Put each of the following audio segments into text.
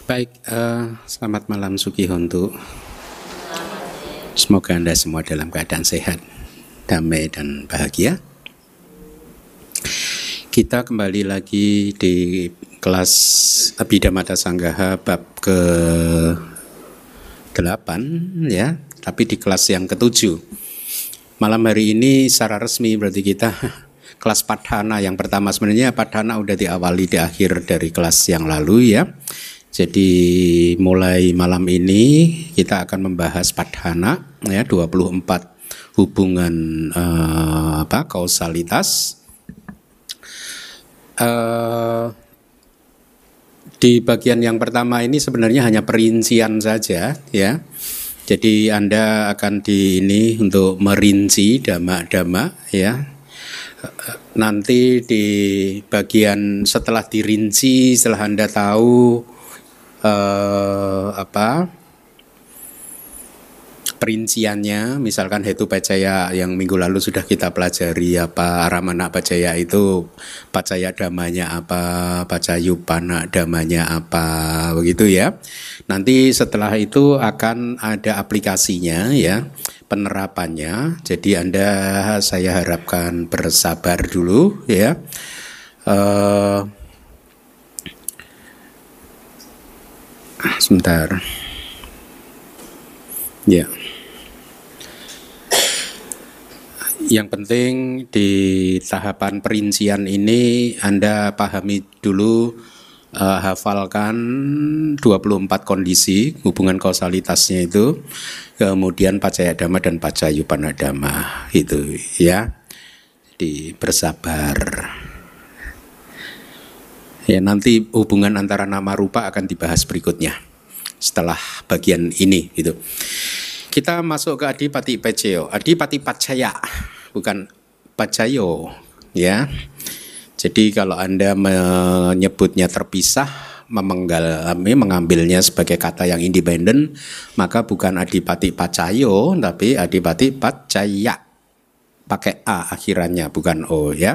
Baik, selamat malam Sugihontu. Semoga Anda semua dalam keadaan sehat, damai dan bahagia. Kita kembali lagi di kelas Abhidhamma Sanggaha bab ke-8 ya, tapi di kelas yang ke-7. Malam hari ini secara resmi berarti kita kelas Padhana yang pertama. Sebenarnya Padhana udah diawali di akhir dari kelas yang lalu ya. Jadi mulai malam ini kita akan membahas Padhana ya, 24 hubungan kausalitas. Di bagian yang pertama ini sebenarnya hanya perincian saja ya. Jadi Anda akan untuk merinci dhamma-dhamma ya. Nanti di bagian setelah dirinci, setelah Anda tahu perinciannya, misalkan hetu pacaya yang minggu lalu sudah kita pelajari aramana pacaya itu pacaya dhammanya apa, pacayupana dhammanya apa, begitu ya. Nanti setelah itu akan ada aplikasinya ya, penerapannya. Jadi saya harapkan bersabar dulu ya. Sebentar. Ya. Yang penting di tahapan perincian ini Anda pahami dulu, hafalkan 24 kondisi hubungan kausalitasnya itu, kemudian pacaya dhamma dan pacayupana dhamma itu ya. Jadi bersabar. Ya, nanti hubungan antara nama rupa akan dibahas berikutnya setelah bagian ini gitu. Kita masuk ke adipati pacayo. Adipati pacaya, bukan pacayo ya. Jadi kalau Anda menyebutnya terpisah, mengambilnya sebagai kata yang independen, maka bukan adipati pacayo tapi adipati pacaya. Pakai A akhirannya, bukan O ya.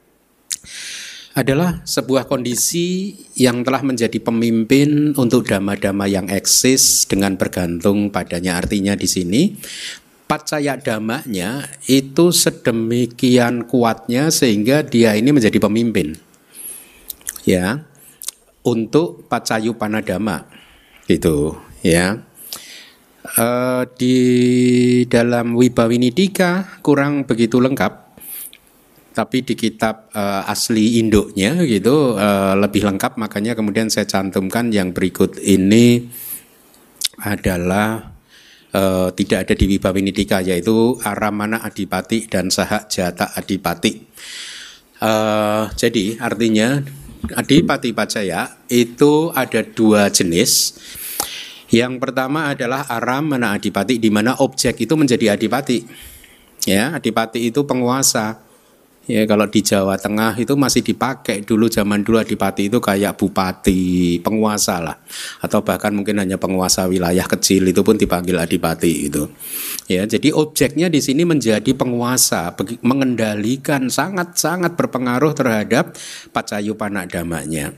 Adalah sebuah kondisi yang telah menjadi pemimpin untuk dhamma-dhamma yang eksis dengan bergantung padanya. Artinya di sini pacaya dhammanya itu sedemikian kuatnya sehingga dia ini menjadi pemimpin ya untuk pacayupana dhamma gitu ya. Di dalam Wibhawinidika kurang begitu lengkap, tapi di kitab asli induknya gitu lebih lengkap, makanya kemudian saya cantumkan yang berikut ini adalah tidak ada di Wibhawinidika, yaitu aramana adipati dan saha jata adipati. Jadi artinya adipati pacaya itu ada dua jenis. Yang pertama adalah aramana adipati, di mana objek itu menjadi adipati ya. Adipati itu penguasa. Ya, kalau di Jawa Tengah itu masih dipakai dulu, zaman dulu adipati itu kayak bupati, penguasa lah, atau bahkan mungkin hanya penguasa wilayah kecil itu pun dipanggil adipati itu. Ya, jadi objeknya di sini menjadi penguasa, mengendalikan, sangat-sangat berpengaruh terhadap pacayupana dhammanya.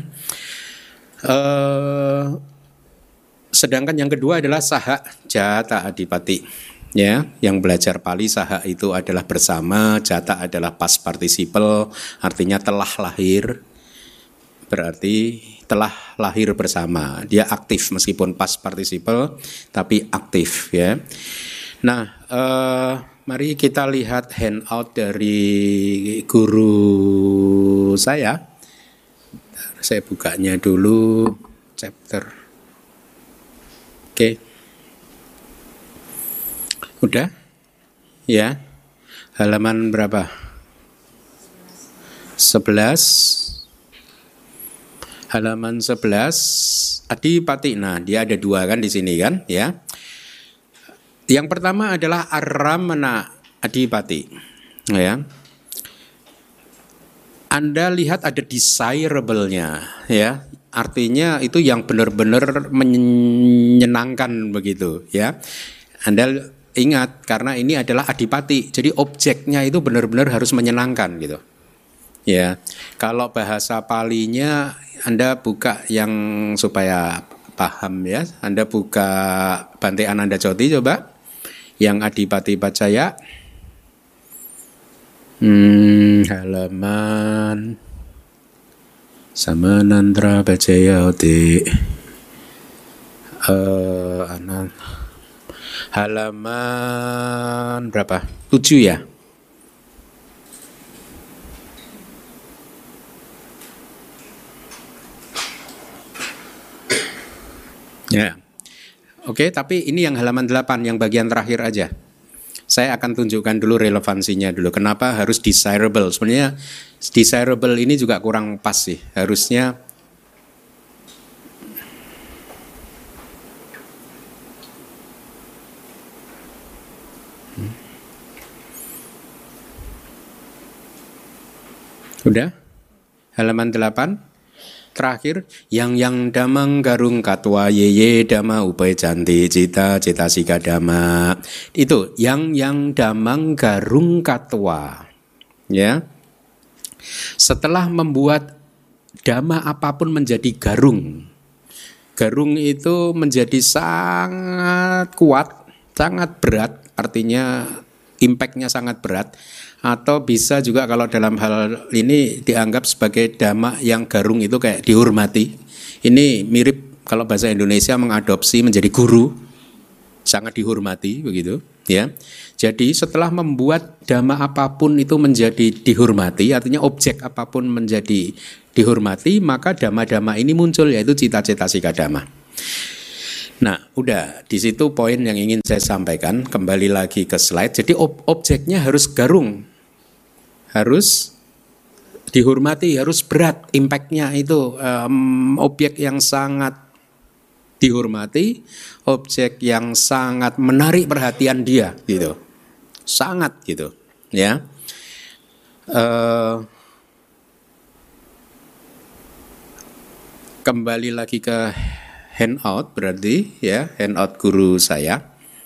Sedangkan yang kedua adalah saha jata adipati. Ya, yang belajar Pali, saha itu adalah bersama, jata adalah past participle, artinya telah lahir, berarti telah lahir bersama. Dia aktif meskipun past participle, tapi aktif ya. Nah, mari kita lihat handout dari guru saya. Saya bukanya dulu chapter. Oke. Udah? Ya. Halaman berapa? 11. Halaman 11 adipati. Nah, dia ada dua kan di sini kan, ya. Yang pertama adalah aramana adipati. Ya. Anda lihat ada desirable-nya, ya. Artinya itu yang benar-benar menyenangkan begitu, ya. Anda ingat, karena ini adalah adipati, jadi objeknya itu benar-benar harus menyenangkan gitu. Ya, kalau bahasa Palinya Anda buka yang supaya paham ya. Anda buka Bante Ananda Coti coba, yang Adipati Pacaya, halaman Samanandra Pacaya Oti, halaman berapa? 7 ya. Ya. Oke, tapi ini yang halaman 8 yang bagian terakhir aja. Saya akan tunjukkan dulu relevansinya dulu. Kenapa harus desirable? Sebenarnya desirable ini juga kurang pas sih. Harusnya udah? Halaman 8 terakhir, yang damang garung katwa yeye dama upai canti cita cita sika dama. Itu yang damang garung katwa. Ya. Setelah membuat dama apapun menjadi garung. Garung itu menjadi sangat kuat, sangat berat, artinya impact-nya sangat berat. Atau bisa juga kalau dalam hal ini dianggap sebagai dhamma yang garung itu kayak dihormati. Ini mirip kalau bahasa Indonesia mengadopsi menjadi guru, sangat dihormati begitu ya. Jadi setelah membuat dhamma apapun itu menjadi dihormati, artinya objek apapun menjadi dihormati, maka dhamma-dhamma ini muncul, yaitu cita-cita sika dhamma. Nah, udah di situ poin yang ingin saya sampaikan. Kembali lagi ke slide. Jadi objeknya harus garung, harus dihormati, harus berat, impact-nya itu objek yang sangat dihormati, objek yang sangat menarik perhatian dia, gitu, sangat gitu, ya. Kembali lagi ke handout berarti ya, handout guru saya.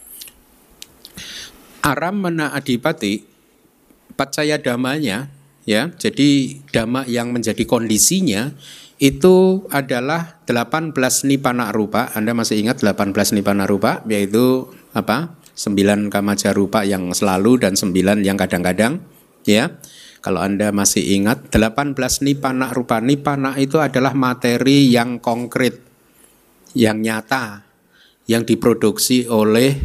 Aram mana adipati pacaya damanya ya. Jadi dhamma yang menjadi kondisinya itu adalah 18 nipana rupa. Anda masih ingat 18 nipana rupa, yaitu apa? 9 kamaja rupa yang selalu dan 9 yang kadang-kadang ya. Kalau Anda masih ingat 18 nipana rupa. Nipana itu adalah materi yang konkret, yang nyata, yang diproduksi oleh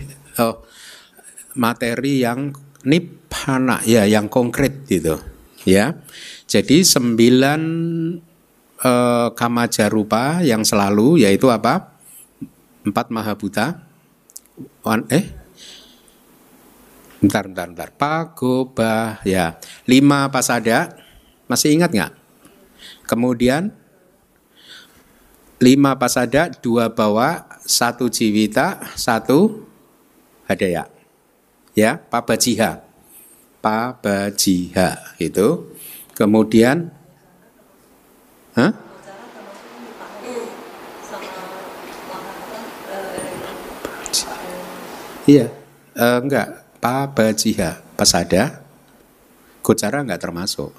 materi yang nibbana ya, yang konkret gitu ya. Jadi 9 kamaja rupa yang selalu, yaitu apa? 4 mahabhuta. Bentar. Pagoba ya. 5 pasada. Masih ingat nggak? Kemudian 5 pasada, 2 bawa, 1 jiwita, 1 hadaya. Ya, pabajiha. Pabajiha itu. Kemudian iya, enggak. Pabajiha, pasada, gocara enggak termasuk.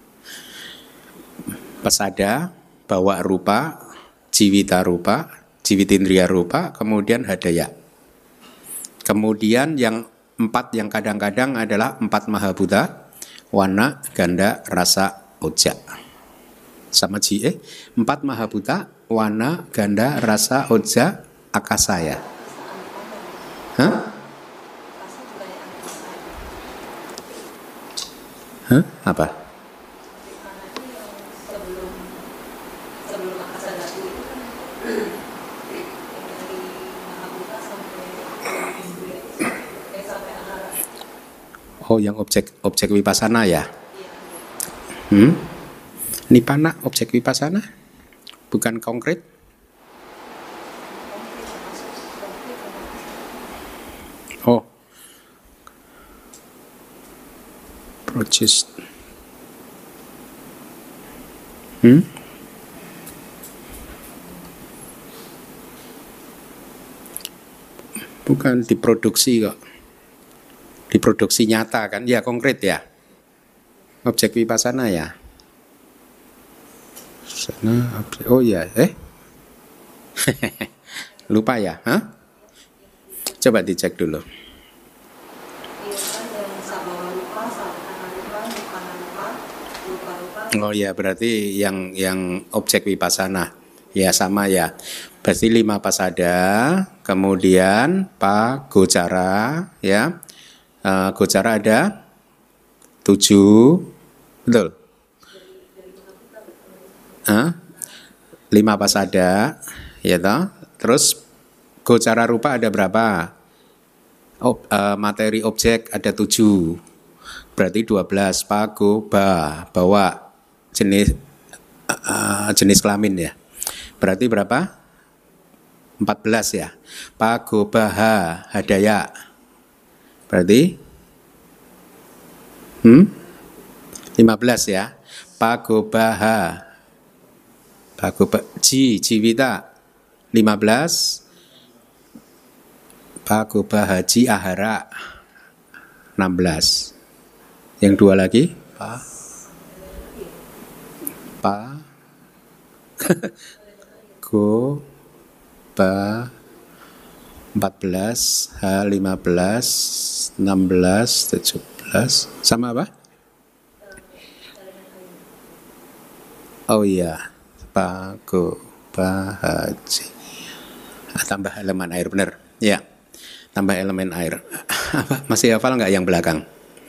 Pasada, bawa rupa, jiwita rupa, jiwitindriya rupa, kemudian hadaya. Kemudian yang 4 yang kadang-kadang adalah 4 mahabhuta, wana, ganda, rasa, oja. Sama 4 mahabhuta, wana, ganda, rasa, oja, akasaya. Apa? Oh, yang objek wipasana ya? Nipana objek wipasana? Bukan konkret? Oh, proses. Bukan diproduksi kok. Diproduksi nyata kan? Ya konkret ya. Objek wipasana ya. Sana, oh ya, lupa ya, hah? Coba dicek dulu. Oh ya, berarti yang objek wipasana ya sama ya. Berarti 5 pasada, kemudian gocara ya. Gocara ada 7, betul? 5 pasada, ya toh. Terus gocara rupa ada berapa? Materi objek ada 7, berarti 12. Bawa jenis kelamin ya. Berarti berapa? 14 ya. Pagobaha hadaya. Berarti 15 ya. Pagobaha jiwita 15. Pagobahaji ahara 16. Yang dua lagi go ba 14, H 15, 16, 17 sama apa? Oh iya, Pago Bahaji. Tambah elemen air, benar. Ya. Tambah elemen air. Masih hafal nggak yang belakang?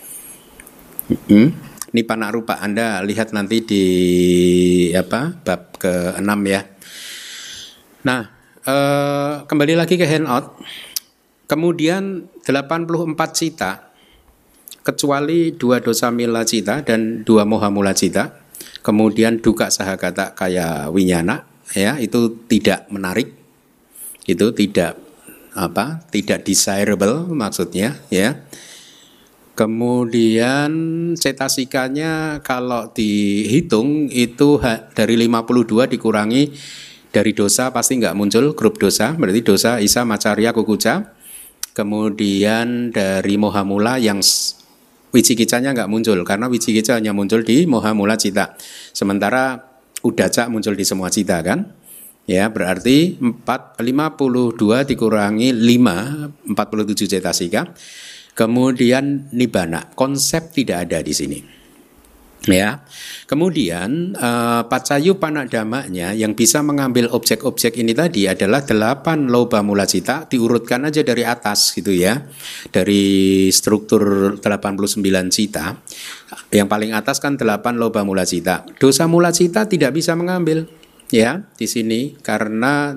Ini panak rupa, Anda lihat nanti di bab ke-6 ya. Nah, kembali lagi ke handout. Kemudian 84 cita, kecuali 2 dosa mila cita dan 2 moha mula cita, kemudian duka sahagata kaya winyana, ya, itu tidak menarik, itu tidak desirable maksudnya, ya. Kemudian cetasikanya kalau dihitung itu dari 52 dikurangi dari dosa pasti nggak muncul grup dosa, berarti dosa isa macarya kukuca. Kemudian dari moha mula yang wicikicanya nggak muncul karena wicikica hanya muncul di moha mula cita. Sementara udaca muncul di semua cita kan? Ya, berarti 52 dikurangi 5, 47 cetasika. Kemudian nibbana, konsep tidak ada di sini. Ya. Kemudian pacayu panadamanya yang bisa mengambil objek-objek ini tadi adalah 8 loba mula cita, diurutkan aja dari atas gitu ya. Dari struktur 89 cita. Yang paling atas kan 8 loba mula cita. Dosa mula cita tidak bisa mengambil ya di sini karena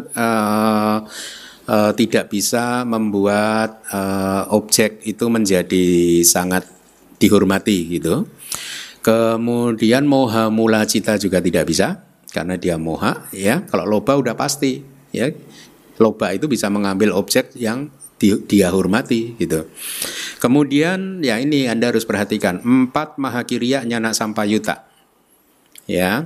tidak bisa membuat objek itu menjadi sangat dihormati gitu. Kemudian moha mula cita juga tidak bisa karena dia moha ya. Kalau loba udah pasti ya. Loba itu bisa mengambil objek yang dia hormati gitu. Kemudian ya ini Anda harus perhatikan 4 mahakirya nyana sampayuta. Ya.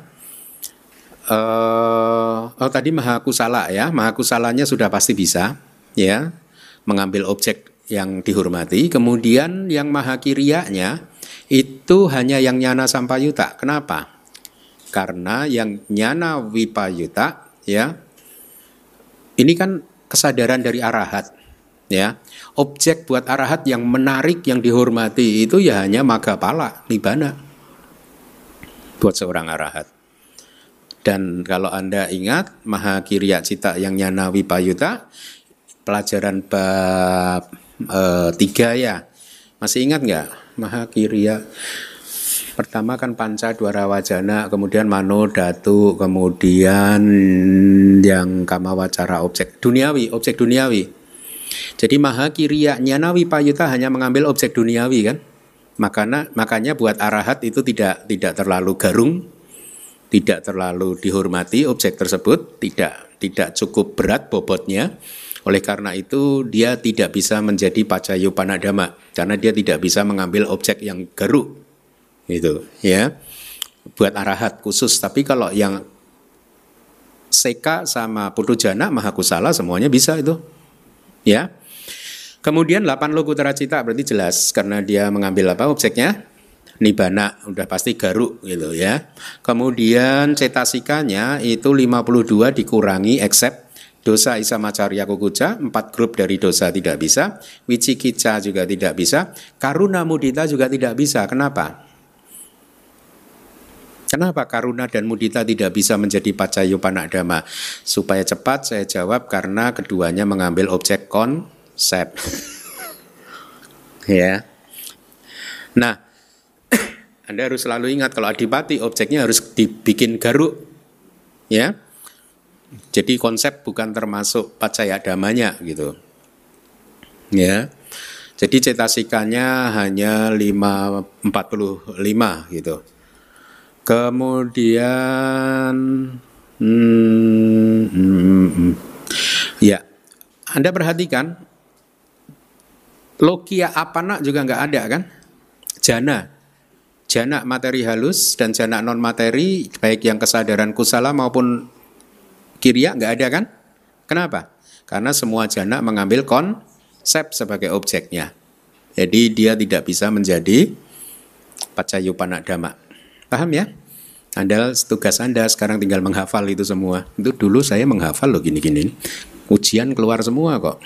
Tadi mahakusala ya, mahakusalanya sudah pasti bisa ya mengambil objek yang dihormati. Kemudian yang mahakiriyanya itu hanya yang nyana sampayuta. Kenapa? Karena yang nyana wipayuta ya ini kan kesadaran dari arahat ya. Objek buat arahat yang menarik yang dihormati itu ya hanya magapala nibbana buat seorang arahat. Dan kalau Anda ingat mahakirya cita yang nyana wipayuta pelajaran bab 3 ya. Masih ingat nggak? Mahakirya pertama kan panca dwara wajana, kemudian mano datu, kemudian yang kama wacara objek duniawi. Jadi mahakirya nyana wipayuta hanya mengambil objek duniawi kan? Makanya buat arahat itu tidak terlalu garung. Tidak terlalu dihormati objek tersebut, tidak cukup berat bobotnya. Oleh karena itu dia tidak bisa menjadi pacayu panadama karena dia tidak bisa mengambil objek yang garuk. Gitu, ya. Buat arahat khusus, tapi kalau yang seka sama putujana mahakusala semuanya bisa itu. Ya. Kemudian 8 lokutara cita berarti jelas karena dia mengambil objeknya Nibbana udah pasti garuk gitu ya. Kemudian cetasikanya itu 52 dikurangi except dosa isamacarya kukuca, 4 grup dari dosa tidak bisa, wicikicca juga tidak bisa, karuna mudita juga tidak bisa. Kenapa? Kenapa karuna dan mudita tidak bisa menjadi pacayupanna dhamma? Supaya cepat saya jawab karena keduanya mengambil objek konsep. Ya. Nah, Anda harus selalu ingat kalau adipati objeknya harus dibikin garuk. Ya. Jadi konsep bukan termasuk pacaya dhammanya gitu. Ya. Jadi cetasikanya hanya 45 gitu. Kemudian ya, Anda perhatikan logia apana juga nggak ada kan? Jana materi halus dan jana non materi baik yang kesadaran kusala maupun kiriya nggak ada kan? Kenapa? Karena semua jana mengambil konsep sebagai objeknya. Jadi dia tidak bisa menjadi pacayupanna dhamma. Paham ya? Tugas Anda sekarang tinggal menghafal itu semua. Itu dulu saya menghafal loh gini-gini. Ujian keluar semua kok.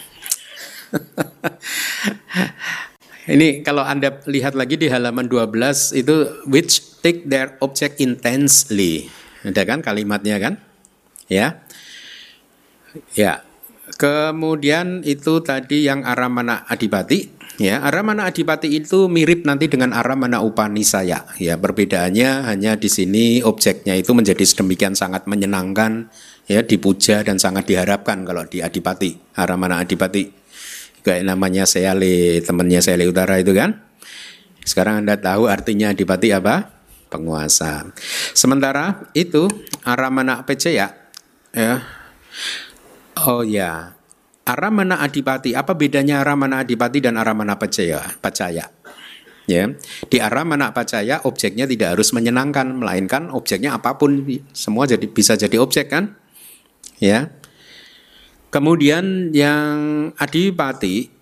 Ini kalau Anda lihat lagi di halaman 12 itu which take their object intensely. Ada kan kalimatnya kan? Ya. Ya. Kemudian itu tadi yang aramana adipati. Ya, aramana adipati itu mirip nanti dengan aramana upanisaya. Ya, perbedaannya hanya di sini objeknya itu menjadi sedemikian sangat menyenangkan, ya, dipuja dan sangat diharapkan kalau di adipati, aramana adipati. Kayak namanya Seale, temannya Seale Utara itu kan. Sekarang Anda tahu artinya adipati apa? Penguasa. Sementara itu aramana pecaya, ya. Oh ya, aramana adipati, apa bedanya aramana adipati dan aramana pacaya? Ya, di aramana pacaya objeknya tidak harus menyenangkan, melainkan objeknya apapun semua bisa jadi objek kan? Ya. Kemudian yang adipati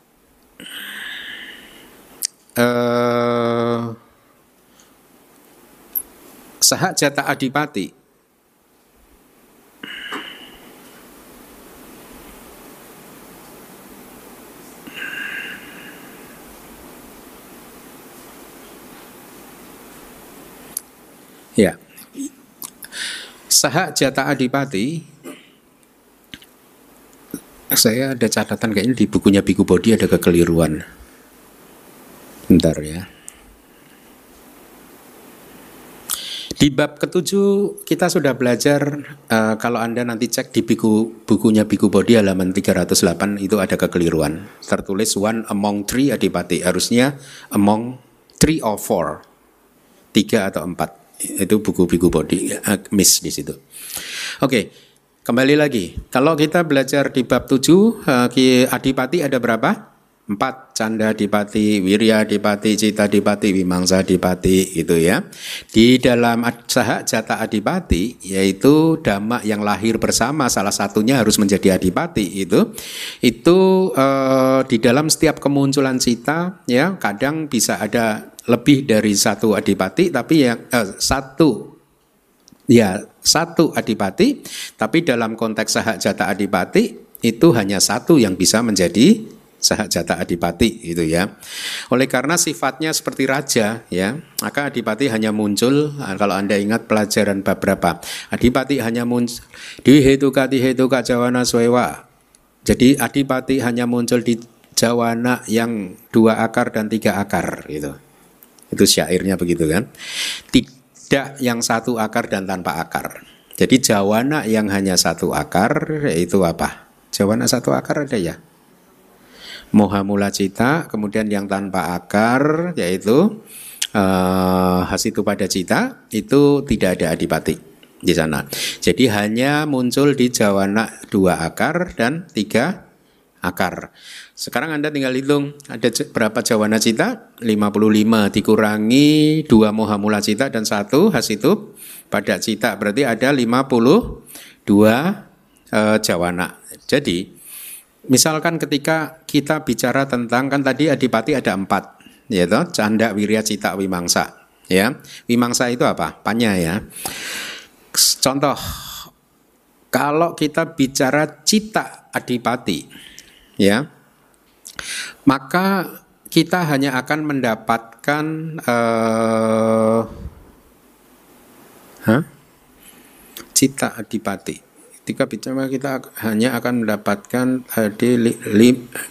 sahajata adipati. Ya, sahajata adipati. Saya ada catatan kayaknya di bukunya Biku Bodhi ada kekeliruan. Bentar ya. Di bab ke-7 kita sudah belajar, kalau Anda nanti cek di bukunya Biku Bodhi halaman 308 itu ada kekeliruan. Tertulis one among three adipati, harusnya among three or four, 3 atau 4. Itu buku Biku Bodhi, miss di situ. Oke, kembali lagi. Kalau kita belajar di bab 7, adipati ada berapa? 4, canda adipati, wirya adipati, cita adipati, vimangsa adipati, gitu ya. Di dalam sahajata adipati, yaitu dhamma yang lahir bersama, salah satunya harus menjadi adipati itu di dalam setiap kemunculan cita, ya kadang bisa ada lebih dari satu adipati, tapi yang satu adipati, tapi dalam konteks sahajata adipati itu hanya satu yang bisa menjadi sahajata adipati gitu ya. Oleh karena sifatnya seperti raja ya, maka adipati hanya muncul, kalau Anda ingat pelajaran bab berapa, adipati hanya muncul di hetuka jawana swewa. Jadi adipati hanya muncul di jawana yang 2 akar dan 3 akar gitu. Itu syairnya begitu kan. Tidak yang 1 akar dan tanpa akar. Jadi jawana yang hanya 1 akar yaitu apa? Jawana 1 akar ada ya? Moha mula cita, kemudian yang tanpa akar yaitu hasitu pada cita, itu tidak ada adipati di sana. Jadi hanya muncul di jawana 2 akar dan 3 akar. Sekarang Anda tinggal hitung ada berapa jawana cita? 55 dikurangi 2 moha mula cita dan 1 hasitu pada cita, berarti ada 52 jawana. Jadi misalkan ketika kita bicara tentang, kan tadi adipati ada 4 yaitu canda, wirya, cita, wimangsa. Ya, wimangsa itu apa? Panya ya. Contoh, kalau kita bicara cita adipati, ya, maka kita hanya akan mendapatkan cita adipati. Ketika bicara kita hanya akan mendapatkan 50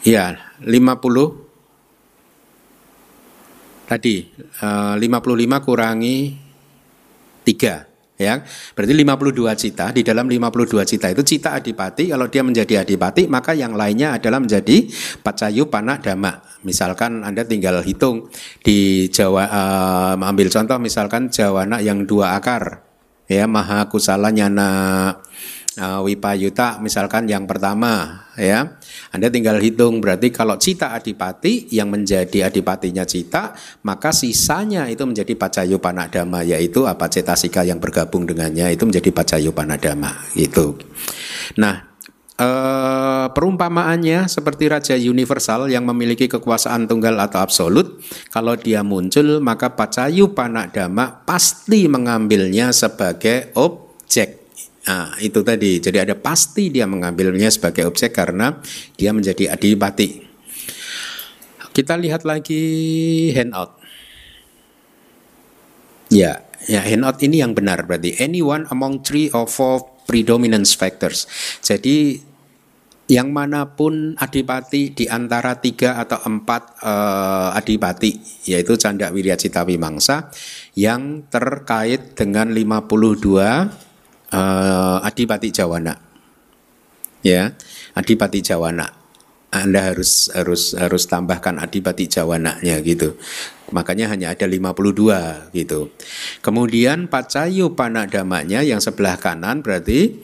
tadi 55 kurangi 3 ya. Berarti 52 cita. Di dalam 52 cita itu cita adipati, kalau dia menjadi adipati maka yang lainnya adalah menjadi pacayu pana dhamma. Misalkan Anda tinggal hitung di Jawa, ambil contoh misalkan jawana yang 2 akar ya, maha kusala nyana wipayuta misalkan yang pertama ya. Anda tinggal hitung, berarti kalau cita adipati yang menjadi adipatinya cita, maka sisanya itu menjadi pacayu panadama, yaitu apa, cetasika yang bergabung dengannya itu menjadi pacayu panadama gitu. Nah, perumpamaannya seperti raja universal yang memiliki kekuasaan tunggal atau absolut, kalau dia muncul maka pacayu panadama pasti mengambilnya sebagai objek. Nah, itu tadi. Jadi ada pasti dia mengambilnya sebagai objek karena dia menjadi adipati. Kita lihat lagi handout. Ya, handout ini yang benar berarti. Anyone among 3 or 4 predominance factors. Jadi yang manapun adipati di antara 3 atau 4 adipati, yaitu canda, wirya, cita, wimangsa, yang terkait dengan 52 adipati jawana, ya, adipati jawana. Anda harus tambahkan adipati jawananya gitu. Makanya hanya ada 52 gitu. Kemudian pacayu panadamanya yang sebelah kanan berarti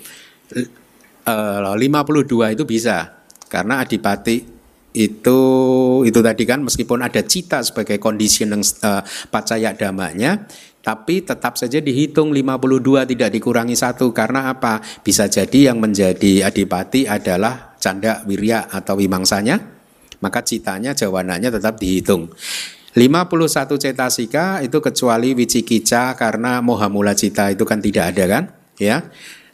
52 itu bisa, karena adipati itu tadi kan meskipun ada cita sebagai conditioning pacaya damanya, tapi tetap saja dihitung 52 tidak dikurangi 1. Karena apa? Bisa jadi yang menjadi adipati adalah canda, wirya atau wimangsanya, maka citanya, jawananya tetap dihitung. 51 cetasika itu kecuali wicikica, karena moha mula cita itu kan tidak ada kan, ya.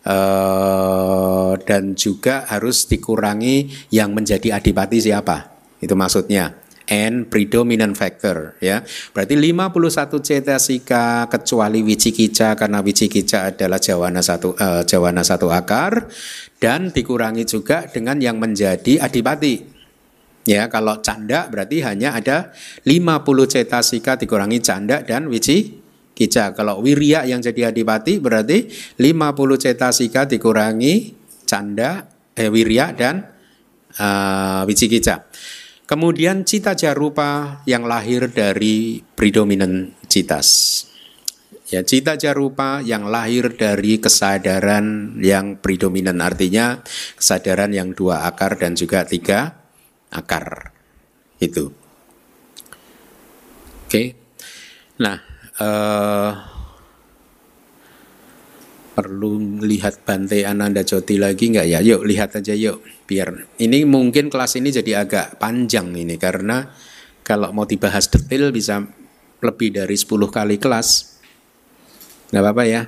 Dan juga harus dikurangi yang menjadi adipati siapa? Itu maksudnya. And predominant factor ya. Berarti 51 cetasika kecuali wicikica, karena wicikica adalah jawana satu akar, dan dikurangi juga dengan yang menjadi adipati. Ya, kalau canda berarti hanya ada 50 cetasika dikurangi canda dan wicikica. Kalau wirya yang jadi adipati berarti 50 cetasika dikurangi canda, wirya dan wicikica. Kemudian cita jarupa yang lahir dari predominant citas. Ya, cita jarupa yang lahir dari kesadaran yang predominan, artinya kesadaran yang 2 akar dan juga 3 akar. Itu. Oke. Nah, perlu lihat Bante Ananda Joti lagi nggak ya? Yuk lihat aja yuk. Biar ini mungkin kelas ini jadi agak panjang ini, karena kalau mau dibahas detail bisa lebih dari 10 kali kelas. Nggak apa-apa ya?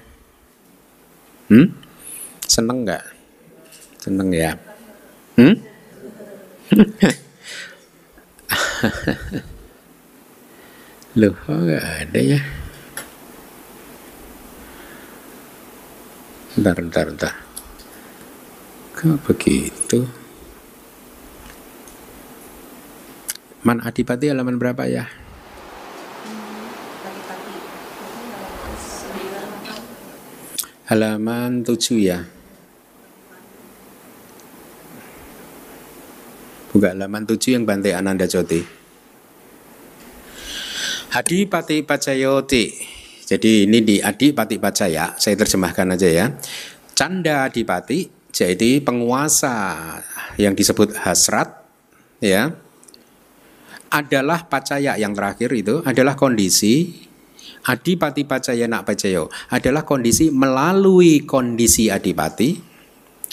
Seneng nggak? Seneng ya? Loh, kok nggak ada ya? Bentar. Kok begitu? Man adipati halaman berapa ya? Halaman 7 ya. Buka halaman 7 yang Bante Ananda Joti. Adipati pacayoti. Jadi ini di adipati pacaya, saya terjemahkan aja ya. Canda adipati, jadi penguasa yang disebut hasrat, ya, adalah pacaya yang terakhir itu adalah kondisi. Adipati pacaya nak pacayo adalah kondisi melalui kondisi adipati.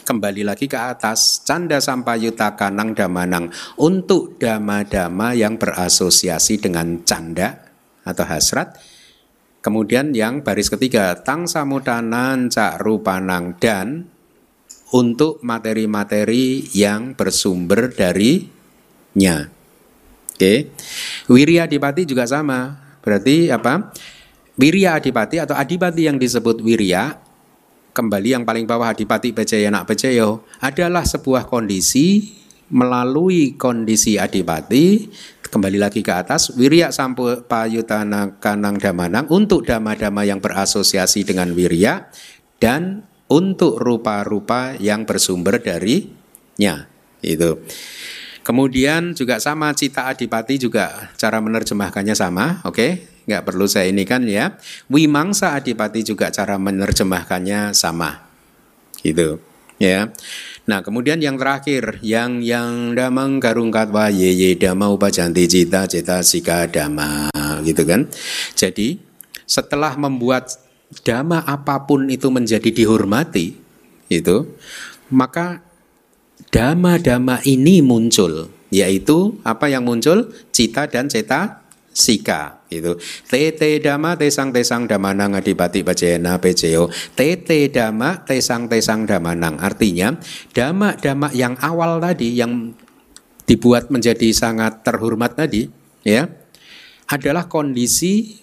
Kembali lagi ke atas, canda sampayuta kanang damanang, untuk dama-dama yang berasosiasi dengan canda atau hasrat. Kemudian yang baris ketiga, tang samutanan cak rupanang, dan untuk materi-materi yang bersumber darinya. Oke. Wirya adipati juga sama. Berarti apa? Wirya adipati atau adipati yang disebut wirya, kembali yang paling bawah adipati pecaya nak pecayo, adalah sebuah kondisi. Melalui kondisi adipati, kembali lagi ke atas, wirya sampayutana kanang damanang, untuk dama-dama yang berasosiasi dengan wirya, dan untuk rupa-rupa yang bersumber darinya. Itu. Kemudian juga sama, cita adipati juga cara menerjemahkannya sama, oke? Nggak perlu saya ini kan ya. Wimangsa adipati juga cara menerjemahkannya sama, gitu ya. Nah kemudian yang terakhir, yang damang karungkatwa ye dama upajanti cita cita sika dama, gitu kan. Jadi setelah membuat dama apapun itu menjadi dihormati, itu maka dama-dama ini muncul, yaitu apa yang muncul? Cita dan ceta sika, gitu. Tete dama tesang damanang adipati pacena peceo. Tete dama tesang damanang, artinya dama-dama yang awal tadi, yang dibuat menjadi sangat terhormat tadi, ya, adalah kondisi,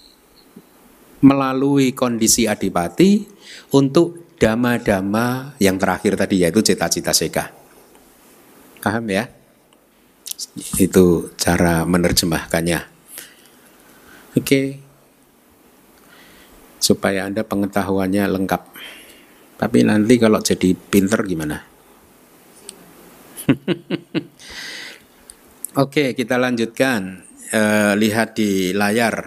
melalui kondisi adipati untuk dama-dama yang terakhir tadi, yaitu cita-cita seka. Paham ya? Itu cara menerjemahkannya. Oke. Supaya Anda pengetahuannya lengkap. Tapi nanti kalau jadi pinter gimana? Oke, kita lanjutkan. Lihat di layar.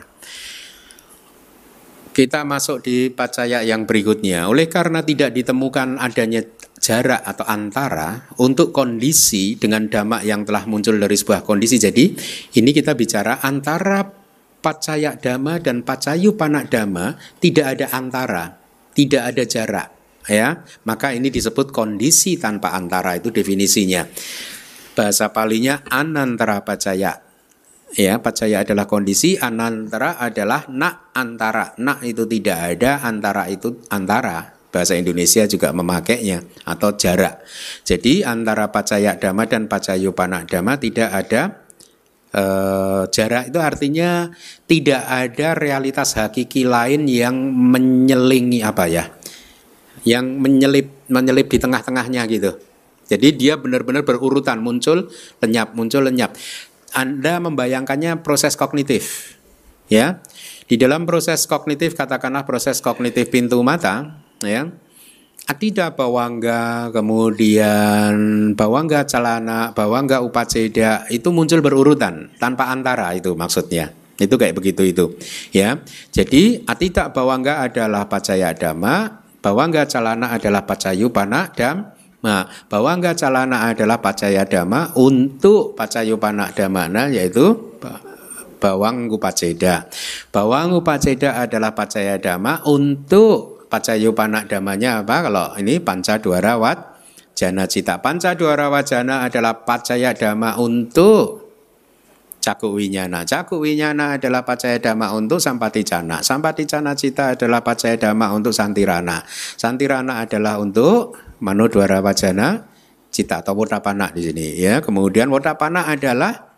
Kita masuk di pacaya yang berikutnya. Oleh karena tidak ditemukan adanya jarak atau antara untuk kondisi dengan dhamma yang telah muncul dari sebuah kondisi. Jadi ini kita bicara antara pacaya dhamma dan pacayupana dhamma, tidak ada antara, tidak ada jarak, ya. Maka ini disebut kondisi tanpa antara, itu definisinya. Bahasa Palinya anantara pacaya. Ya, pacaya adalah kondisi, anantara adalah nak antara. Nak itu tidak ada, antara itu antara. Bahasa Indonesia juga memakainya, atau jarak. Jadi antara pacaya dhamma dan pacayupana dhamma tidak ada jarak. Itu artinya tidak ada realitas hakiki lain yang menyelingi apa ya, yang menyelip di tengah-tengahnya gitu. Jadi dia benar-benar berurutan, muncul lenyap, muncul lenyap. Anda membayangkannya proses kognitif, ya. Di dalam proses kognitif, katakanlah proses kognitif pintu mata, ya. Adida bawangga, kemudian bawangga calana, bawangga upaceda, itu muncul berurutan tanpa antara, itu maksudnya. Itu kayak begitu itu, ya. Jadi adida bawangga adalah pacaya dhamma, bawangga calana adalah pacayupana dhamma. Nah, bawangga calana adalah pacaya dhamma untuk pacayupana dhammana, yaitu bawang upaceda. Bawang upaceda adalah pacaya dhamma untuk pacayupana dhammanya apa? Kalau ini panca dwara wajana cita. Panca dwara wajana adalah pacaya dhamma untuk caku winyana. Caku winyana adalah pacaya dhamma untuk sampaticana. Sampaticana cita adalah pacaya dhamma untuk santirana. Santirana adalah untuk mano dwara wajana cita atau wotapana di sini, ya. Kemudian wotapana adalah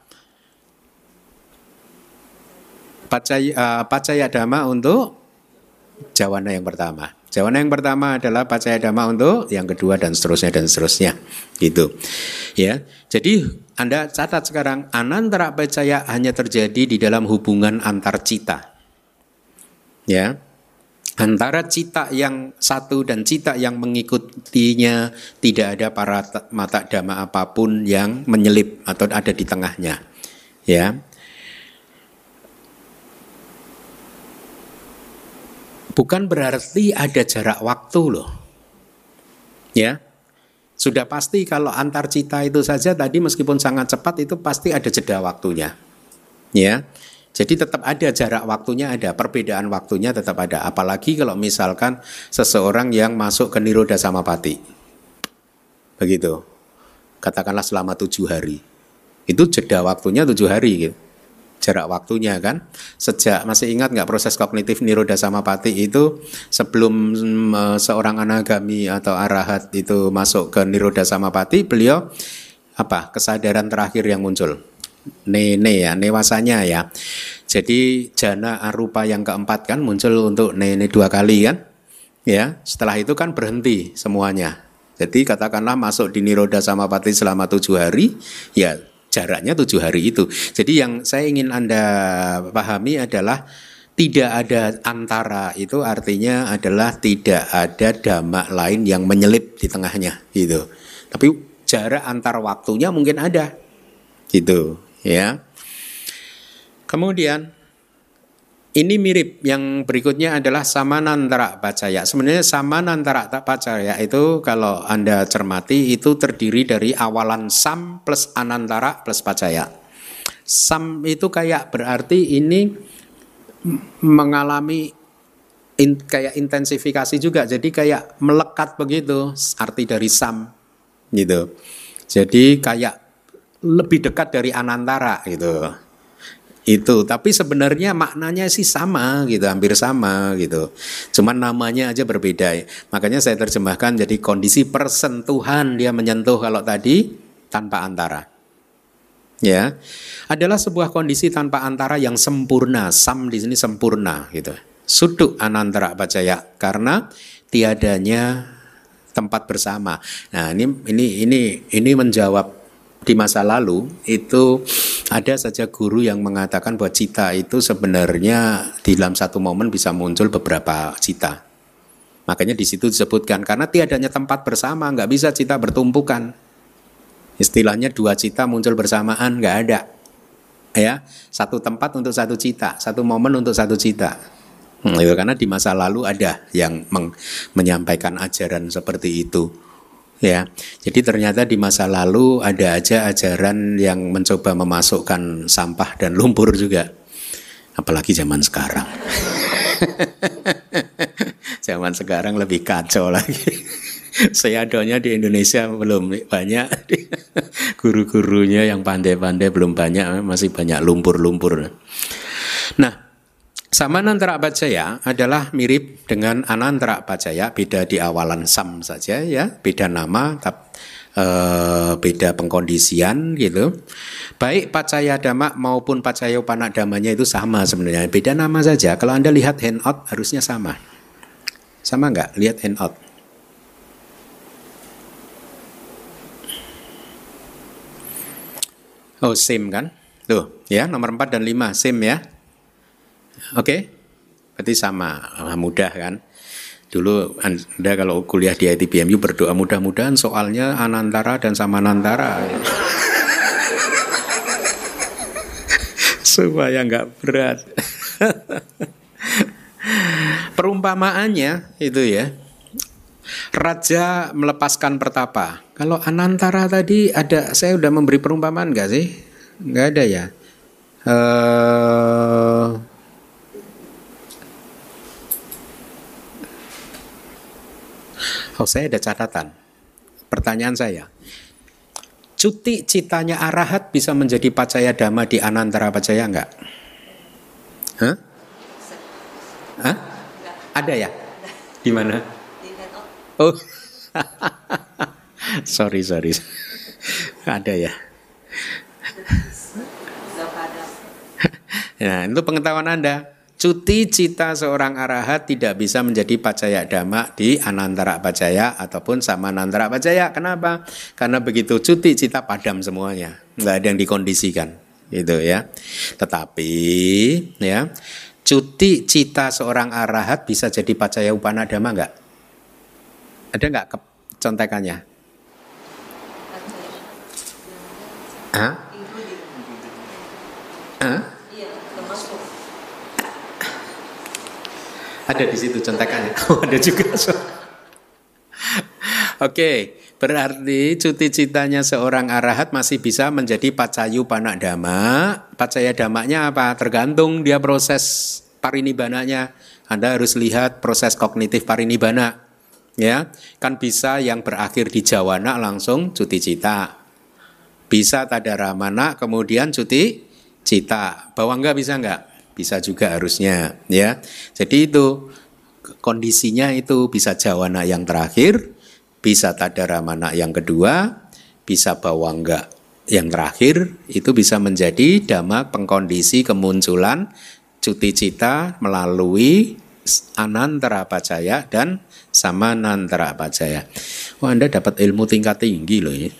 pacaya dhamma untuk jawana yang pertama. Jawana yang pertama adalah pacaya dhamma untuk yang kedua, dan seterusnya gitu, ya. Jadi Anda catat sekarang, anantara pacaya hanya terjadi di dalam hubungan antar cita, ya. Antara cita yang satu dan cita yang mengikutinya tidak ada mata dhamma apapun yang menyelip atau ada di tengahnya, ya. Bukan berarti ada jarak waktu loh, ya. Sudah pasti kalau antar cita itu saja tadi meskipun sangat cepat itu pasti ada jeda waktunya, ya. Jadi tetap ada jarak waktunya, ada perbedaan waktunya tetap ada. Apalagi kalau misalkan seseorang yang masuk ke nirodha samapati, begitu. Katakanlah selama 7 hari. Itu jeda waktunya 7 hari gitu. Jarak waktunya kan. Sejak, masih ingat nggak proses kognitif Nirodha Samapatti itu sebelum seorang anagami atau arahat itu masuk ke Nirodha Samapatti, beliau apa? Kesadaran terakhir yang muncul. Nene ya, newasanya ya. Jadi jana arupa yang keempat kan muncul untuk nene 2 kali kan. Ya, setelah itu kan berhenti semuanya. Jadi katakanlah masuk di Nirodha Samapatti selama 7 hari, ya jaraknya 7 hari itu. Jadi yang saya ingin Anda pahami adalah tidak ada antara, itu artinya adalah tidak ada dhamma lain yang menyelip di tengahnya gitu. Tapi jarak antar waktunya mungkin ada gitu ya. Kemudian ini mirip, yang berikutnya adalah samanantara pacaya. Sebenarnya samanantara pacaya itu kalau Anda cermati itu terdiri dari awalan sam plus anantara plus pacaya. Sam itu kayak berarti ini mengalami kayak intensifikasi juga. Jadi kayak melekat begitu arti dari sam gitu. Jadi kayak lebih dekat dari anantara gitu. Itu, tapi sebenarnya maknanya sih sama gitu, hampir sama gitu. Cuman namanya aja berbeda. Makanya saya terjemahkan jadi kondisi persentuhan, dia menyentuh kalau tadi tanpa antara. Ya. Adalah sebuah kondisi tanpa antara yang sempurna. Sam di sini sempurna gitu. Suduk anantara pacaya karena tiadanya tempat bersama. Nah, ini menjawab. Di masa lalu itu ada saja guru yang mengatakan bahwa cita itu sebenarnya di dalam satu momen bisa muncul beberapa cita. Makanya di situ disebutkan karena tiadanya tempat bersama, nggak bisa cita bertumpukan. Istilahnya 2 cita muncul bersamaan nggak ada. Ya, satu tempat untuk satu cita, satu momen untuk satu cita. Itu karena di masa lalu ada yang menyampaikan ajaran seperti itu. Ya, jadi ternyata di masa lalu ada aja ajaran yang mencoba memasukkan sampah dan lumpur juga. Apalagi zaman sekarang. Zaman sekarang lebih kacau lagi. Seadonya di Indonesia belum banyak. Guru-gurunya yang pandai-pandai belum banyak, masih banyak lumpur-lumpur. Nah, samanantara pacaya adalah mirip dengan anantara pacaya, beda di awalan sam saja ya, beda nama, beda pengkondisian gitu. Baik pacaya dhamma maupun pacaya upanadhamanya itu sama sebenarnya, beda nama saja. Kalau Anda lihat handout harusnya sama. Sama nggak? Lihat handout. Oh, same kan? Tuh, ya, nomor 4 dan 5 same ya. Oke, berarti sama, mudah kan? Dulu Anda kalau kuliah di ITBMU berdoa mudah-mudahan soalnya anantara dan samanantara. Supaya nggak berat. Perumpamaannya itu ya, raja melepaskan pertapa. Kalau anantara tadi ada, saya udah memberi perumpamaan nggak sih? Nggak ada ya. Oh, saya ada catatan. Pertanyaan saya, cuti citanya arahat bisa menjadi pacaya dhamma di anantara pacaya enggak? Hah? Hah? Ada ya? Di mana? Oh, sorry. Ada ya? Nah, itu pengetahuan Anda. Cuti cita seorang arahat tidak bisa menjadi pacaya dhamma di anantara pacaya ataupun samanantara pacaya. Kenapa? Karena begitu cuti cita padam semuanya, nggak ada yang dikondisikan, gitu ya. Tetapi, ya, cuti cita seorang arahat bisa jadi pacaya upanadhamma nggak? Ada nggak contekannya? Hah? Hah? Ada di situ contekannya. Oh, ada juga. Oke, berarti cuti citanya seorang arahat masih bisa menjadi pacayu panadhamma. Pacaya dhammanya apa? Tergantung dia proses parinibananya. Anda harus lihat proses kognitif parinibbana. Ya, kan bisa yang berakhir di jawana langsung cuti cita. Bisa tadaramana kemudian cuti cita. Bawangga bisa nggak? Bisa juga harusnya, ya. Jadi itu kondisinya itu bisa jawana yang terakhir, bisa tadaramana yang kedua, bisa bawangga yang terakhir. Itu bisa menjadi dhamma pengkondisi kemunculan cuti cita melalui anantara pacaya dan samanantara pacaya. Wah, Anda dapat ilmu tingkat tinggi loh ya.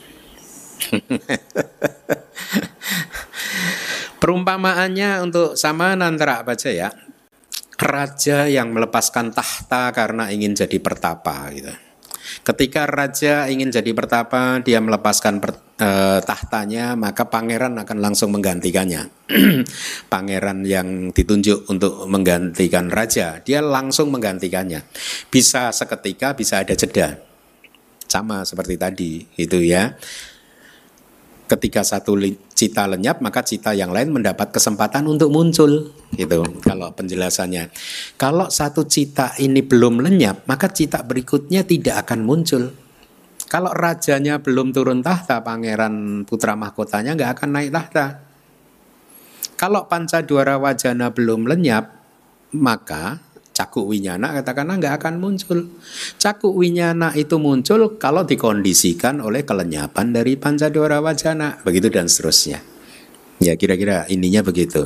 Perumpamaannya untuk samanantara pacaya, raja yang melepaskan tahta karena ingin jadi pertapa gitu. Ketika raja ingin jadi pertapa, dia melepaskan tahtanya, maka pangeran akan langsung menggantikannya. Pangeran yang ditunjuk untuk menggantikan raja, dia langsung menggantikannya. Bisa seketika, bisa ada jeda. Sama seperti tadi, itu ya. Ketika satu cita lenyap, maka cita yang lain mendapat kesempatan untuk muncul. Gitu, kalau penjelasannya. Kalau satu cita ini belum lenyap, maka cita berikutnya tidak akan muncul. Kalau rajanya belum turun tahta, pangeran putra mahkotanya nggak akan naik tahta. Kalau pancadwara wajana belum lenyap, maka cakuk winyana katakanlah nggak akan muncul. Cakuk winyana itu muncul kalau dikondisikan oleh kelenyapan dari pancadwara wajana, begitu dan seterusnya. Ya kira-kira ininya begitu.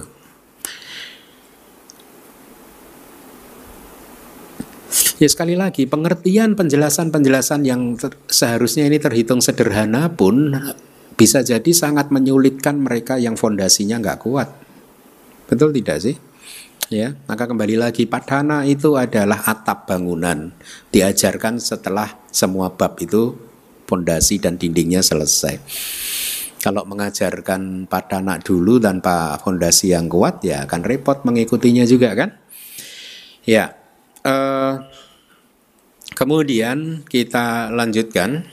Ya sekali lagi, pengertian penjelasan-penjelasan yang seharusnya ini terhitung sederhana pun bisa jadi sangat menyulitkan mereka yang fondasinya nggak kuat. Betul tidak sih? Ya, maka kembali lagi padhana itu adalah atap bangunan, diajarkan setelah semua bab itu fondasi dan dindingnya selesai. Kalau mengajarkan padhana dulu tanpa fondasi yang kuat, ya akan repot mengikutinya juga kan? Ya, kemudian kita lanjutkan.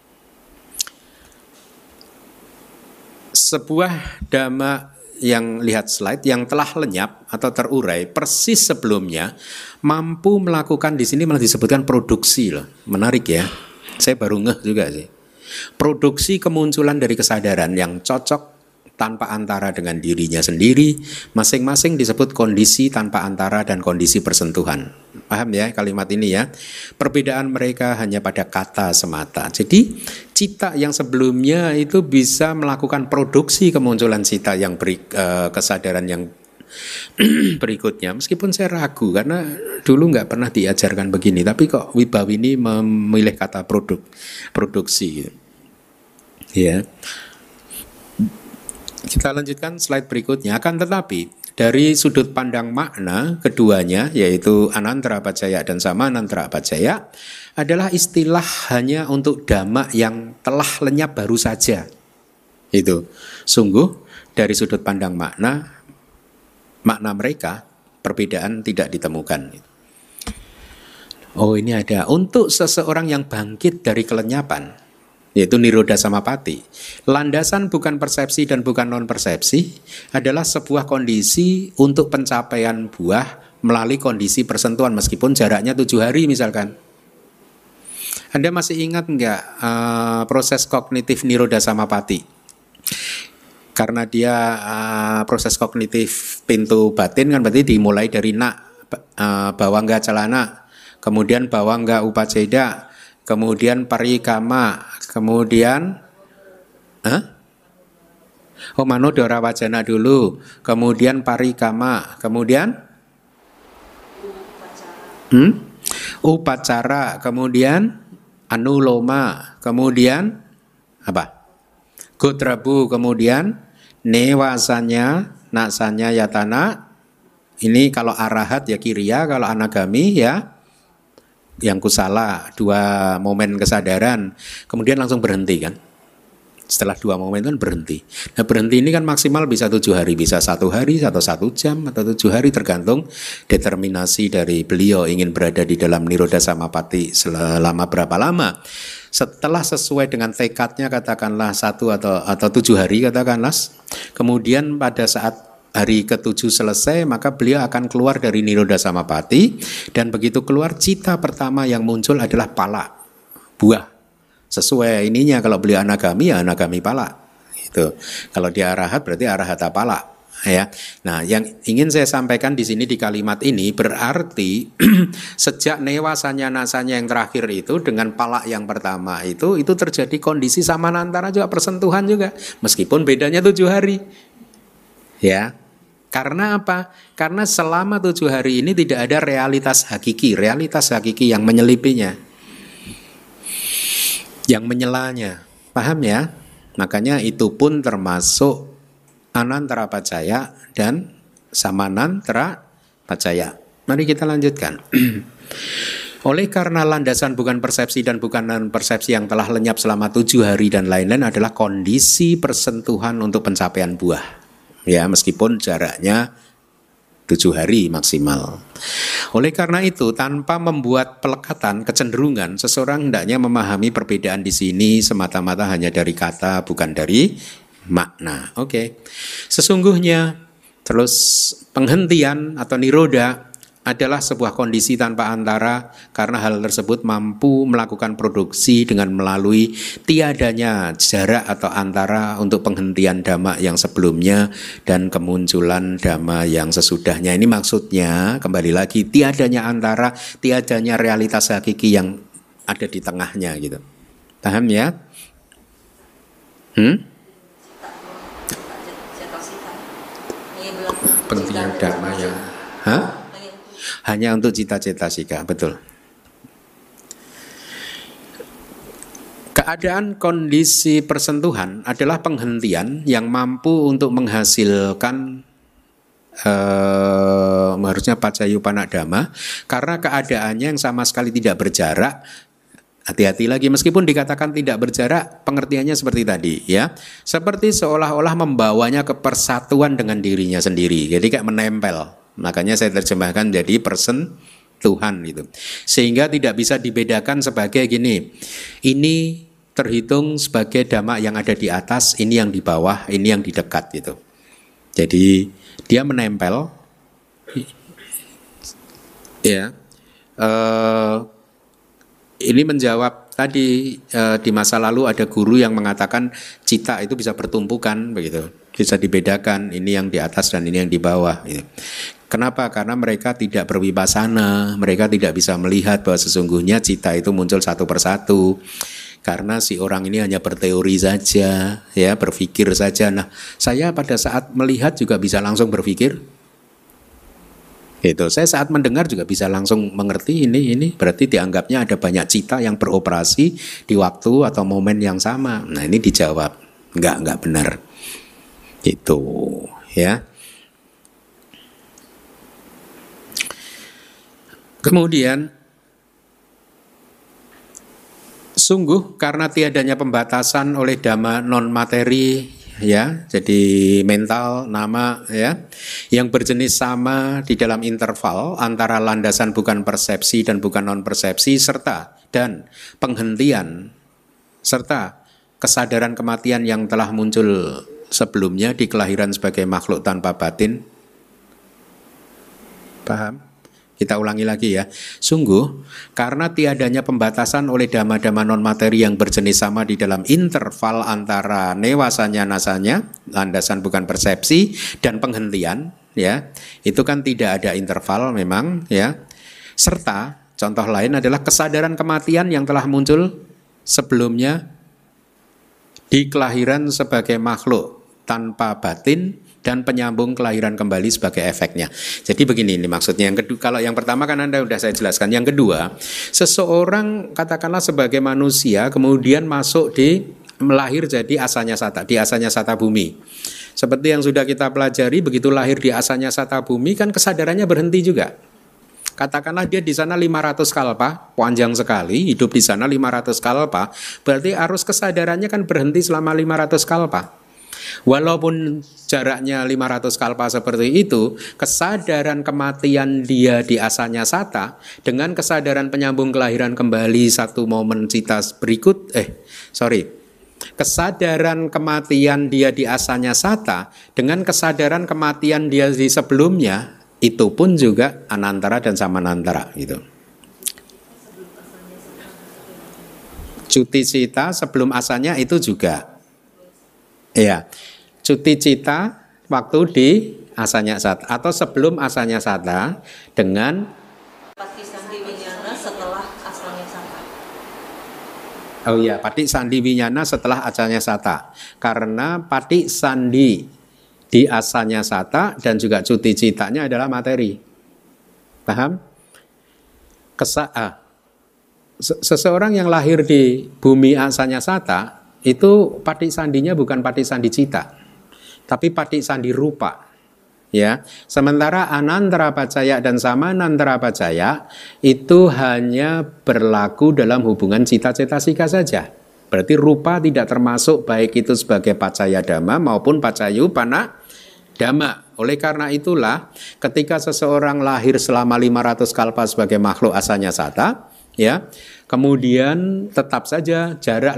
Sebuah dhamma yang lihat slide yang telah lenyap atau terurai persis sebelumnya mampu melakukan, di sini malah disebutkan produksi loh. Menarik ya. Saya baru ngeh juga sih. Produksi kemunculan dari kesadaran yang cocok tanpa antara dengan dirinya sendiri, masing-masing disebut kondisi tanpa antara dan kondisi persentuhan. Paham ya kalimat ini ya? Perbedaan mereka hanya pada kata semata. Jadi cita yang sebelumnya itu bisa melakukan produksi kemunculan cita yang kesadaran yang berikutnya. Meskipun saya ragu karena dulu nggak pernah diajarkan begini, tapi kok Wibawini memilih kata produksi. Ya. Kita lanjutkan slide berikutnya. Akan tetapi dari sudut pandang makna keduanya, yaitu anantara pacaya dan samanantara pacaya, adalah istilah hanya untuk dhamma yang telah lenyap baru saja. Itu sungguh dari sudut pandang makna mereka perbedaan tidak ditemukan. Oh, ini ada untuk seseorang yang bangkit dari kelenyapan, yaitu Nirodha Samapatti. Landasan bukan persepsi dan bukan non-persepsi adalah sebuah kondisi untuk pencapaian buah melalui kondisi persentuhan meskipun jaraknya 7 hari misalkan. Anda masih ingat enggak proses kognitif Nirodha Samapatti? Karena dia proses kognitif pintu batin kan berarti dimulai dari bawangga calana, kemudian bawangga upaceda, kemudian parikama, kemudian manodara wajana dulu, kemudian parikama, kemudian upacara, kemudian anuloma, kemudian apa? Gotrabu, kemudian newasanya, nasanya yatana. Ini kalau arahat ya kiriya, kalau anagami ya yang kusala, 2 momen kesadaran, kemudian langsung berhenti kan. Setelah 2 momen kan berhenti. Nah berhenti ini kan maksimal bisa 7 hari, bisa 1 hari atau 1 jam atau 7 hari tergantung determinasi dari beliau ingin berada di dalam Nirodha Samapatti selama berapa lama. Setelah sesuai dengan tekadnya katakanlah 1 atau 7 hari katakanlah, kemudian pada saat hari ke-7 selesai, maka beliau akan keluar dari Nirodha Samapatti, dan begitu keluar cita pertama yang muncul adalah pala, buah. Sesuai ininya, kalau beliau anagami ya anagami pala. Itu. Kalau dia arahat berarti arahata pala. Ya. Nah, yang ingin saya sampaikan di sini di kalimat ini berarti sejak newasanya nasanya yang terakhir itu dengan pala yang pertama itu terjadi kondisi samanantara juga, persentuhan juga, meskipun bedanya 7 hari. Ya, karena apa? Karena selama 7 hari ini tidak ada realitas hakiki yang menyelipinya, yang menyelanya. Paham ya? Makanya itu pun termasuk Anantara Pacaya dan Samanantara Pacaya. Mari kita lanjutkan. Oleh karena landasan bukan persepsi dan bukan non-persepsi yang telah lenyap selama 7 hari dan lain-lain adalah kondisi persentuhan untuk pencapaian buah. Ya, meskipun jaraknya 7 hari maksimal. Oleh karena itu, tanpa membuat pelekatan, kecenderungan, seseorang hendaknya memahami perbedaan di sini semata-mata hanya dari kata, bukan dari makna. Oke. Sesungguhnya terus penghentian atau nirodha adalah sebuah kondisi tanpa antara, karena hal tersebut mampu melakukan produksi dengan melalui tiadanya jarak atau antara untuk penghentian dhamma yang sebelumnya dan kemunculan dhamma yang sesudahnya. Ini maksudnya kembali lagi tiadanya antara, tiadanya realitas hakiki yang ada di tengahnya gitu. Paham ya? Pentingnya dhamma yang hanya untuk cita-cita sika, betul. Keadaan kondisi persentuhan adalah penghentian yang mampu untuk menghasilkan harusnya pacayupana dhamma, karena keadaannya yang sama sekali tidak berjarak. Hati-hati lagi, meskipun dikatakan tidak berjarak, pengertiannya seperti tadi ya. Seperti seolah-olah membawanya ke persatuan dengan dirinya sendiri. Jadi kayak menempel. Makanya saya terjemahkan jadi persentuhan gitu. Sehingga tidak bisa dibedakan sebagai gini. Ini terhitung sebagai dhamma yang ada di atas, ini yang di bawah, ini yang di dekat gitu. Jadi dia menempel ya. Ini menjawab tadi di masa lalu ada guru yang mengatakan cita itu bisa bertumpukan begitu, bisa dibedakan ini yang di atas dan ini yang di bawah. Gitu. Kenapa? Karena mereka tidak berwipasana, mereka tidak bisa melihat bahwa sesungguhnya cita itu muncul satu persatu. Karena si orang ini hanya berteori saja, ya berpikir saja. Nah, saya pada saat melihat juga bisa langsung berpikir. Gitu. Saya saat mendengar juga bisa langsung mengerti ini berarti dianggapnya ada banyak cita yang beroperasi di waktu atau momen yang sama. Nah, ini dijawab enggak benar. Gitu, ya. Kemudian sungguh karena tiadanya pembatasan oleh dhamma non materi ya, jadi mental, nama ya, yang berjenis sama di dalam interval antara landasan bukan persepsi dan bukan non persepsi serta dan penghentian serta kesadaran kematian yang telah muncul sebelumnya di kelahiran sebagai makhluk tanpa batin. Paham? Kita ulangi lagi ya. Sungguh, karena tiadanya pembatasan oleh dhamma-dhamma non-materi yang berjenis sama di dalam interval antara newasanya nasanya, landasan bukan persepsi, dan penghentian, ya, itu kan tidak ada interval memang, ya. Serta, contoh lain adalah kesadaran kematian yang telah muncul sebelumnya di kelahiran sebagai makhluk tanpa batin, dan penyambung kelahiran kembali sebagai efeknya. Jadi begini ini maksudnya. Yang kedua, kalau yang pertama kan Anda sudah saya jelaskan. Yang kedua, seseorang katakanlah sebagai manusia kemudian masuk di melahir jadi asanya sata, di asanya sata bumi. Seperti yang sudah kita pelajari, begitu lahir di asanya sata bumi kan kesadarannya berhenti juga. Katakanlah dia di sana 500 kalpa, panjang sekali, hidup di sana 500 kalpa, berarti arus kesadarannya kan berhenti selama 500 kalpa. Walaupun jaraknya 500 kalpa seperti itu, kesadaran kematian dia di asanya sata dengan kesadaran penyambung kelahiran kembali satu momen cita berikut, Kesadaran kematian dia di asanya sata dengan kesadaran kematian dia di sebelumnya itu pun juga anantara dan samanantara gitu. Cuti cita sebelum asanya itu juga. Ya, cuti cita waktu di asanya sata atau sebelum asanya sata dengan Pati sandi winyana setelah asalnya sata. oh iya, pati sandi winyana setelah asanya sata. Karena pati sandi di asanya sata dan juga cuti citanya adalah materi. Paham? Seseorang yang lahir di bumi asanya sata itu pati sandinya bukan pati sandi cita, tapi pati sandi rupa. Ya, sementara anantara pacaya dan samanantara pacaya itu hanya berlaku dalam hubungan cita cetasika saja. Berarti rupa tidak termasuk baik itu sebagai pacaya dhamma maupun pacayu pana dhamma. Oleh karena itulah ketika seseorang lahir selama 500 kalpa sebagai makhluk asanya sata, ya, kemudian tetap saja jarak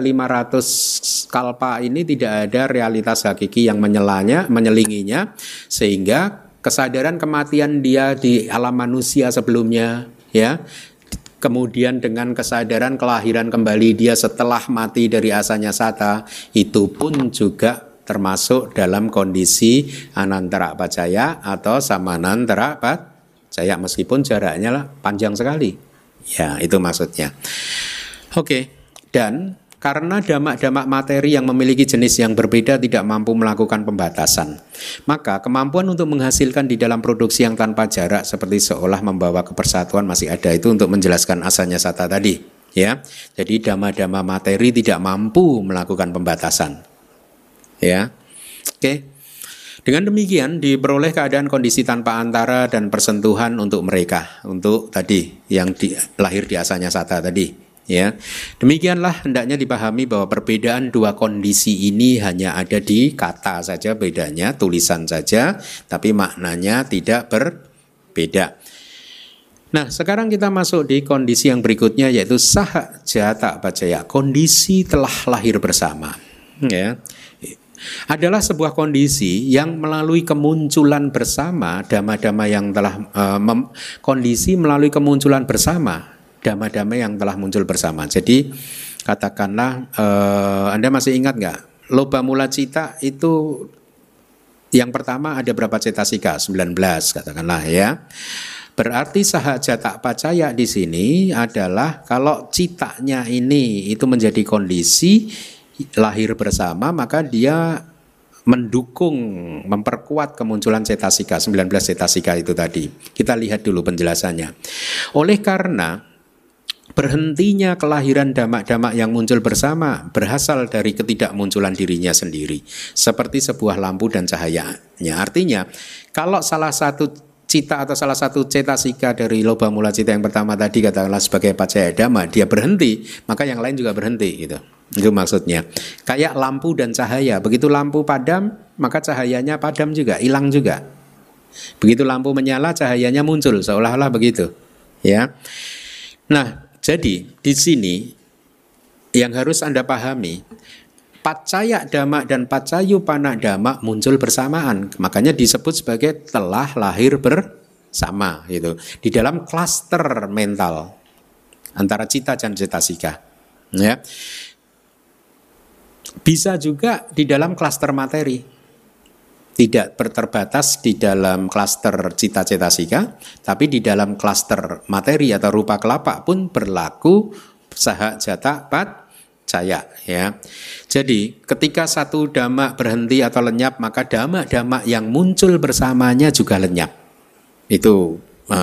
500 kalpa ini tidak ada realitas hakiki yang menyelinginya, sehingga kesadaran kematian dia di alam manusia sebelumnya, ya, kemudian dengan kesadaran kelahiran kembali dia setelah mati dari asanya sata, itu pun juga termasuk dalam kondisi anantara pacaya atau samanantara pacaya meskipun jaraknya panjang sekali. Ya, itu maksudnya. Oke, dan karena damak-damak materi yang memiliki jenis yang berbeda tidak mampu melakukan pembatasan, maka kemampuan untuk menghasilkan di dalam produksi yang tanpa jarak seperti seolah membawa kepersatuan masih ada. Itu untuk menjelaskan asanya sata tadi, ya. Jadi dhamma-dhamma materi tidak mampu melakukan pembatasan. Ya. Oke. Dengan demikian diperoleh keadaan kondisi tanpa antara dan persentuhan untuk mereka, untuk tadi yang lahir di asanya sata tadi, ya. Demikianlah hendaknya dipahami bahwa perbedaan dua kondisi ini hanya ada di kata saja bedanya, tulisan saja, tapi maknanya tidak berbeda. Nah, sekarang kita masuk di kondisi yang berikutnya, yaitu saha jata pacaya, kondisi telah lahir bersama, ya. Adalah sebuah kondisi yang melalui kemunculan bersama dhamma-dhamma yang telah kondisi melalui kemunculan bersama dhamma-dhamma yang telah muncul bersama. Jadi katakanlah Anda masih ingat nggak, loba mula cita itu yang pertama ada berapa cetasika? 19 katakanlah, ya. Berarti saha jata pacaya di sini adalah kalau citanya ini itu menjadi kondisi lahir bersama, maka dia mendukung, memperkuat kemunculan cetasika, 19 cetasika itu tadi. Kita lihat dulu penjelasannya. Oleh karena berhentinya kelahiran damak-damak yang muncul bersama berasal dari ketidakmunculan dirinya sendiri, seperti sebuah lampu dan cahayanya. Artinya, kalau salah satu cita atau salah satu cetasika dari loba mula cita yang pertama tadi katakanlah sebagai pacaya dhamma, dia berhenti, maka yang lain juga berhenti gitu. Itu maksudnya. Kayak lampu dan cahaya. Begitu lampu padam, maka cahayanya padam juga, hilang juga. Begitu lampu menyala, cahayanya muncul, seolah-olah begitu. Ya. Nah, jadi di sini yang harus Anda pahami, pacaya dhamma dan pacayu pana dhamma muncul bersamaan. Makanya disebut sebagai telah lahir bersama gitu. Di dalam klaster mental antara cita dan cetasika. Ya. Bisa juga di dalam klaster materi, tidak terbatas di dalam klaster cita cetasika, tapi di dalam klaster materi atau rupa kelapa pun berlaku saha jata pacaya, ya. Jadi ketika satu dhamma berhenti atau lenyap, maka dhamma-dhamma yang muncul bersamanya juga lenyap. Itu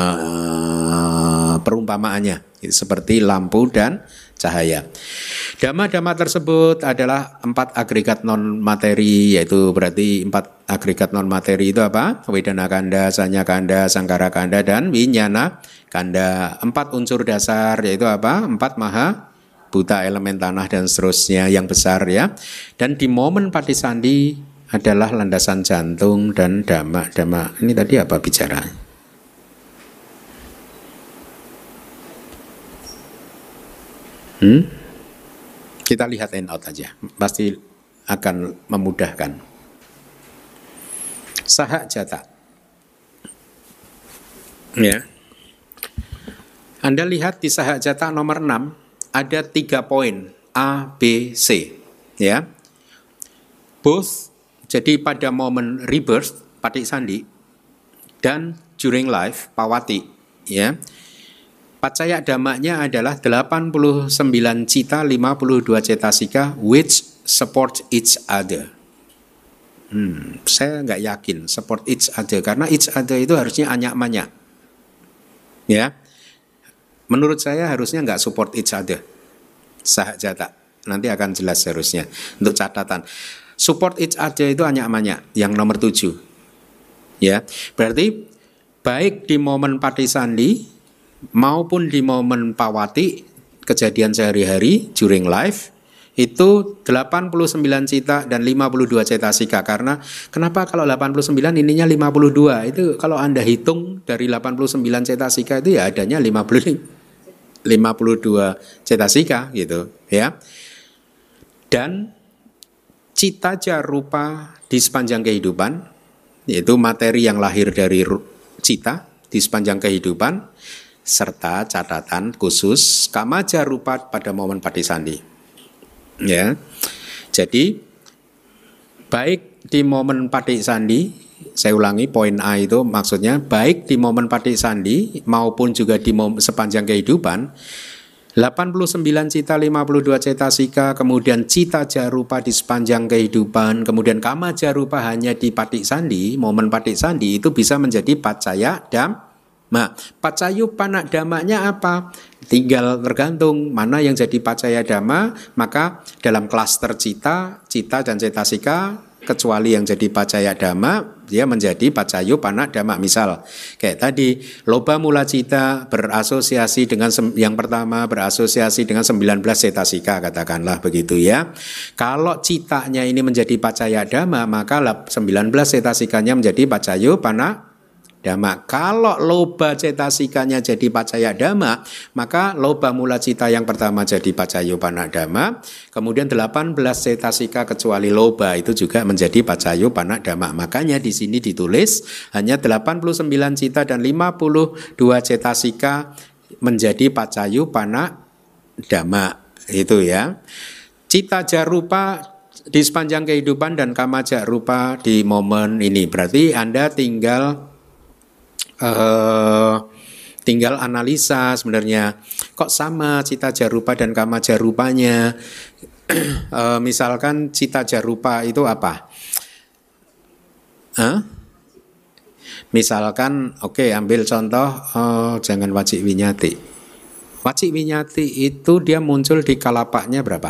perumpamaannya, seperti lampu dan cahaya. Dhamma-dhamma tersebut adalah 4 agregat non materi, yaitu berarti 4 agregat non materi itu apa? Wedana kanda, sanya kanda, sangkara kanda, dan winyana kanda. 4 unsur dasar, yaitu apa? 4 maha buta, elemen tanah dan seterusnya yang besar, ya. Dan di momen patisandi adalah landasan jantung dan dhamma-dhamma. Ini tadi apa bicara? Kita lihat handout aja, pasti akan memudahkan. Sahak jata. Ya. Anda lihat di sahak jata nomor 6 ada 3 poin A, B, C. Ya. Both, jadi pada momen rebirth, patik sandi, dan during life, pawati. Ya. Pacaya dhammanya adalah 89 cita, 52 cetasika which support each other. Saya nggak yakin support each other, karena each other itu harusnya anyak-manyak. Ya, menurut saya harusnya nggak support each other. Sahak jata, nanti akan jelas harusnya. Untuk catatan, support each other itu anyak-manyak, yang nomor 7. Ya, berarti baik di momen patisandi maupun di momen pawati, kejadian sehari-hari during life, itu 89 cita dan 52 cetasika. Karena kenapa kalau 89 ininya 52? Itu kalau Anda hitung dari 89 cetasika itu ya adanya 52 cetasika gitu, ya. Dan cita jarupa di sepanjang kehidupan, yaitu materi yang lahir dari cita di sepanjang kehidupan, serta catatan khusus kama jarupa pada momen patisandi. Ya, jadi baik di momen patisandi, saya ulangi poin A itu maksudnya baik di momen patisandi maupun juga di sepanjang kehidupan, 89 cita, 52 cetasika, kemudian cita jarupa di sepanjang kehidupan, kemudian kama jarupa hanya di patik sandi, momen patik sandi itu bisa menjadi pacaya dhamma. Pacayu panak dhammanya apa? Tinggal tergantung mana yang jadi pacaya dhamma, maka dalam klaster cita dan cetasika, kecuali yang jadi pacaya dhamma, dia menjadi pacayu panak dhamma. Misal, kayak tadi, loba mula cita berasosiasi dengan yang pertama, berasosiasi dengan 19 cetasika, katakanlah begitu ya. Kalau citanya ini menjadi pacaya dhamma, maka 19 cetasikanya menjadi pacayu panak dhamma. Kalau loba cetasikanya jadi pacaya dhamma, maka loba mula cita yang pertama jadi pacayu panak dhamma, kemudian 18 cetasika kecuali loba itu juga menjadi pacayu panak dhamma. Makanya di sini ditulis hanya 89 cita dan 52 cetasika menjadi pacayu panak dhamma. Itu ya. Cita jarupa di sepanjang kehidupan dan kama jarupa di momen ini. Berarti Anda tinggal analisa sebenarnya kok sama cita jarupa dan kama jarupanya. Misalkan cita jarupa itu apa? Misalkan ambil contoh jangan wacik winyati. Wacik winyati itu dia muncul di kalapaknya berapa?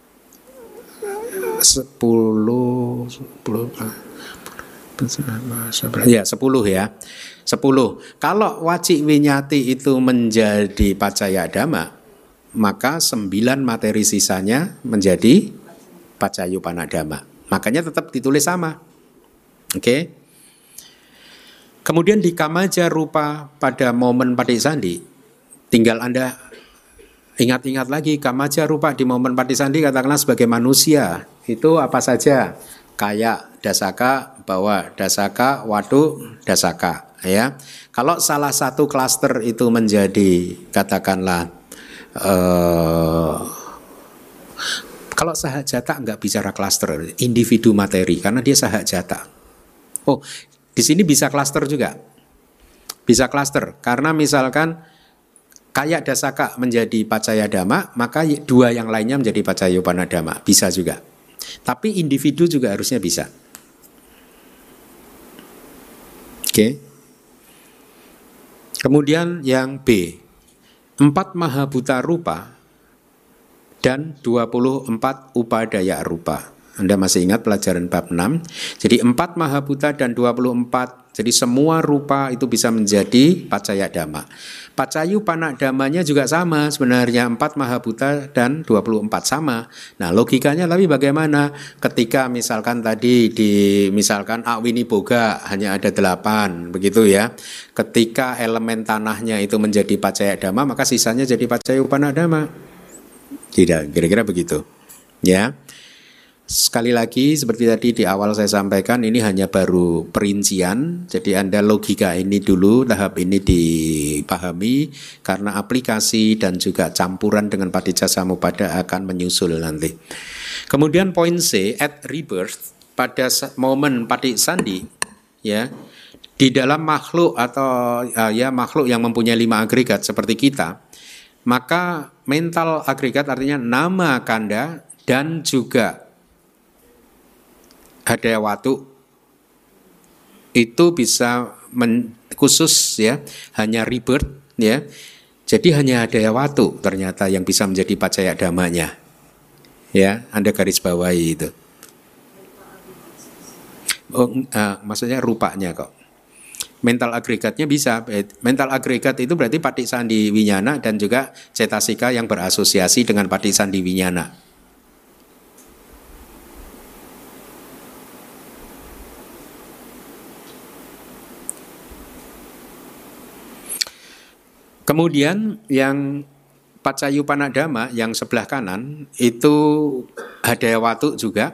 10 ya 10 ya. 10. Kalau wacik winyati itu menjadi pacaya dhamma, maka 9 materi sisanya menjadi pacayu panak dhamma. Makanya tetap ditulis sama. Oke. Kemudian di kama jarupa pada momen patik sandi, tinggal Anda ingat-ingat lagi kama jarupa di momen patik sandi, katakanlah sebagai manusia, itu apa saja? Kayak dasaka, bawa dasaka, wadu, dasaka. Ya, kalau salah satu klaster itu menjadi katakanlah kalau sahak jata nggak bicara klaster, individu materi karena dia sahak jata. Oh, di sini bisa klaster juga, bisa klaster karena misalkan kayak dasaka menjadi pacaya dhamma, maka 2 yang lainnya menjadi pacayu panak dhamma, bisa juga. Tapi individu juga harusnya bisa. Oke. Kemudian yang B, 4 mahabhuta rupa dan 24 upadaya rupa. Anda masih ingat pelajaran bab 6? Jadi 4 mahabhuta dan 24, jadi semua rupa itu bisa menjadi pacaya dhamma. Pacayu panak dhammanya juga sama sebenarnya, 4 mahabhuta dan 24 sama. Nah logikanya tapi bagaimana? Ketika misalkan tadi misalkan awini boga hanya ada 8 begitu ya. Ketika elemen tanahnya itu menjadi pacaya dhamma, maka sisanya jadi pacayu panak dhamma. Tidak, kira-kira begitu. Ya. Sekali lagi seperti tadi di awal saya sampaikan, ini hanya baru perincian. Jadi Anda logika ini dulu, tahap ini dipahami, karena aplikasi dan juga campuran dengan Paticcasamuppada akan menyusul nanti. Kemudian poin C, at rebirth, pada momen Paticca Sandi, ya, di dalam makhluk atau makhluk yang mempunyai 5 agregat seperti kita, maka mental agregat artinya nama kanda dan juga hadaya watu itu bisa khusus ya, hanya rebirth ya. Jadi hanya hadaya watu ternyata yang bisa menjadi pacaya damanya. Ya, Anda garis bawahi itu. Maksudnya rupanya kok. Mental agregatnya bisa. Mental agregat itu berarti Paticca Sandi Wiññana dan juga cetasika yang berasosiasi dengan Paticca Sandi Wiññana. Kemudian yang Paccayupanadhamma yang sebelah kanan itu hadaya watu juga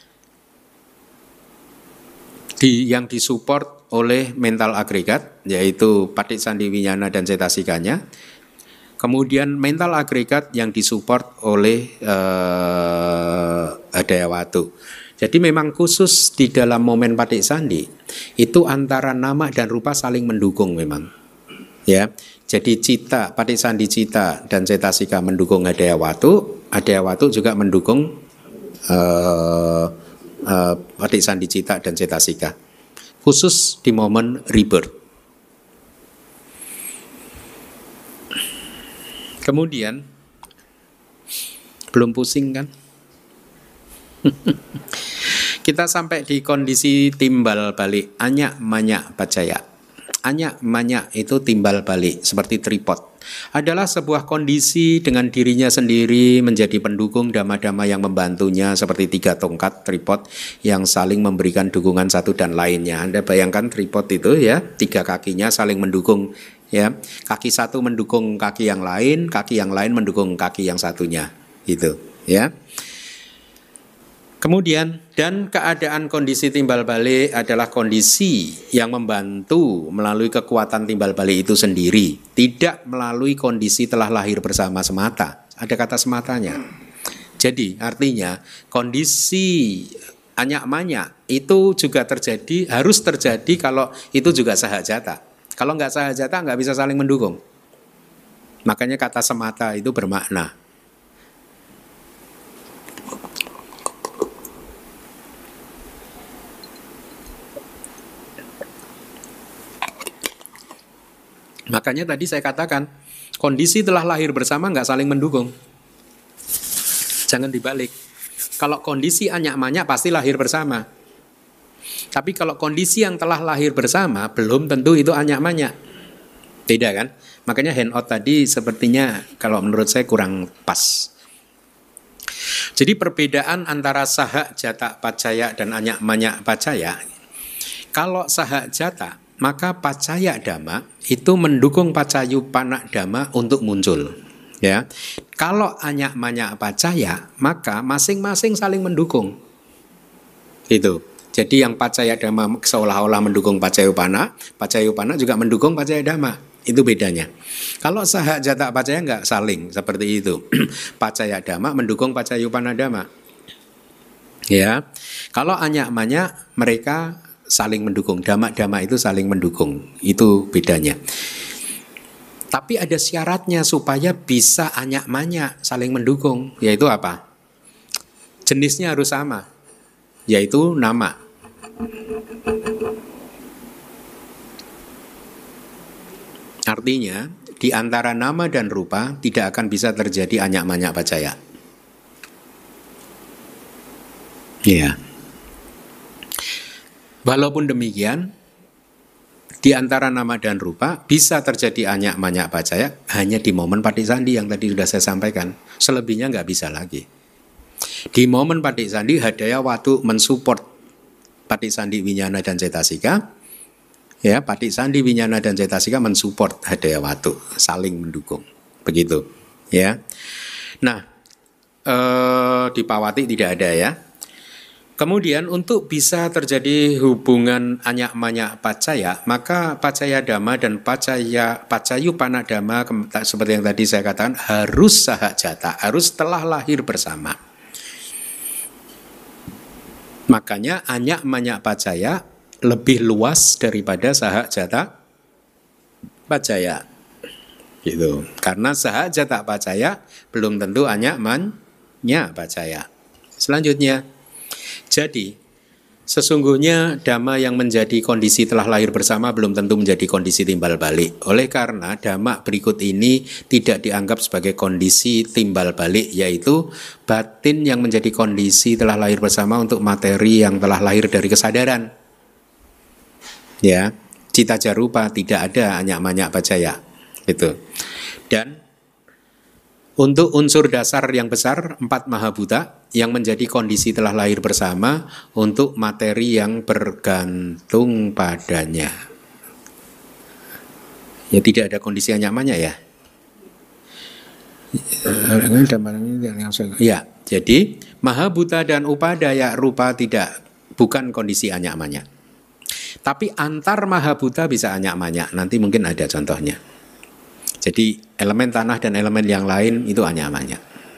yang disupport oleh mental agregat, yaitu Paticca Sandi Wiññana dan cetasikanya. Kemudian mental agregat yang disupport oleh hadaya watu. Jadi memang khusus di dalam momen Paticca Sandi itu antara nama dan rupa saling mendukung memang. Ya. Jadi cita, Paticca Sandi cita dan cetasika mendukung hadaya watu juga mendukung Paticca Sandi cita dan cetasika. Khusus di momen rebirth. Kemudian belum pusing kan? Kita sampai di kondisi timbal balik, anyak manyak pacaya. Anyak manyak itu timbal balik seperti tripod. Adalah sebuah kondisi dengan dirinya sendiri menjadi pendukung dhamma-dhamma yang membantunya seperti 3 tongkat tripod yang saling memberikan dukungan satu dan lainnya. Anda bayangkan tripod itu ya, 3 kakinya saling mendukung ya. Kaki satu mendukung kaki yang lain mendukung kaki yang satunya. Gitu ya. Kemudian dan keadaan kondisi timbal balik adalah kondisi yang membantu melalui kekuatan timbal balik itu sendiri, tidak melalui kondisi telah lahir bersama semata. Ada kata sematanya. Jadi artinya kondisi anyak manyak itu juga terjadi, harus terjadi kalau itu juga sahajata. Kalau nggak sahajata nggak bisa saling mendukung. Makanya kata semata itu bermakna. Makanya tadi saya katakan kondisi telah lahir bersama nggak saling mendukung. Jangan dibalik. Kalau kondisi anyak manyak pasti lahir bersama. Tapi kalau kondisi yang telah lahir bersama belum tentu itu anyak manyak. Tidak kan? Makanya handout tadi sepertinya kalau menurut saya kurang pas. Jadi perbedaan antara saha jata pacaya dan anyak manyak pacaya. Kalau saha jata maka pacaya dhamma itu mendukung Paccayupana dhamma untuk muncul. Ya, kalau anyak manyak pacaya maka masing-masing saling mendukung. Itu. Jadi yang pacaya dhamma seolah-olah mendukung Paccayupana juga mendukung pacaya dhamma. Itu bedanya. Kalau saha jata pacaya enggak saling seperti itu. Pacaya dhamma mendukung Paccayupana dhamma. Ya. Kalau anyak manyak mereka saling mendukung, dhamma-dhamma itu saling mendukung, itu bedanya. Tapi ada syaratnya supaya bisa anyak manyak saling mendukung, yaitu apa? Jenisnya harus sama, yaitu nama. Artinya di antara nama dan rupa tidak akan bisa terjadi anyak manyak pacaya. Iya. Walaupun demikian, di antara nama dan rupa bisa terjadi anyak manyak pacaya hanya di momen Paticca Sandi yang tadi sudah saya sampaikan. Selebihnya nggak bisa lagi. Di momen Paticca Sandi hadaya watu mensupport Paticca Sandi Wiññana dan cetasika. Ya, Paticca Sandi Wiññana dan cetasika mensupport hadaya watu, saling mendukung. Begitu, ya. Nah, di Pawati tidak ada ya. Kemudian untuk bisa terjadi hubungan anyak-manyak pacaya, maka pacaya dhamma dan pacayu panadama seperti yang tadi saya katakan harus sahajata, harus telah lahir bersama. Makanya anyak-manyak pacaya lebih luas daripada sahajata pacaya. Gitu. Karena sahajata pacaya belum tentu anyak-manyak pacaya. Selanjutnya, jadi, sesungguhnya dhamma yang menjadi kondisi telah lahir bersama belum tentu menjadi kondisi timbal balik. Oleh karena dhamma berikut ini tidak dianggap sebagai kondisi timbal balik, yaitu batin yang menjadi kondisi telah lahir bersama untuk materi yang telah lahir dari kesadaran. Ya, cita jarupa tidak ada anyak-manyak pacaya. Gitu. Dan untuk unsur dasar yang besar, 4 mahabhuta yang menjadi kondisi telah lahir bersama untuk materi yang bergantung padanya. Ya tidak ada kondisi anyak-manyak ya. Ya, jadi mahabhuta dan upadaya rupa bukan kondisi anyak-manyak. Tapi antar mahabhuta bisa anyak-manyak. Nanti mungkin ada contohnya. Jadi elemen tanah dan elemen yang lain itu anyak-manyak.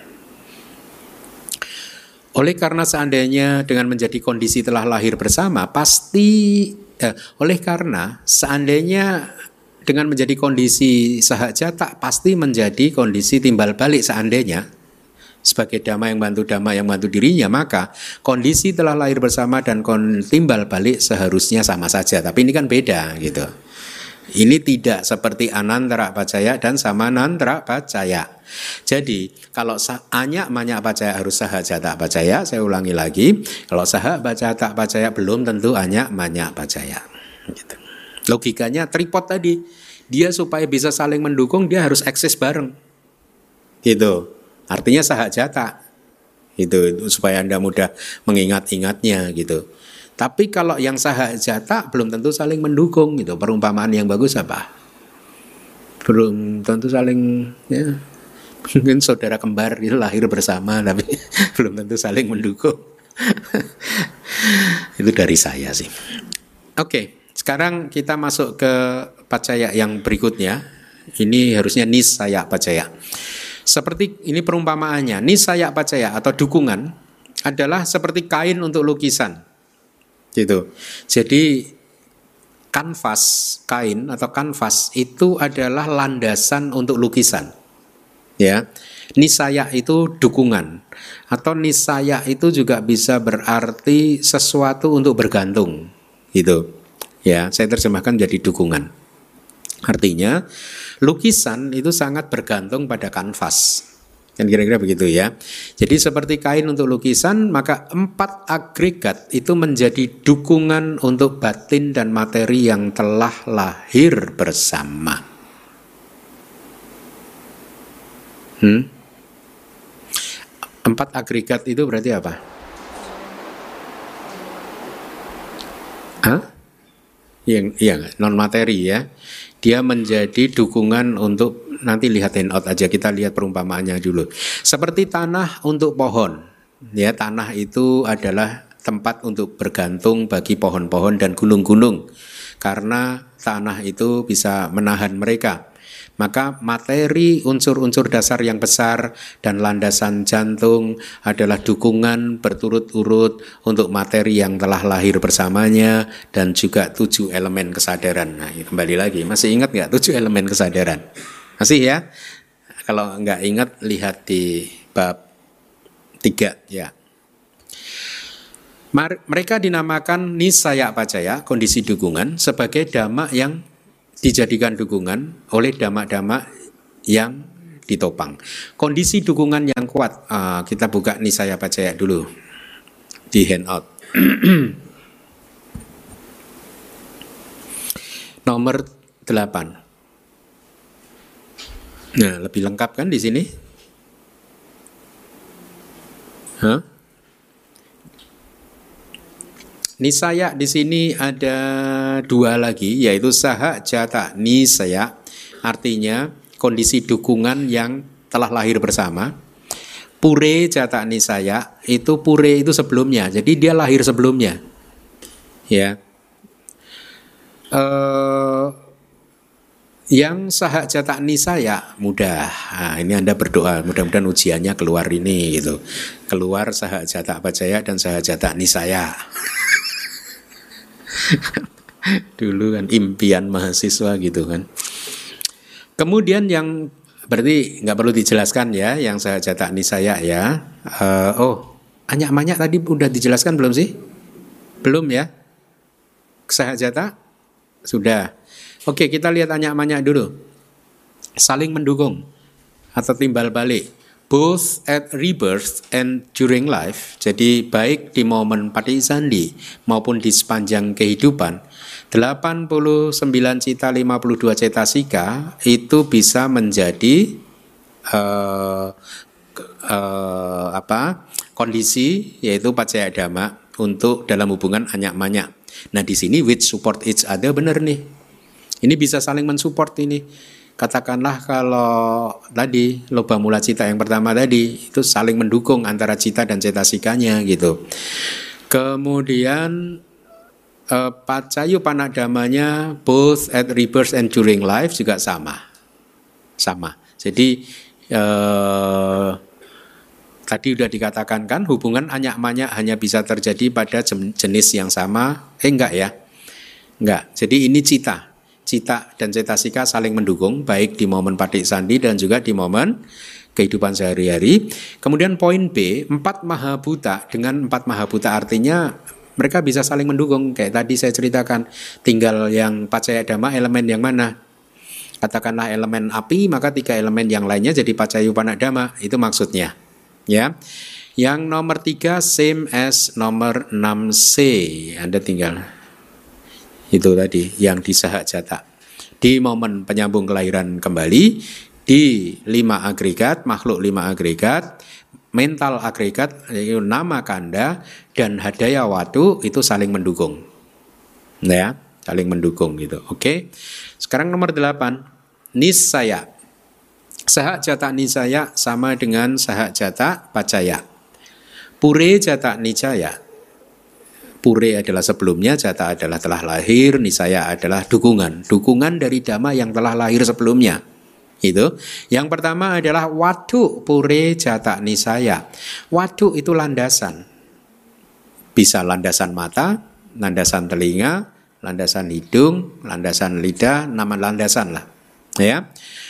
Oleh karena seandainya dengan menjadi kondisi telah lahir bersama, oleh karena seandainya dengan menjadi kondisi sahajata pasti menjadi kondisi timbal balik seandainya sebagai dhamma yang bantu dirinya, maka kondisi telah lahir bersama dan timbal balik seharusnya sama saja. Tapi ini kan beda gitu. Ini tidak seperti anantara pacaya dan samanantara pacaya. Jadi kalau anyak-manyak pacaya harus sahajata pacaya, saya ulangi lagi, kalau sahajata pacaya belum tentu anyak-manyak pacaya. Gitu. Logikanya tripod tadi, dia supaya bisa saling mendukung dia harus eksis bareng. Gitu. Artinya sahajata. Itu supaya Anda mudah mengingat-ingatnya gitu. Tapi kalau yang sahajata belum tentu saling mendukung gitu. Perumpamaan yang bagus apa? Belum tentu saling ya. Mungkin saudara kembar itu lahir bersama tapi belum tentu saling mendukung. Itu dari saya sih. Oke, sekarang kita masuk ke pacaya yang berikutnya. Ini harusnya nisaya pacaya. Seperti ini perumpamaannya, nisaya pacaya atau dukungan adalah seperti kain untuk lukisan. Gitu. Jadi kain atau kanvas itu adalah landasan untuk lukisan. Ya. Nisaya itu dukungan atau nisaya itu juga bisa berarti sesuatu untuk bergantung. Gitu. Ya, saya terjemahkan jadi dukungan. Artinya lukisan itu sangat bergantung pada kanvas. Kan kira-kira begitu ya. Jadi seperti kain untuk lukisan, maka 4 agregat itu menjadi dukungan untuk batin dan materi yang telah lahir bersama. 4 agregat itu berarti apa? Yang non materi ya. Dia menjadi dukungan untuk, nanti lihat handout aja, kita lihat perumpamaannya dulu. Seperti tanah untuk pohon. Ya, tanah itu adalah tempat untuk bergantung bagi pohon-pohon dan gunung-gunung. Karena tanah itu bisa menahan mereka. Maka materi unsur-unsur dasar yang besar dan landasan jantung adalah dukungan berturut-urut untuk materi yang telah lahir bersamanya dan juga 7 elemen kesadaran. Nah, kembali lagi, masih ingat nggak 7 elemen kesadaran? Masih ya? Kalau nggak ingat lihat di bab 3 ya. Mereka dinamakan nisaya pacaya, kondisi dukungan, sebagai dhamma yang dijadikan dukungan oleh dhamma-dhamma yang ditopang. Kondisi dukungan yang kuat, kita buka nisaya pacaya dulu di handout. Nomor 8. Nah, lebih lengkap kan di sini? Nisaya di sini ada 2 lagi, yaitu sahajata nisaya, artinya kondisi dukungan yang telah lahir bersama. Pure Jata Nisaya itu Pure itu sebelumnya, jadi dia lahir sebelumnya. Ya. Yang Saha Jata Nisaya mudah. Nah, ini Anda berdoa, mudah-mudahan ujiannya keluar ini gitu. Keluar Saha Jata Pacaya dan Saha Jata Nisaya. Dulu kan impian mahasiswa gitu kan. Kemudian yang berarti nggak perlu dijelaskan ya, yang Saha Jata Nisaya ya. Anyak-manyak tadi udah dijelaskan belum sih? Belum ya? Saha Jata? Sudah. Oke, kita lihat anyak-manyak dulu. Saling mendukung atau timbal balik. Both at rebirth and during life. Jadi baik di momen patisandi maupun di sepanjang kehidupan. 89 cita 52 cetasika itu bisa menjadi kondisi, yaitu pacaya dhamma untuk dalam hubungan anyak-manyak. Nah di sini which support each other, benar nih. Ini bisa saling mensupport ini. Katakanlah kalau tadi loba mula cita yang pertama tadi itu saling mendukung antara cita dan cetasikanya gitu. Kemudian pacayu panadamanya both at rebirth and during life juga sama. Jadi tadi udah dikatakan kan hubungan anyak-manyak hanya bisa terjadi pada jenis yang sama. Enggak ya? Enggak. Jadi ini cita dan cetasika saling mendukung baik di momen patisandi dan juga di momen kehidupan sehari-hari. Kemudian poin B, 4 mahabhuta. Dengan 4 mahabhuta artinya mereka bisa saling mendukung. Kayak tadi saya ceritakan, tinggal yang pacaya dhamma elemen yang mana. Katakanlah elemen api, maka 3 elemen yang lainnya jadi pacayupana dhamma. Itu maksudnya. Ya. Yang nomor 3 same as nomor 6C. Anda tinggal itu tadi yang di Saha Jata. Di momen penyambung kelahiran kembali, di 5 agregat, makhluk 5 agregat, mental agregat, yaitu nama kanda dan hadaya watu itu saling mendukung. Ya, saling mendukung gitu. Oke. Sekarang nomor 8, nisaya. Saha Jata nisaya sama dengan Saha Jata pacaya. Pure Jata nisaya. Pure adalah sebelumnya, Jata adalah telah lahir, Nisaya adalah dukungan dari dhamma yang telah lahir sebelumnya. Itu. Yang pertama adalah watu Pure Jata Nisaya. Watu itu landasan. Bisa landasan mata, landasan telinga, landasan hidung, landasan lidah, nama landasan lah. Ya.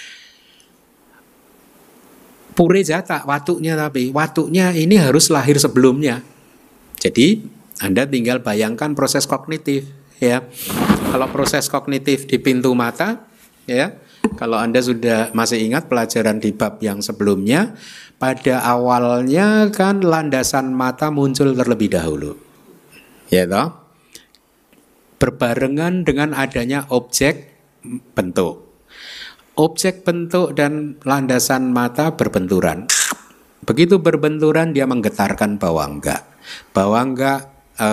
Pure Jata, watunya ini harus lahir sebelumnya. Jadi Anda tinggal bayangkan proses kognitif ya. Kalau proses kognitif di pintu mata ya, kalau Anda sudah masih ingat pelajaran di bab yang sebelumnya, pada awalnya kan landasan mata muncul terlebih dahulu. Ya toh? Berbarengan dengan adanya objek bentuk. Objek bentuk dan landasan mata berbenturan. Begitu berbenturan dia menggetarkan bawangga. Bawangga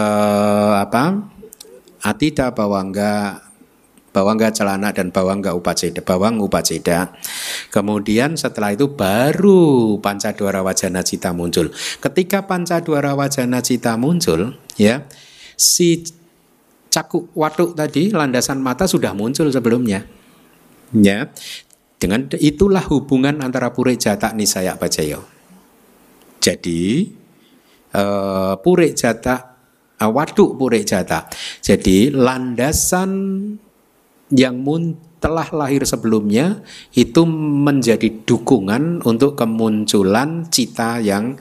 atida bawangga celana dan bawangga upaceda. Kemudian setelah itu baru pancadwara wajana cita muncul. Ketika pancadwara wajana cita muncul, ya, si caku watuk tadi landasan mata sudah muncul sebelumnya. Ya. Dengan itulah hubungan antara Pure Jata Nisaya Pacayo. Jadi Pure Jata Waduk Pure Jata. Jadi landasan yang telah lahir sebelumnya itu menjadi dukungan untuk kemunculan cita yang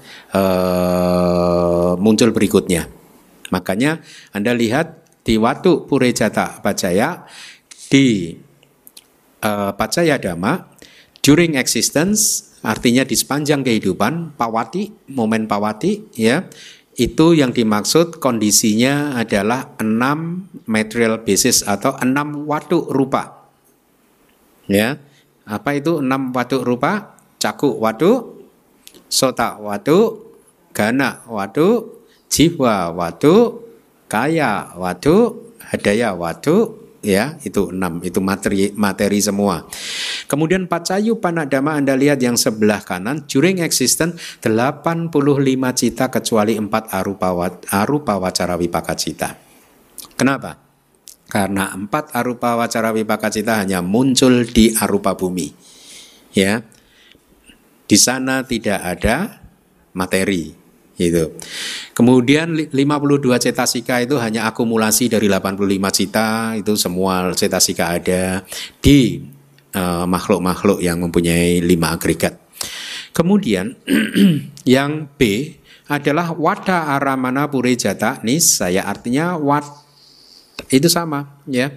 muncul berikutnya. Makanya Anda lihat di Waduk Pure Jata Pacaya, di Pacaya Dhamma, during existence artinya di sepanjang kehidupan, pawati, momen pawati ya. Itu yang dimaksud kondisinya adalah 6 material basis atau 6 watuk rupa. Ya. Apa itu 6 watuk rupa? Caku watuk, sota watuk, gana watuk, jiwa watuk, kaya watuk, hadaya watuk, ya, itu 6, itu materi semua. Kemudian pacayu panadama Anda lihat yang sebelah kanan, during existence 85 cita kecuali 4 arupa wacara wipaka cita. Kenapa? Karena 4 arupa wacara wipaka cita hanya muncul di arupa bumi. Ya. Di sana tidak ada materi. Gitu. Kemudian 52 cetasika itu hanya akumulasi dari 85 cita, itu semua cetasika ada di makhluk-makhluk yang mempunyai 5 agregat. Kemudian yang B adalah wada aramana pure jata nisaya, artinya itu sama ya.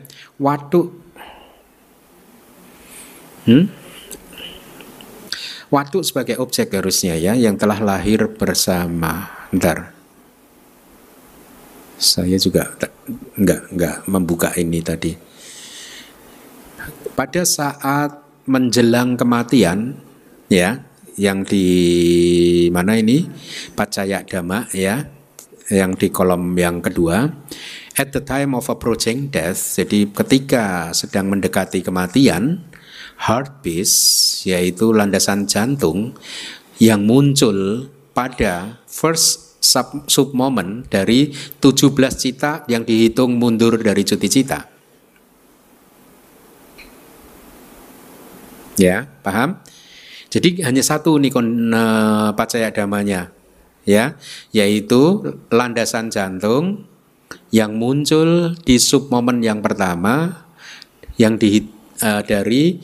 Waduk sebagai objek harusnya ya, yang telah lahir bersama. Bentar, saya juga enggak membuka ini tadi. Pada saat menjelang kematian ya, yang di mana ini Pacaya Dhamma ya, yang di kolom yang kedua, at the time of approaching death, jadi ketika sedang mendekati kematian, heartbeat, yaitu landasan jantung yang muncul pada first sub moment dari 17 cita yang dihitung mundur dari cuti cita. Ya, paham? Jadi hanya satu nih pacaya damanya, ya, yaitu landasan jantung yang muncul di sub moment yang pertama yang dari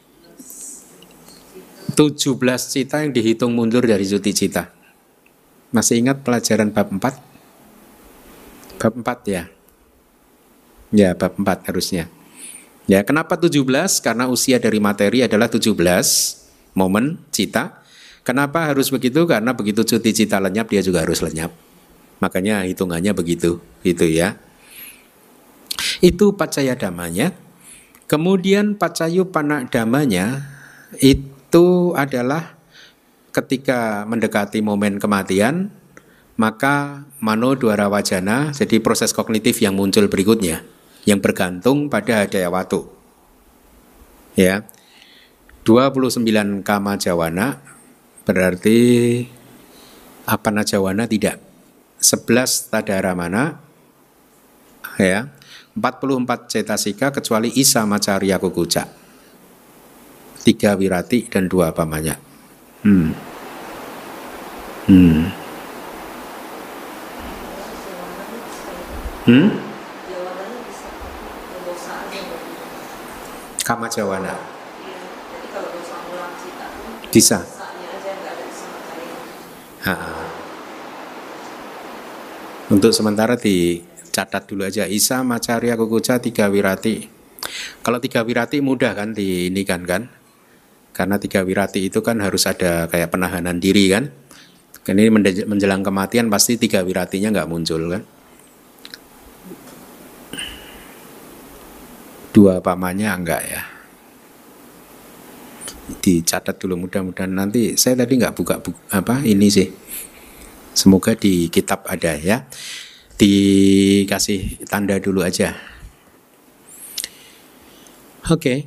17 cita yang dihitung mundur dari cuti cita. Masih ingat pelajaran bab 4? Bab 4 ya? Ya, bab 4 harusnya. Ya, kenapa 17? Karena usia dari materi adalah 17 momen cita. Kenapa harus begitu? Karena begitu cuti cita lenyap, dia juga harus lenyap. Makanya hitungannya begitu, gitu ya. Itu pacaya damanya. Kemudian pacayu panadamanya itu adalah ketika mendekati momen kematian, maka mano dwara wajana, jadi proses kognitif yang muncul berikutnya, yang bergantung pada hadaya watu. Ya. 29 kama jawana berarti apana jawana tidak. 11 tadara mana, ya. 44 cetasika kecuali isa macarya kukuca. 3 wirati dan 2 pamanya. Kama jawana. Bisa. Untuk sementara dicatat dulu aja. Isa macarya kukuca 3 wirati. Kalau 3 wirati mudah kan diinikan kan? Karena 3 wirati itu kan harus ada kayak penahanan diri kan. Ini menjelang kematian pasti 3 wiratinya nggak muncul kan. 2 pamannya enggak ya. Dicatat dulu, mudah-mudahan nanti. Saya tadi nggak buka ini sih. Semoga di kitab ada ya. Dikasih tanda dulu aja. Oke.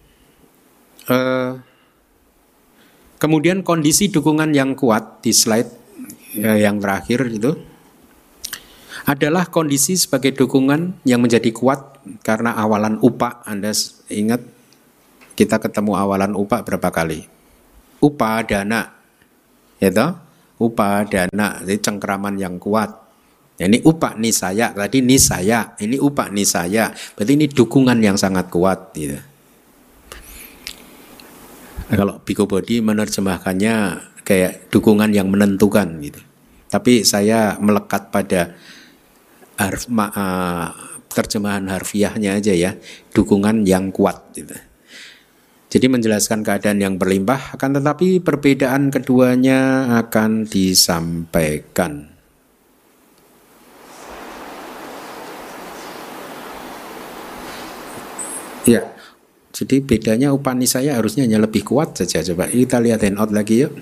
Kemudian kondisi dukungan yang kuat di slide yang terakhir itu adalah kondisi sebagai dukungan yang menjadi kuat karena awalan upa. Anda ingat kita ketemu awalan upa berapa kali? Upadana, ya toh? Upadana, jadi cengkeraman yang kuat. Ini upa nisaya, tadi nisaya, ini upa nisaya. Berarti ini dukungan yang sangat kuat, gitu. Kalau Bhikkhu Bodhi menerjemahkannya kayak dukungan yang menentukan gitu. Tapi saya melekat pada terjemahan harfiahnya aja ya, dukungan yang kuat gitu. Jadi menjelaskan keadaan yang berlimpah, akan tetapi perbedaan keduanya akan disampaikan. Ya. Jadi bedanya Upanisaya harusnya hanya lebih kuat saja. Coba kita lihat handout lagi yuk.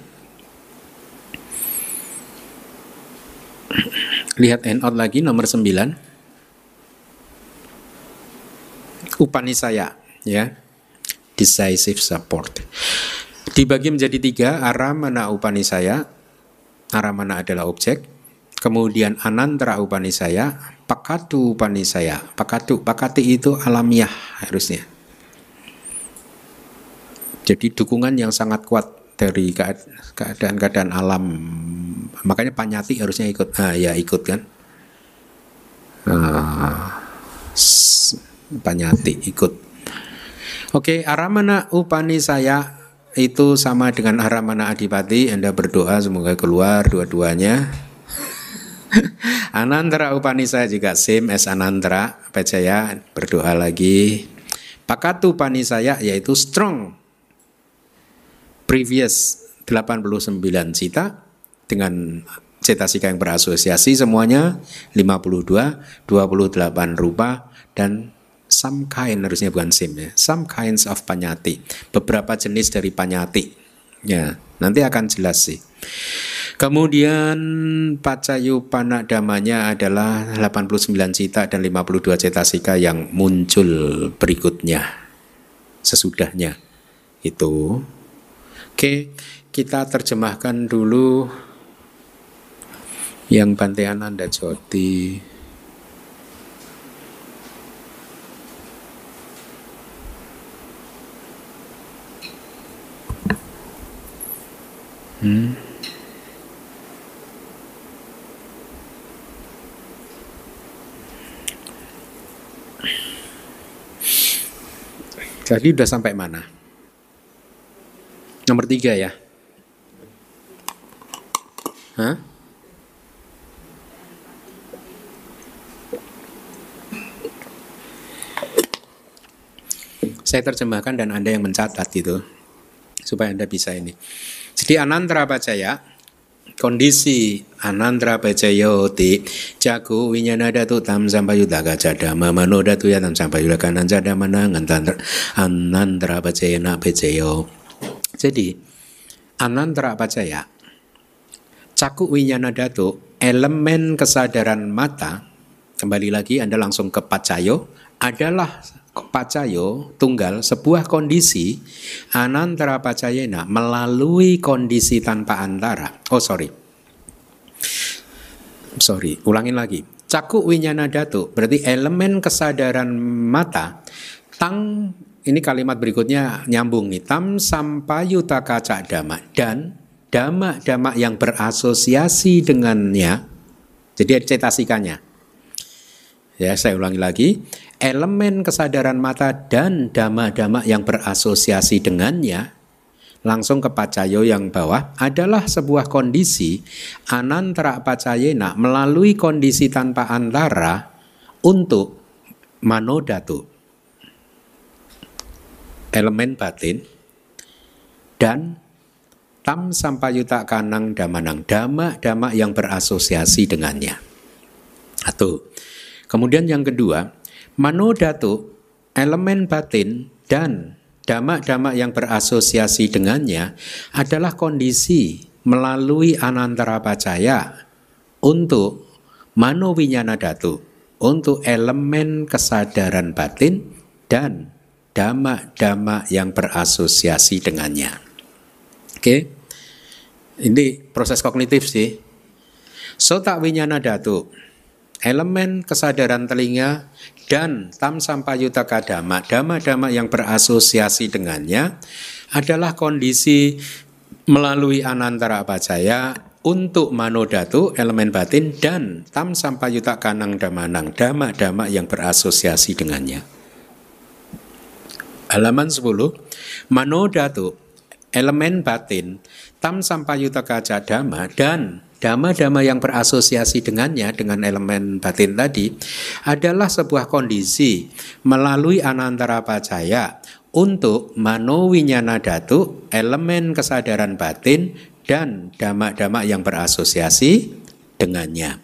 Lihat handout lagi nomor 9. Upanisaya, ya, decisive support. Dibagi menjadi 3, Aramana Upanisaya. Aramana adalah objek. Kemudian Anantara Upanisaya, Pakatu Upanisaya. Pakati itu alamiah harusnya. Jadi dukungan yang sangat kuat dari keadaan-keadaan alam. Makanya Panyati harusnya ikut. Ya ikut kan. Panyati ikut. Oke, Aramana Upanisaya itu sama dengan Aramana Adipati. Anda berdoa semoga keluar dua-duanya. Anantara Upanisaya juga same as Anantara Pacaya, berdoa lagi. Pakatu Upanisaya yaitu strong previous 89 cita dengan cetasika yang berasosiasi semuanya 52, 28 rupa dan some kind, harusnya bukan sim ya, some kinds of panyati, beberapa jenis dari panyati ya, nanti akan jelas sih. Kemudian Pacayupana damanya adalah 89 cita dan 52 cetasika yang muncul berikutnya sesudahnya itu. Oke, kita terjemahkan dulu yang Bante Ananda Joti. Jadi udah sampai mana? Nomor 3 ya? Hah? Saya terjemahkan dan Anda yang mencatat gitu, supaya Anda bisa ini. Jadi Anantara Pacaya, kondisi Anantara Pacayoti Jago Winyanadatu Tam Sampayutaka Cadama Manodatu ya Tam Sampayutaka Nanjadamana Anantara Pacayana Pacayo. Jadi Anantara Pacaya, Caku Winyana Datu, elemen kesadaran mata, kembali lagi Anda langsung ke Pacayo, adalah Pacayo tunggal sebuah kondisi Anantara Pacayena melalui kondisi tanpa antara. Ulangin lagi. Caku Winyana Datu berarti elemen kesadaran mata. Ini kalimat berikutnya nyambung nih. Tam sampayutaka cakdama, dan dhamma-dhamma yang berasosiasi dengannya. Jadi ada cetasikanya. Ya, saya ulangi lagi. Elemen kesadaran mata dan dhamma-dhamma yang berasosiasi dengannya, langsung ke Pacayo yang bawah, adalah sebuah kondisi Anantara Pacayena melalui kondisi tanpa antara untuk manodatu, elemen batin, dan tam sampayuta kanang damanang, dhamma-dhamma yang berasosiasi dengannya. Kemudian yang kedua, manodatu, elemen batin, dan dhamma-dhamma yang berasosiasi dengannya adalah kondisi melalui Anantara Pacaya untuk manowinyana datu, untuk elemen kesadaran batin dan dhamma-dhamma yang berasosiasi dengannya. Oke, ini proses kognitif sih. Sota winyana datu, elemen kesadaran telinga dan tam sampayutaka dhamma, dhamma-dhamma yang berasosiasi dengannya adalah kondisi melalui Anantara Pacaya untuk manodatu, elemen batin, dan tam sampayutaka kanang damanang, dhamma-dhamma yang berasosiasi dengannya. Halaman 10, manodatu, elemen batin, tam sampayutaka cadama, dan dhamma-dhamma yang berasosiasi dengannya, dengan elemen batin tadi, adalah sebuah kondisi melalui Anantara Pacaya untuk manowinyana datu, elemen kesadaran batin, dan dhamma-dhamma yang berasosiasi dengannya.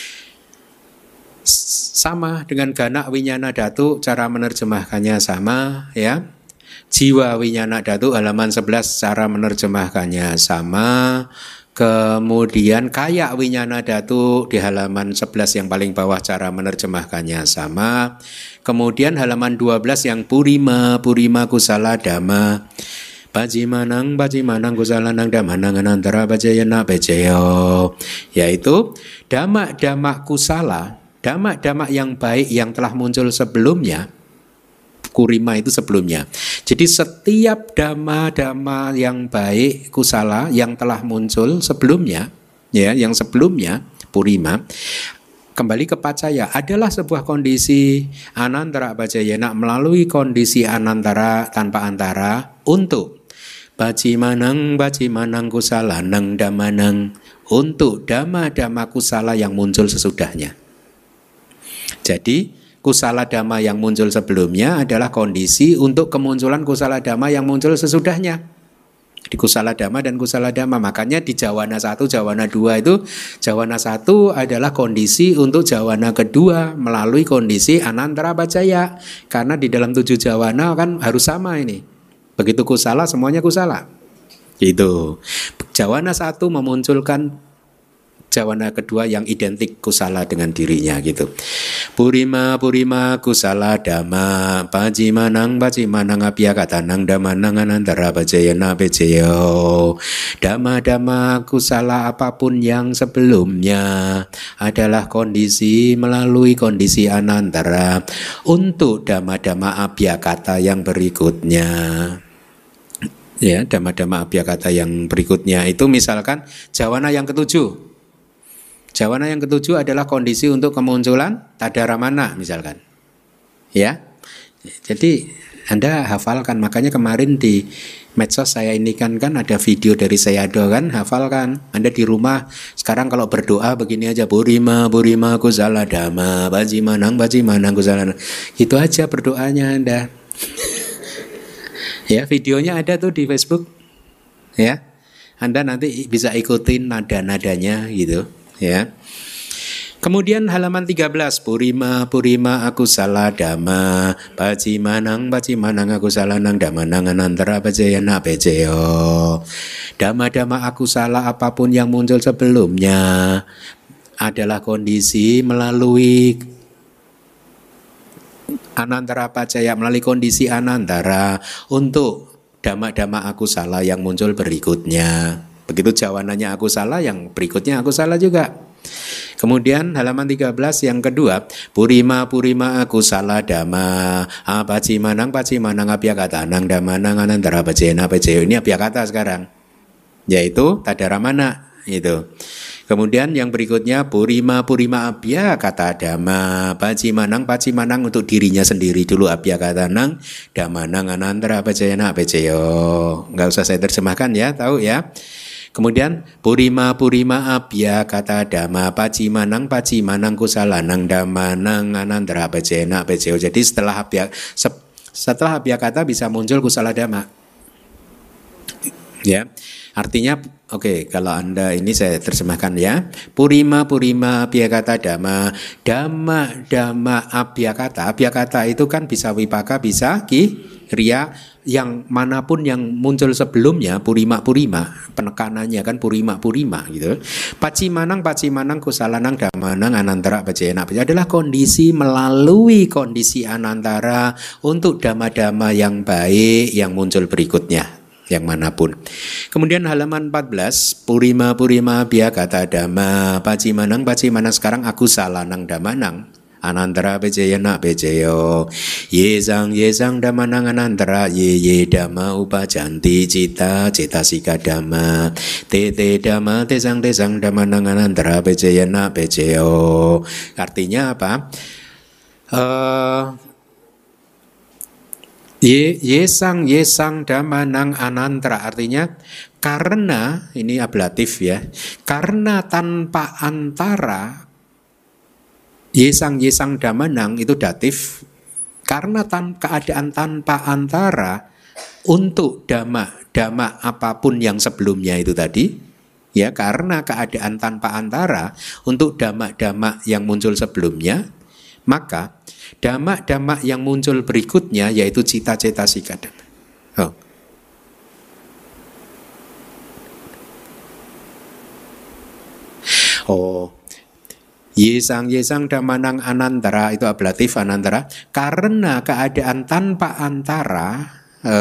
Sama dengan Gana Winyana Datu, cara menerjemahkannya sama ya. Jiwa Winyana Datu halaman 11, cara menerjemahkannya sama. Kemudian kayak winyana datu di halaman 11 yang paling bawah cara menerjemahkannya sama. Kemudian halaman 12 yang purima kusala dhamma. Bajimanang kusalanang dhamanang anantara bajayana bejayo. Yaitu dhamma kusala, dhamma yang baik yang telah muncul sebelumnya. Kurima itu sebelumnya. Jadi setiap dhamma yang baik kusala yang telah muncul sebelumnya, ya, yang sebelumnya purima, kembali ke pacaya adalah sebuah kondisi anantara bajayana, melalui kondisi anantara tanpa antara untuk bajimanang kusalanang dhamanang, untuk dhamma kusala yang muncul sesudahnya. Jadi kusala dhamma yang muncul sebelumnya adalah kondisi untuk kemunculan kusala dhamma yang muncul sesudahnya. Di kusala dhamma dan kusala dhamma, makanya di jawana 1, jawana 2 itu, jawana 1 adalah kondisi untuk jawana kedua melalui kondisi anantara bajaya. Karena di dalam 7 jawana kan harus sama ini. Begitu kusala semuanya kusala. Itu. Jawana 1 memunculkan jawana kedua yang identik kusala dengan dirinya gitu. Purima kusala dhamma, bajimanang abhyakatanang dhamanang anantara bajayana bejayo. Dhamma kusala apapun yang sebelumnya adalah kondisi melalui kondisi anantara untuk dhamma abhyakata yang berikutnya. Ya, dhamma abhyakata yang berikutnya itu misalkan jawana yang ketujuh. Jawana yang ketujuh adalah kondisi untuk kemunculan tadaramana misalkan. Ya. Jadi Anda hafalkan, makanya kemarin di medsos saya ini kan ada video dari Sayadaw kan, hafalkan. Anda di rumah sekarang kalau berdoa begini aja, purima kusala dhamma, bajimanang kusala. Gitu aja berdoanya Anda. Ya, videonya ada tuh di Facebook. Ya. Anda nanti bisa ikutin nada-nadanya gitu. Ya. Kemudian halaman 13, purima akusala dhamma, bajimanang akusalanang dhamanang anantara bajayana bejayo. Dhamma akusala apapun yang muncul sebelumnya adalah kondisi melalui anantara bajaya, melalui kondisi anantara untuk dhamma akusala yang muncul berikutnya. Begitu jawananya akusala, yang berikutnya akusala juga. Kemudian halaman 13 yang kedua, purima akusala dhamma, bajimanang abhyakatanang dhamanang anantara bajayana bejayo. Ini abhyakata sekarang, yaitu tadaramana itu. Kemudian yang berikutnya purima abhyakata dhamma, bajimanang untuk dirinya sendiri dulu, abhyakatanang dhamanang anantara bajayana bejayo. Enggak usah saya terjemahkan ya, tahu ya. Kemudian purima abhyakata dhamma, pacimanang kusalanang dhamanang anantara bajayana bejayo. Jadi setelah abhyakata bisa muncul kusala dhamma. Ya. Artinya oke, kalau Anda ini saya terjemahkan ya. Purima abhyakata dhamma, dhamma abhyakata. Abhyakata itu kan bisa wipaka, bisa kriya, yang manapun yang muncul sebelumnya, purima, penekanannya kan purima gitu. Pacimanang kusalanang dhamanang anantara bajayana adalah kondisi melalui kondisi anantara untuk dhamma yang baik yang muncul berikutnya, yang manapun. Kemudian halaman 14, purima abhyakata dhamma, pacimanang sekarang akusalanang dhamanang anantara bajayana bejayo. Yesang dhamanang anantara ye dhamma upajanti cetasika dhamma, te dhamma tesang dhamanang anantara bajayana bejayo. Artinya apa? Yesang dhamanang anantara, artinya karena, ini ablatif ya, karena tanpa antara. Yesang dhamanang itu datif, karena keadaan tanpa antara untuk dhamma apapun yang sebelumnya itu tadi, ya, karena keadaan tanpa antara untuk dhamma yang muncul sebelumnya, maka dhamma yang muncul berikutnya yaitu cetasika dhamma. Oh, yesang damanang anantara itu ablatif anantara karena keadaan tanpa antara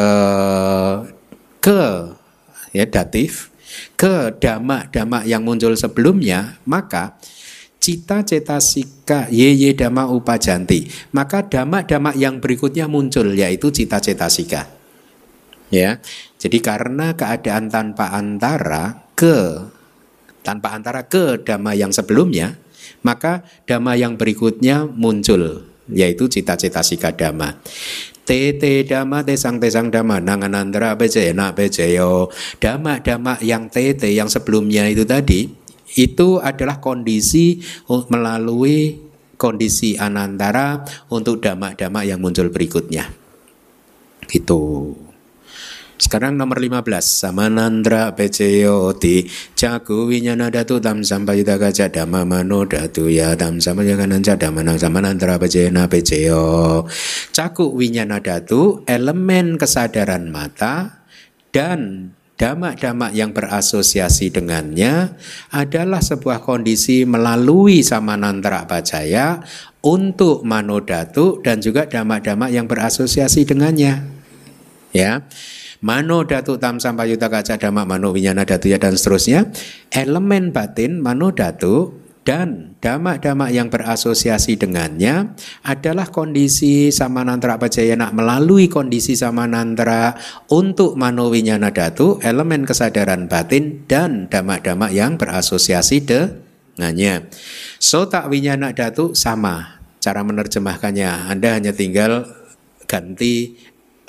ke ya datif ke dhamma yang muncul sebelumnya, maka cita cetasika ye dhamma upajanti, maka dhamma yang berikutnya muncul yaitu cita cetasika. Ya, jadi karena keadaan tanpa antara ke dhamma yang sebelumnya, maka dhamma yang berikutnya muncul yaitu cita cetasika dhamma. Tete dhamma tesang dhamma nang anandara pejena pejeyo. Dhamma yang tete yang sebelumnya itu tadi, itu adalah kondisi melalui kondisi anantara untuk dhamma yang muncul berikutnya. Gitu. Sekarang nomor 15, samanandra peceyoti caku winyana datu tam sampayuta kaca dhamma mano datu ya tam sampayakanan cadamanang samanandra peceyana peceyo. Caku winyana datu elemen kesadaran mata dan dhamma yang berasosiasi dengannya adalah sebuah kondisi melalui samanandra pacaya untuk manodatu dan juga dhamma yang berasosiasi dengannya. Ya. Mano datu tam sampayuta kaca dhamma mano winyana datu ya dan seterusnya, elemen batin mano datu dan dhamma yang berasosiasi dengannya adalah kondisi samanantara pajayana melalui kondisi samanantara untuk mano winyana datu, elemen kesadaran batin dan dhamma yang berasosiasi dengannya. Sota winyana datu sama cara menerjemahkannya, Anda hanya tinggal ganti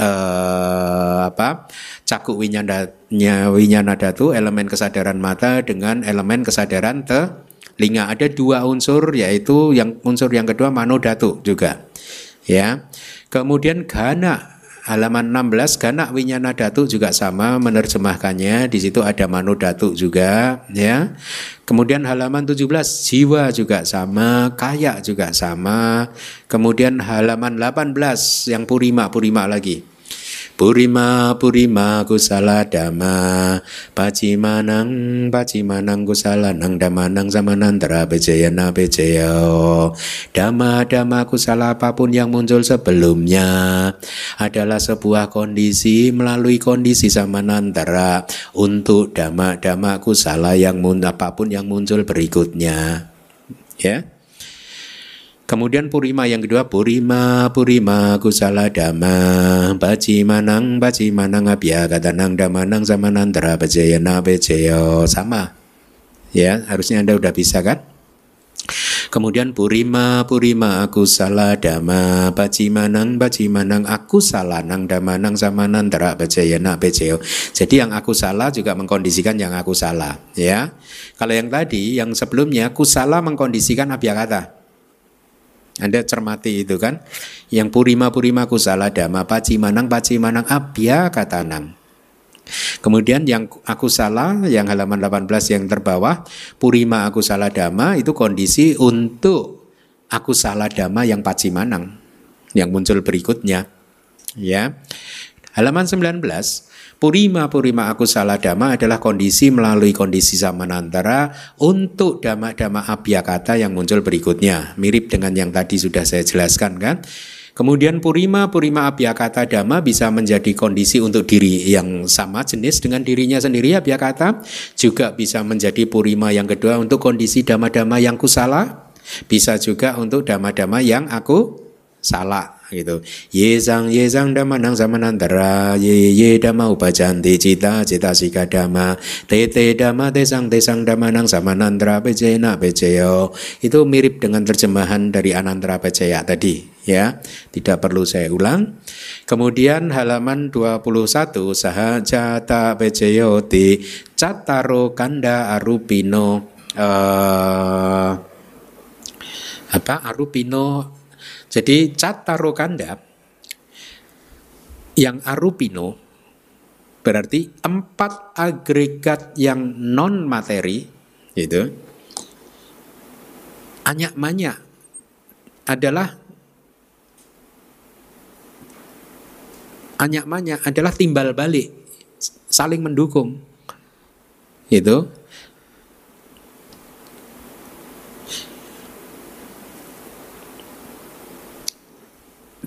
caku winyana datu elemen kesadaran mata dengan elemen kesadaran telinga. Ada dua unsur, yaitu unsur yang kedua mano datu juga ya. Kemudian gana halaman 16, gana winyana datu juga sama menerjemahkannya, di situ ada mano datu juga ya. Kemudian halaman 17 jiwa juga sama, kaya juga sama. Kemudian halaman 18 yang purima lagi. Purima kusala dhamma pacimanang kusala nang dhamanang samanantara pejayana pejayo. Dhamma kusala apapun yang muncul sebelumnya adalah sebuah kondisi melalui kondisi samanantara untuk dhamma kusala apapun yang muncul berikutnya. Ya. Kemudian purima yang kedua, purima kusala dhamma pacimanang abhyagatanang dhamanang samanantara pejayana pejayo. Sama ya, harusnya Anda udah bisa kan. Kemudian purima kusala dhamma pacimanang akusala nang dhamanang samanantara pejayana pejayo. Jadi yang akusala juga mengkondisikan yang akusala ya. Kalau yang tadi yang sebelumnya kusala mengkondisikan abhyagata. Anda cermati itu kan. Yang purima kusala dhamma pacimanang abhyagatanang. Kemudian yang akusala yang halaman 18 yang terbawah, purima akusala dhamma itu kondisi untuk akusala dhamma yang pacimanang yang muncul berikutnya ya. Halaman 19, purima akusala dhamma adalah kondisi melalui kondisi samanantara untuk dhamma abhyagata yang muncul berikutnya. Mirip dengan yang tadi sudah saya jelaskan kan. Kemudian purima abhyagata dhamma bisa menjadi kondisi untuk diri yang sama jenis dengan dirinya sendiri abhyagata. Juga bisa menjadi purima yang kedua untuk kondisi dhamma yang kusala. Bisa juga untuk dhamma yang aku salah gitu. Yesang dhammanang samanantara ye dhamma upajanti cita sika dhamma tete dhamma tesang dhammanang samanantara pejena pejeyo. Itu mirip dengan terjemahan dari Anantara Pejaya tadi ya. Tidak perlu saya ulang. Kemudian halaman 21, saha jata pejeyoti cataro kanda arupino arupino. Jadi cataro kanda yang arupino berarti 4 agregat yang non materi itu anyak-manyak adalah timbal balik, saling mendukung. Itu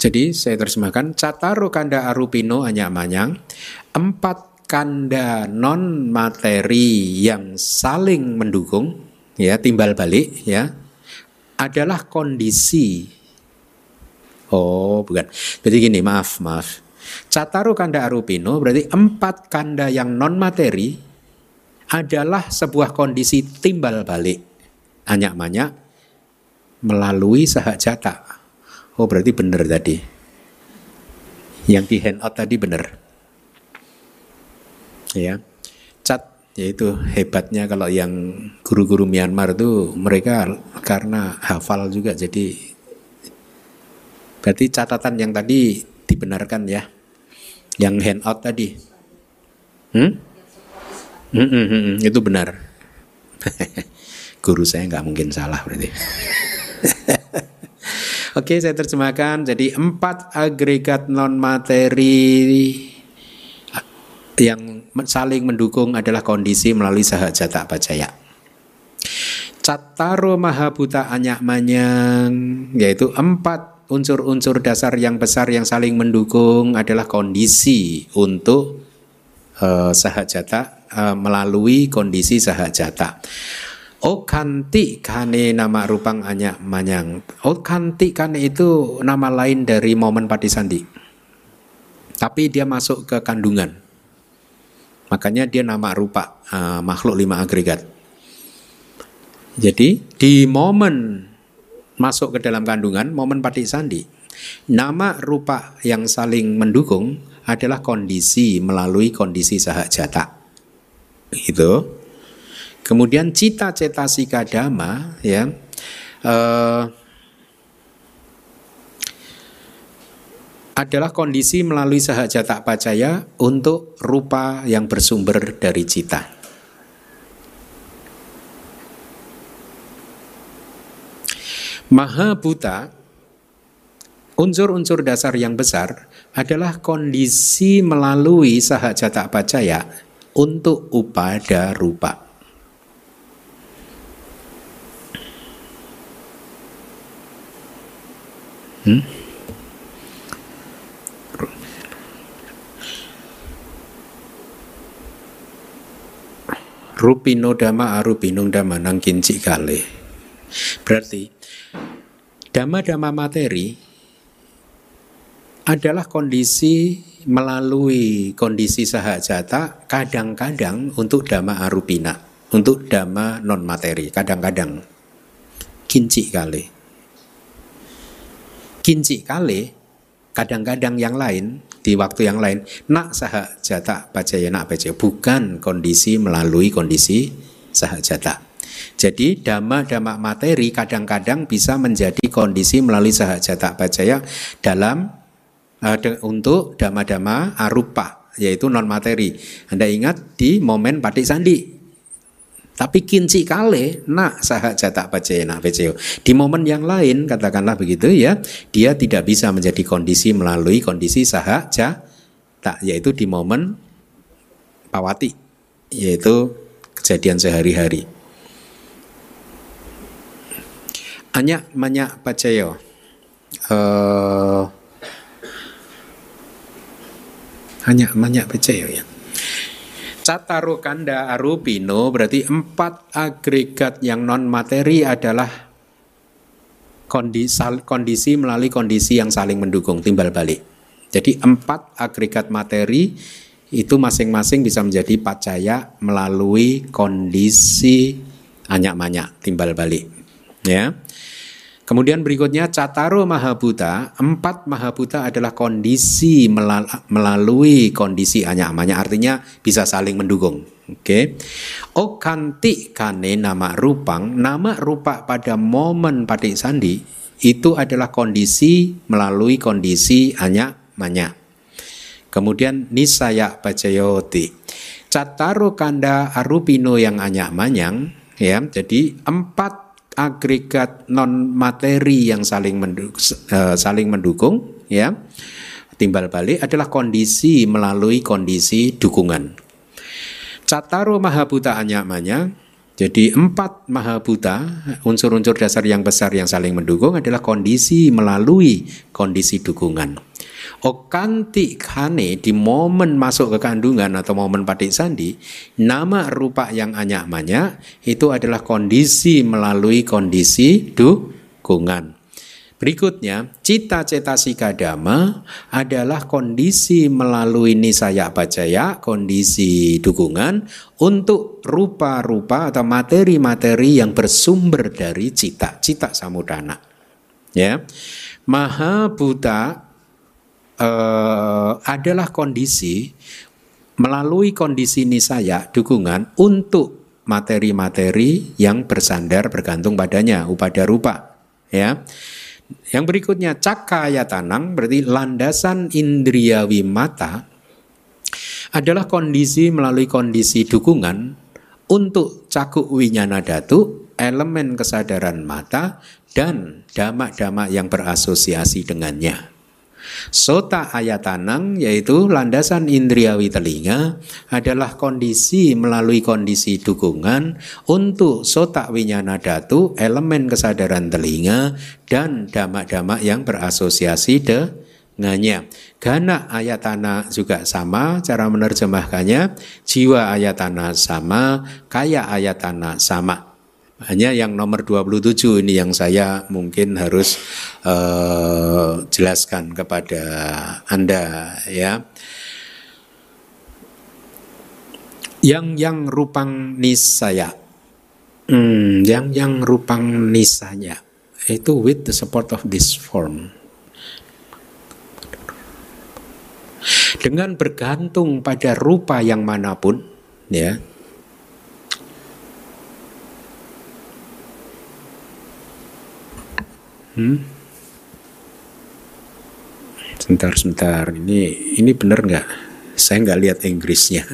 Jadi saya terjemahkan, Cataro kanda arupino anyak manyang, 4 kanda non materi yang saling mendukung, ya, timbal balik, ya, adalah kondisi. Oh, bukan. Jadi gini, maaf. Cataro kanda arupino berarti 4 kanda yang non materi adalah sebuah kondisi timbal balik anyak manyak melalui sahajata. Oh, berarti benar tadi. Yang di handout tadi benar. Ya. Yaitu hebatnya kalau yang guru-guru Myanmar itu mereka karena hafal juga, jadi berarti catatan yang tadi dibenarkan ya. Yang handout tadi. Itu benar. Guru saya nggak mungkin salah berarti. Oke, saya terjemahkan. Jadi 4 agregat non materi yang saling mendukung adalah kondisi melalui sahajata pacaya. Cattaro mahabhuta anyak manyang, yaitu 4 unsur-unsur dasar yang besar yang saling mendukung adalah kondisi untuk sahajata, melalui kondisi sahajata. Okanti kane nama rupang anyak manyang. Okanti kane itu nama lain dari momen patisandi, tapi dia masuk ke kandungan. Makanya dia nama rupa, makhluk 5 agregat. Jadi di momen masuk ke dalam kandungan, momen patisandi, nama rupa yang saling mendukung adalah kondisi melalui kondisi sahajata. Itu. Kemudian cita cetasika dhamma, ya, adalah kondisi melalui sahajata pacaya untuk rupa yang bersumber dari cita. Mahabhuta, unsur-unsur dasar yang besar, adalah kondisi melalui sahajata pacaya untuk upada rupa. Rupino dhamma arupinung dhamma nang kinci kale. Berarti dhamma-dhamma materi adalah kondisi melalui kondisi sahajata kadang-kadang untuk dhamma arupina, untuk dhamma non materi, kadang-kadang kinci kale. Kinci kale kadang-kadang yang lain, di waktu yang lain, nak sahajata pacaya nak pacaya, bukan kondisi melalui kondisi sahajata. Jadi dhamma-dhamma materi kadang-kadang bisa menjadi kondisi melalui sahajata pacaya dalam untuk dhamma-dhamma arupa, yaitu non materi. Anda ingat di momen patisandi. Tapi kinci kale nak sahajata pacaya nak pacaya. Di momen yang lain, katakanlah begitu ya, dia tidak bisa menjadi kondisi melalui kondisi sahajata, yaitu di momen pawati, yaitu kejadian sehari-hari. Anyak manyak pacaya. Anyak manyak pacaya ya. Cataro kanda arupino berarti 4 agregat yang non materi adalah kondisi melalui kondisi yang saling mendukung, timbal balik. Jadi 4 agregat materi itu masing-masing bisa menjadi pacaya melalui kondisi anyak manyak, timbal balik. Ya. Kemudian berikutnya Cataro mahabhuta, 4 mahabhuta adalah kondisi melalui kondisi anyak manyak, artinya bisa saling mendukung. Oke. Okanti kane nama rupang, nama rupa pada momen patisandi itu adalah kondisi melalui kondisi anyak manyak. Kemudian nisaya pacayoti. Cataro kanda arupino yang anyak manyang, ya. Jadi 4 agregat non materi yang saling mendukung, ya, timbal balik adalah kondisi melalui kondisi dukungan. Cataro mahabhuta anyak manyang Jadi 4 mahabhuta, unsur-unsur dasar yang besar yang saling mendukung adalah kondisi melalui kondisi dukungan. Okanti kane di momen masuk ke kandungan atau momen patik sandi, nama rupa yang anyak-manyak itu adalah kondisi melalui kondisi dukungan. Berikutnya, cita cetasika dhamma adalah kondisi melalui nisaya pacaya, kondisi dukungan untuk rupa-rupa atau materi-materi yang bersumber dari cita samudana. Ya, mahabhuta adalah kondisi melalui kondisi nisaya dukungan untuk materi-materi yang bersandar bergantung padanya, upada rupa. Ya. Yang berikutnya cakayatanang berarti landasan indriawi mata adalah kondisi melalui kondisi dukungan untuk cakuk winyana dhatu, elemen kesadaran mata dan dhamma-dhamma yang berasosiasi dengannya. Sota ayatanang yaitu landasan indriawi telinga adalah kondisi melalui kondisi dukungan untuk sota winyana dhatu, elemen kesadaran telinga dan dhamma-dhamma yang berasosiasi dengannya. Gana ayatana juga sama cara menerjemahkannya, jiwa ayatana sama, kaya ayatana sama. Hanya yang nomor 27 ini yang saya mungkin harus jelaskan kepada Anda ya. Yang rupang nisaya. Yang rupang nisanya itu with the support of this form. Dengan bergantung pada rupa yang manapun ya. Sebentar. Ini benar nggak? Saya nggak lihat Inggrisnya.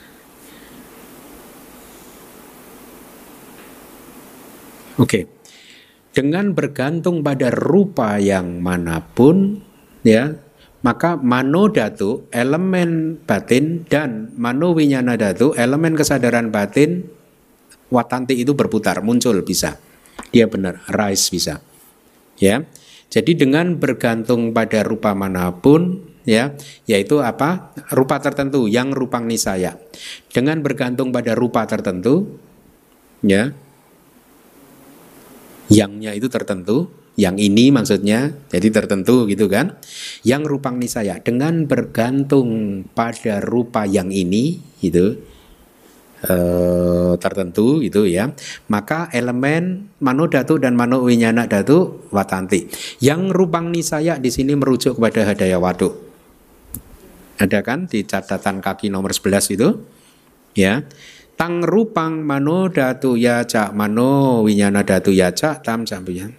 Oke. Dengan bergantung pada rupa yang manapun, ya, maka mano dhatu, elemen batin dan mano winyana dhatu, elemen kesadaran batin, watanti itu berputar, muncul bisa. Dia benar, rise bisa. Ya, jadi dengan bergantung pada rupa manapun, ya, yaitu apa? Rupa tertentu yang rupang nisaya. Dengan bergantung pada rupa tertentu, ya, yangnya itu tertentu, yang ini maksudnya, jadi tertentu gitu kan? Yang rupang nisaya. Dengan bergantung pada rupa yang ini, gitu. Tertentu gitu ya, maka elemen mano dhatu dan mano winyana dhatu watanti. Yang rupang nisaya di sini merujuk kepada hadaya waduk. Ada kan di catatan kaki nomor 11 itu ya. Tang rupang mano dhatu ya cak mano winyana dhatu ya cak tam sampai.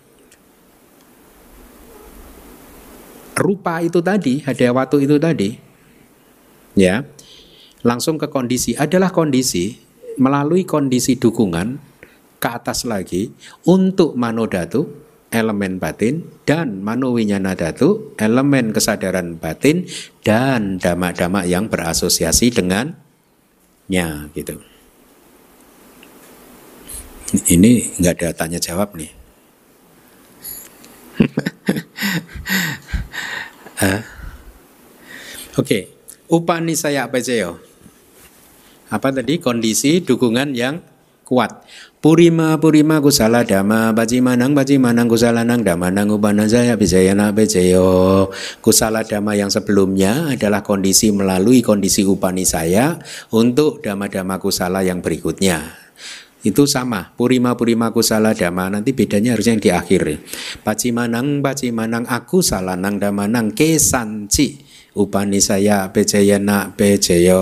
Rupa itu tadi, hadaya waduk itu tadi ya. Langsung ke kondisi, adalah kondisi melalui kondisi dukungan ke atas lagi untuk mano dhatu, elemen batin, dan mano winyana dhatu, elemen kesadaran batin, dan dhamma-dhamma yang berasosiasi dengannya gitu. Ini nggak ada tanya jawab nih. Oke. Upanisaya peceyo. Apa tadi? Kondisi dukungan yang kuat. Purima kusala dhamma bajimanang kusalanang dhammanang upanasaya bijayana peceyo. Kusala dhamma yang sebelumnya adalah kondisi melalui kondisi upanisaya untuk dhamma-dhamma kusala yang berikutnya. Itu sama, purima kusala dhamma, nanti bedanya harusnya yang di akhir. Bajimanang aku salanang dhammanang kesanci upanisaya pejayana pejayo.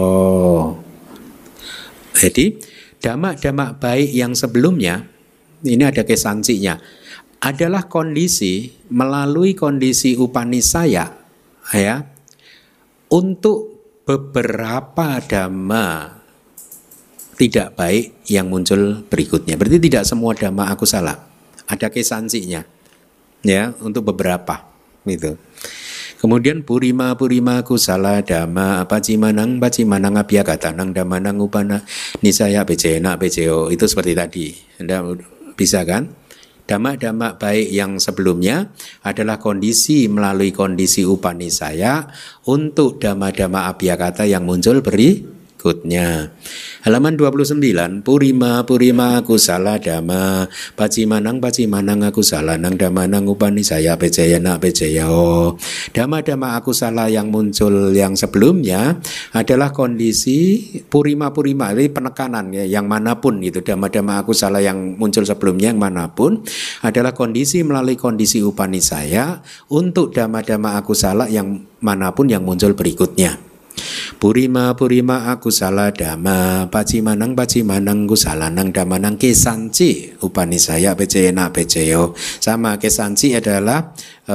Jadi dhamma-dhamma baik yang sebelumnya, ini ada kesancinya, adalah kondisi melalui kondisi upanisaya ya, untuk beberapa dhamma tidak baik yang muncul berikutnya. Berarti tidak semua dhamma aku salah, ada kesancinya ya, untuk beberapa gitu. Kemudian purima kusala dhamma pacimanang abhyagatanang dhammanang upana nisaya becena beceo. Itu seperti tadi. Anda bisa kan? Dhamma-dhamma baik yang sebelumnya adalah kondisi melalui kondisi upanisaya untuk dhamma-dhamma abhyagata yang muncul berikutnya. Halaman 29, purima kusala dhamma pacimanang akusalanang dhammanang upanisaya becayana becayao. Dhamma-dhamma akusala yang muncul yang sebelumnya adalah kondisi purima, ini penekanan ya, yang manapun itu dhamma-dhamma akusala yang muncul sebelumnya yang manapun adalah kondisi melalui kondisi upanisaya untuk dhamma-dhamma akusala yang manapun yang muncul berikutnya. Purima akusala dhamma pacimanang kusalanang dhammanang kesanci upanisaya becena beceo. Sama, kesanci adalah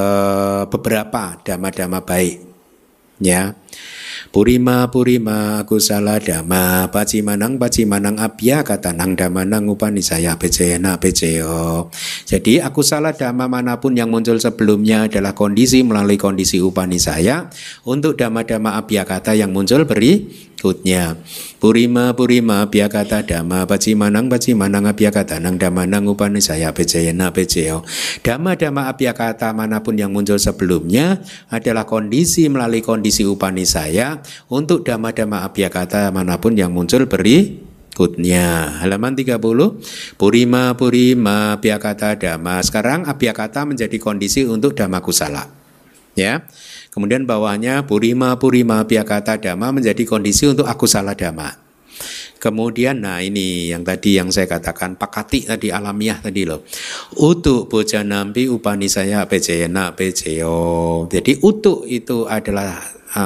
beberapa dhamma-dhamma baik ya. Purima akusala dhamma pacimanang abhyagatanang dhammanang upanisaya becena beceo. Jadi akusala dhamma manapun yang muncul sebelumnya adalah kondisi melalui kondisi upanisaya untuk dhamma-dhamma abhyagata yang muncul berikutnya. Purima abhyagata dhamma pacimanang abhyagatanang dhammanang upanisaya becena beceo. Dhamma-dhamma abhyagata manapun yang muncul sebelumnya adalah kondisi melalui kondisi upanisaya untuk dhamma-dhamma abhyagata manapun yang muncul berikutnya. Halaman 30, purima abhyagata dhamma. Sekarang abhyagata menjadi kondisi untuk dhamma kusala ya. Kemudian bawahnya purima abhyagata dhamma menjadi kondisi untuk akusala dhamma. Kemudian nah ini yang tadi yang saya katakan pakati tadi, alamiah tadi loh. Utu bojanampi upanisaya becena beceo. Jadi utu itu adalah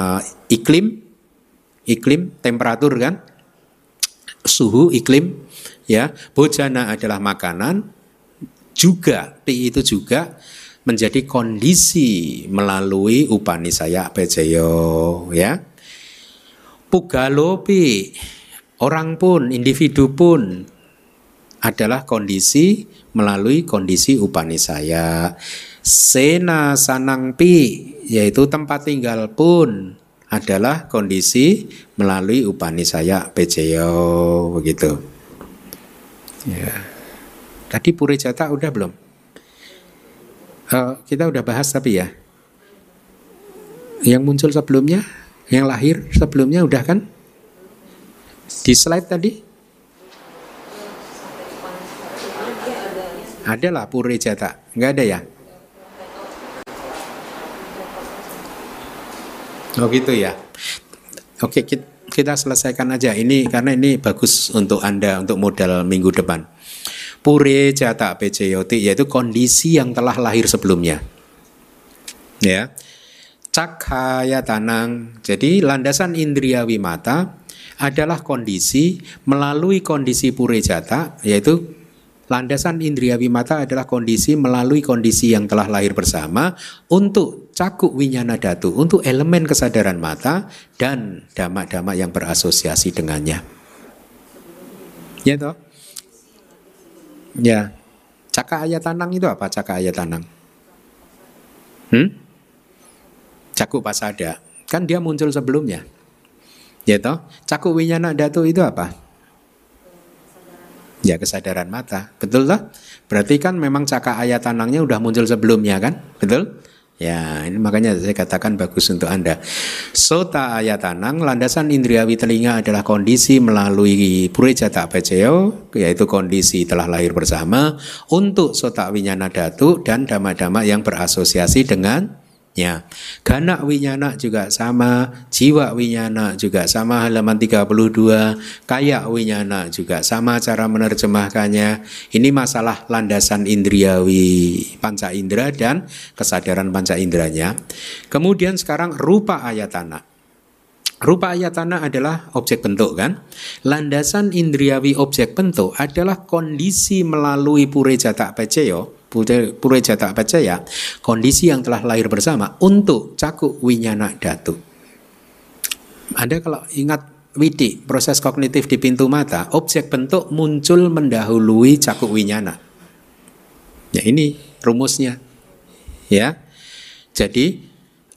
iklim, temperatur kan, suhu iklim ya. Bojana adalah makanan, juga pi itu juga menjadi kondisi melalui upanisaya beceo ya. Pugalopi, orang pun, individu pun adalah kondisi melalui kondisi upanisaya. Sena sanangpi, yaitu tempat tinggal pun adalah kondisi melalui upanisaya beceo, begitu. Ya. Tadi Purijata udah belum? Kita udah bahas tapi ya. Yang muncul sebelumnya, yang lahir sebelumnya udah kan? Di slide tadi? Ada lah Purijata, nggak ada ya? Oh gitu ya. Oke, kita selesaikan aja ini karena ini bagus untuk Anda untuk modal minggu depan. Purijata beceyoti yaitu kondisi yang telah lahir sebelumnya. Ya. Cakhaya tanang. Jadi landasan indriawi mata adalah kondisi melalui kondisi purijata, yaitu landasan indriawi mata adalah kondisi melalui kondisi yang telah lahir bersama untuk cakuk winyana dhatu, untuk elemen kesadaran mata dan dhamma-dhamma yang berasosiasi dengannya. Ya toh? Ya. Caka ayatanang itu apa? Caka ayatanang? Cakuk pasada. Kan dia muncul sebelumnya. Ya toh? Cakuk winyana dhatu itu apa? Ya kesadaran mata. Betul toh? Berarti kan memang caka ayatanangnya udah muncul sebelumnya kan? Betul? Ya, ini makanya saya katakan bagus untuk Anda. Sota ayatanang, landasan indriawi telinga adalah kondisi melalui purijata beceo, yaitu kondisi telah lahir bersama untuk sota winyana dhatu dan dhamma-dhamma yang berasosiasi dengannya. Gana winyana juga sama, jiwa winyana juga sama, halaman 32. Kaya winyana juga sama cara menerjemahkannya. Ini masalah landasan indriawi panca indera dan kesadaran panca inderanya. Kemudian sekarang rupa ayatana. Rupa ayatana adalah objek bentuk kan. Landasan indriawi objek bentuk adalah kondisi melalui purijata beceo, purijata pacaya, kondisi yang telah lahir bersama untuk cakuk winyana dhatu. Anda kalau ingat widi, proses kognitif di pintu mata, objek bentuk muncul mendahului cakuk winyana. Ya ini rumusnya. Ya. Jadi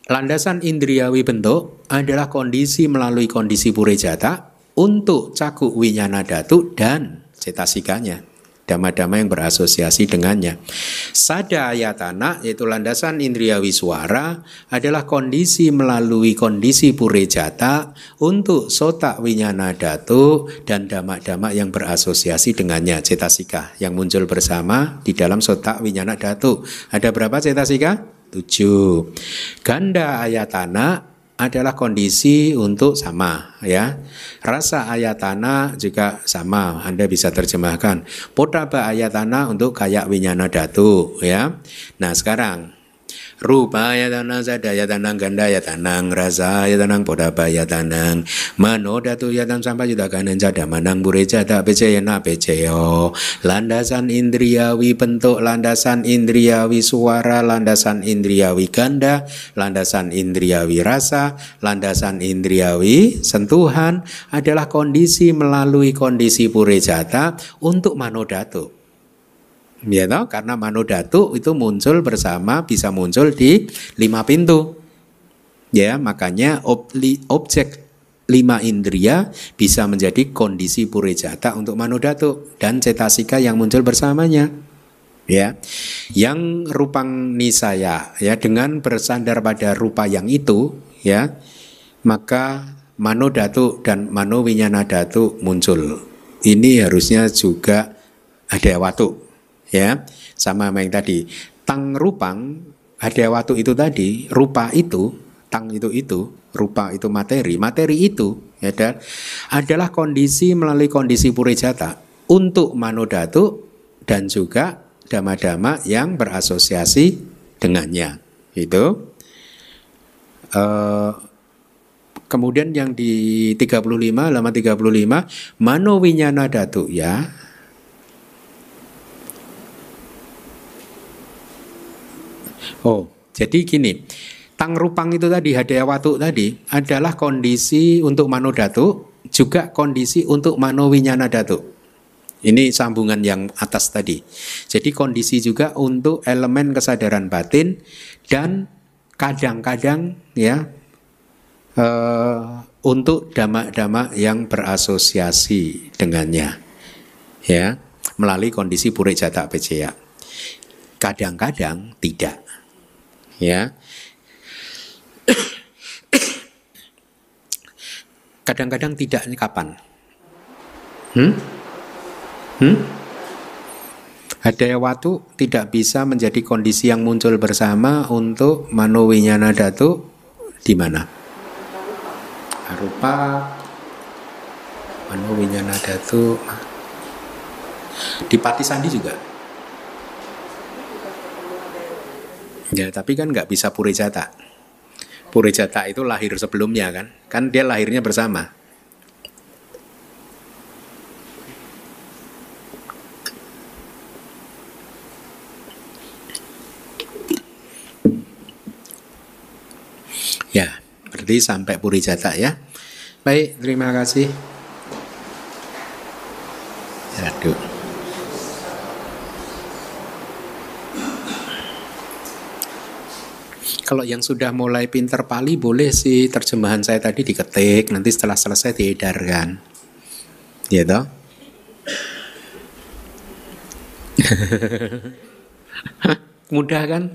Landasan indriawi bentuk adalah kondisi melalui kondisi purejata untuk caku winyana dhatu dan cetasikanya, dhamma-dhamma yang berasosiasi dengannya. Sada ayatana, yaitu landasan indriawi suara, adalah kondisi melalui kondisi purejata untuk sota winyana dhatu dan dhamma-dhamma yang berasosiasi dengannya, cetasika yang muncul bersama di dalam sota winyana dhatu. Ada berapa cetasika? 7. Ganda ayatana adalah kondisi untuk sama, ya. Rasa ayatana juga sama, Anda bisa terjemahkan. Potaba ayatana untuk kayak winyana dhatu, ya. Nah, sekarang rupa ayatana, sada ayatana, ganda ayatana, rasa ayatana, potaba ayatana, mano dhatu ayatana, sampai juta kanan cada manang purejata pecayana pecayo. Landasan indriawi bentuk, landasan indriawi suara, landasan indriawi ganda, landasan indriawi rasa, landasan indriawi sentuhan adalah kondisi melalui kondisi purejata untuk mano dhatu. Ya toh, karena mano dhatu itu muncul bersama, bisa muncul di 5 pintu. Ya, makanya objek 5 indria bisa menjadi kondisi purejata untuk mano dhatu dan cetasika yang muncul bersamanya. Ya. Yang rupang nisaya, ya, dengan bersandar pada rupa yang itu, ya, maka mano dhatu dan mano winyana dhatu muncul. Ini harusnya juga ada watu. Ya, sama yang tadi. Tang rupang, ada waktu itu tadi, rupa itu, tang itu, rupa itu materi itu, ya, adalah kondisi melalui kondisi purejata untuk mano dhatu dan juga dhamma-dhamma yang berasosiasi dengannya. Itu. Kemudian yang di 35, halaman 35, mano winyana dhatu, ya. Oh, jadi gini, tang rupang itu tadi, hadaya watu tadi adalah kondisi untuk mano dhatu, juga kondisi untuk mano winyana dhatu. Ini sambungan yang atas tadi. Jadi kondisi juga untuk elemen kesadaran batin dan kadang-kadang, ya, untuk dhamma-dhamma yang berasosiasi dengannya, ya, melalui kondisi purejata pecaya. Kadang-kadang tidak. Ya, kadang-kadang tidak, ini kapan? Hadaya watu tidak bisa menjadi kondisi yang muncul bersama untuk mano winyana dhatu di mana? Rupa, mano winyana dhatu di Patisandi juga. Ya, tapi kan nggak bisa purejata. Purejata itu lahir sebelumnya kan? Kan dia lahirnya bersama. Ya, berarti sampai purejata ya. Baik, terima kasih. Aduh. Kalau yang sudah mulai pinter Pali boleh sih terjemahan saya tadi diketik, nanti setelah selesai diedarkan. Ya toh? Mudah kan?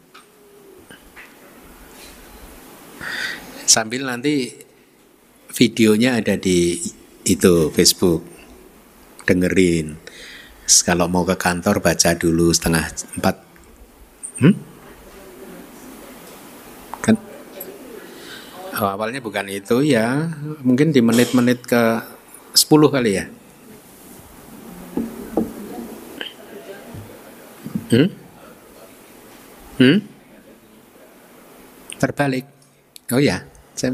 Sambil nanti videonya ada di itu Facebook. Dengerin. Kalau mau ke kantor baca dulu 3:30. Oh, awalnya bukan itu ya, mungkin di menit-menit ke 10 kali ya. Terbalik. Oh ya,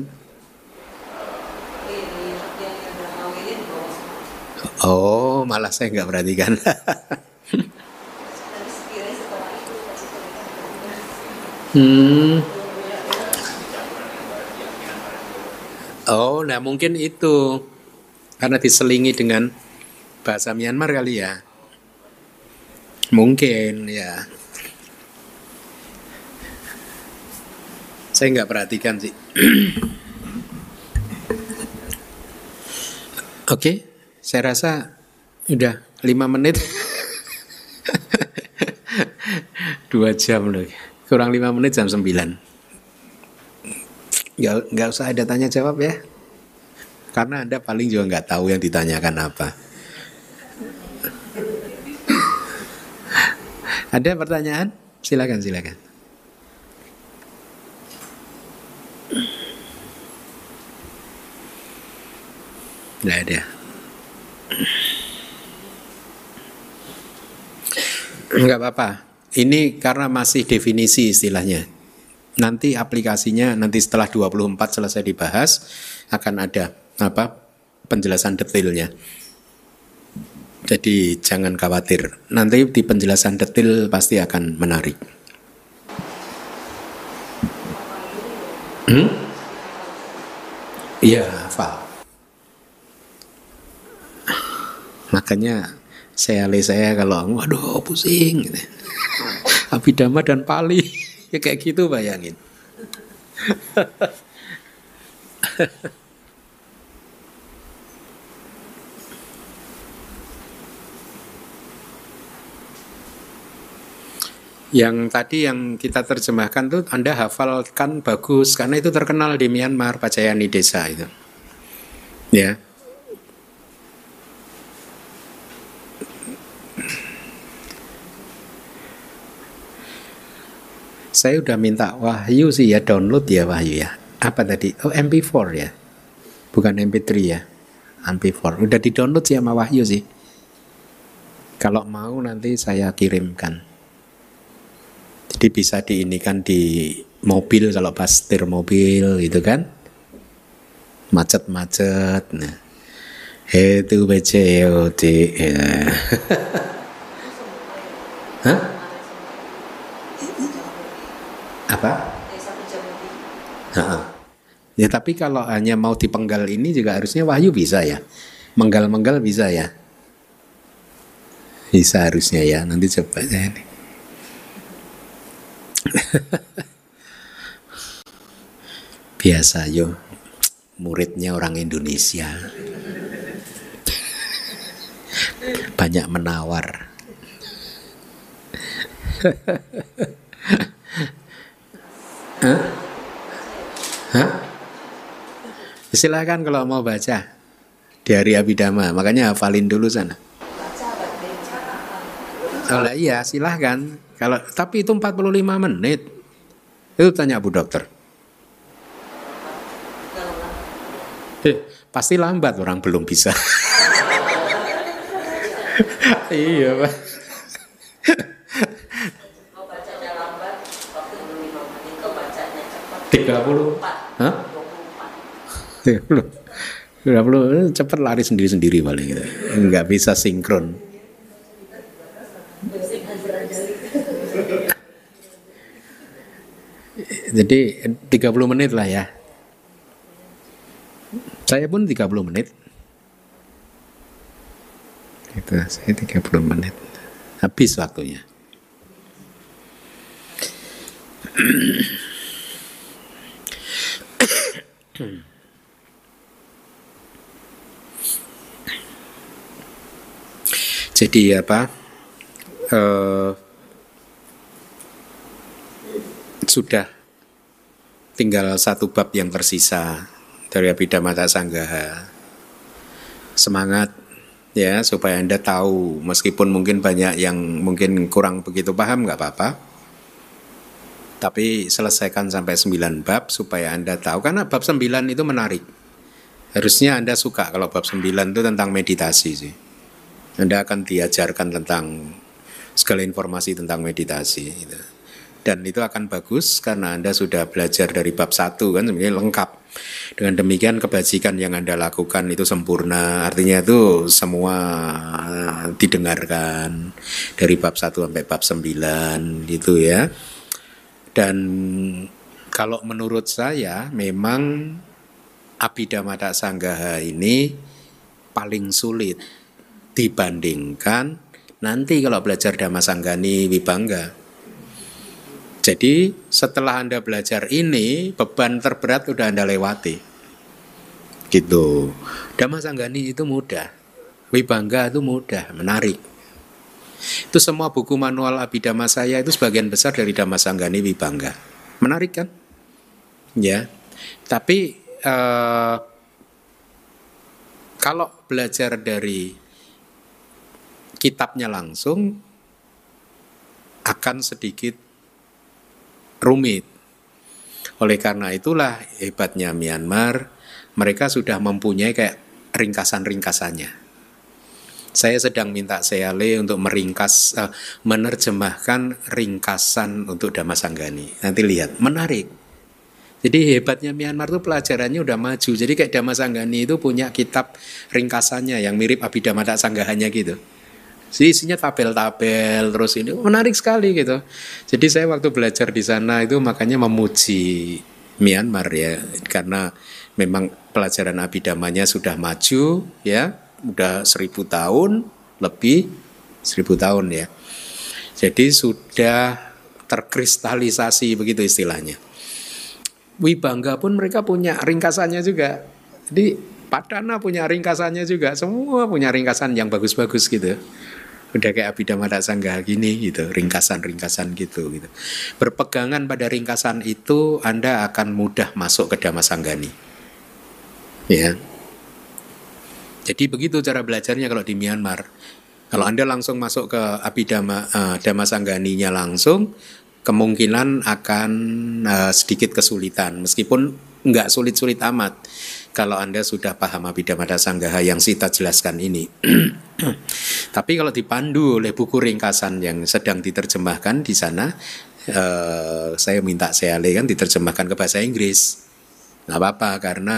oh, malah saya nggak perhatikan. Oh, nah mungkin itu karena diselingi dengan bahasa Myanmar kali ya. Mungkin ya. Saya nggak perhatikan sih. Oke, saya rasa udah 5 menit. 2 jam loh. Kurang 5 menit jam 9. Nggak usah ada tanya jawab ya. Karena Anda paling juga nggak tahu yang ditanyakan apa. Ada pertanyaan? Silakan. Nggak ada. Nggak apa-apa. Ini karena masih definisi istilahnya. Nanti aplikasinya nanti setelah 24 selesai dibahas akan ada penjelasan detailnya. Jadi jangan khawatir. Nanti di penjelasan detail pasti akan menarik. Iya, hafal. Makanya saya kalau waduh pusing gitu. Abhidhamma dan Pali ya kayak gitu bayangin. Yang tadi yang kita terjemahkan tuh Anda hafalkan bagus karena itu terkenal di Myanmar, Pacayani Desa itu. Ya. Saya udah minta Wahyu sih ya download ya Wahyu ya. Apa tadi? Oh MP4 ya. Bukan MP3 ya. MP4. Udah di-download sih sama Wahyu sih. Kalau mau nanti saya kirimkan. Jadi bisa diinikan di mobil kalau pas setir mobil gitu kan. Macet-macet. Nah. Itu BCOD. Ya. Hah? Apa? Ya tapi kalau hanya mau dipenggal ini juga harusnya Wahyu bisa ya. Menggal-menggal bisa ya. Bisa harusnya ya. Nanti coba saya nih. Biasa yo. Muridnya orang Indonesia. Banyak menawar. Hah? Silakan kalau mau baca di hari Abhidhamma. Makanya hafalin dulu sana. Oh iya silahkan. Tapi itu 45 menit. Itu tanya Bu Dokter. Pasti lambat orang belum bisa. Iya Pak. 30. Hah? 30 cepat lari sendiri-sendiri paling gitu. Enggak bisa sinkron. Jadi 30 menit lah ya. Saya pun 30 menit. Itu saya 30 menit. Habis waktunya. Jadi sudah tinggal satu bab yang tersisa dari Abhidhamma Sanggaha. Semangat ya supaya Anda tahu, meskipun mungkin banyak yang mungkin kurang begitu paham, nggak apa-apa. Tapi selesaikan sampai 9 bab supaya Anda tahu. Karena bab 9 itu menarik. Harusnya Anda suka kalau bab 9 itu tentang meditasi sih. Anda akan diajarkan tentang segala informasi tentang meditasi gitu. Dan itu akan bagus karena Anda sudah belajar dari bab 1 kan sebenarnya lengkap. Dengan demikian kebajikan yang Anda lakukan itu sempurna. Artinya itu semua didengarkan dari bab 1 sampai bab 9 gitu ya. Dan kalau menurut saya memang Abhidhamma Sanggaha ini paling sulit dibandingkan nanti kalau belajar Dhamma Sanggani Vibhanga. Jadi setelah Anda belajar ini, beban terberat udah Anda lewati. Gitu. Dhammasanggani itu mudah. Vibhanga itu mudah, menarik. Itu semua buku manual Abhidhamma saya itu sebagian besar dari Dhammasanggani Vibhanga. Menarik kan? Ya. Tapi kalau belajar dari kitabnya langsung akan sedikit rumit. Oleh karena itulah hebatnya Myanmar, mereka sudah mempunyai kayak ringkasan-ringkasannya. Saya sedang minta Seale untuk menerjemahkan ringkasan untuk Dhammasanggani. Nanti lihat, menarik. Jadi hebatnya Myanmar itu pelajarannya udah maju. Jadi kayak Dhammasanggani itu punya kitab ringkasannya yang mirip Abhidhamma Sanggahanya gitu. Jadi isinya tabel-tabel terus ini menarik sekali gitu. Jadi saya waktu belajar di sana itu makanya memuji Myanmar ya, karena memang pelajaran Abhidammanya sudah maju ya, udah 1000 tahun lebih 1000 tahun ya. Jadi sudah terkristalisasi begitu istilahnya. Vibhanga pun mereka punya ringkasannya juga. Jadi Padana punya ringkasannya juga. Semua punya ringkasan yang bagus-bagus gitu. Udah kayak Abhidhamma Sanggaha gini gitu, ringkasan-ringkasan gitu. Berpegangan pada ringkasan itu Anda akan mudah masuk ke Dhammasanggani. Ya. Jadi begitu cara belajarnya kalau di Myanmar. Kalau Anda langsung masuk ke Dhammasanggani-nya langsung, kemungkinan akan sedikit kesulitan. Meskipun nggak sulit-sulit amat kalau Anda sudah paham Abhidhamma Sanggaha yang kita jelaskan ini. Tapi kalau dipandu oleh buku ringkasan yang sedang diterjemahkan di sana, saya minta Seale kan diterjemahkan ke bahasa Inggris. Nggak apa-apa karena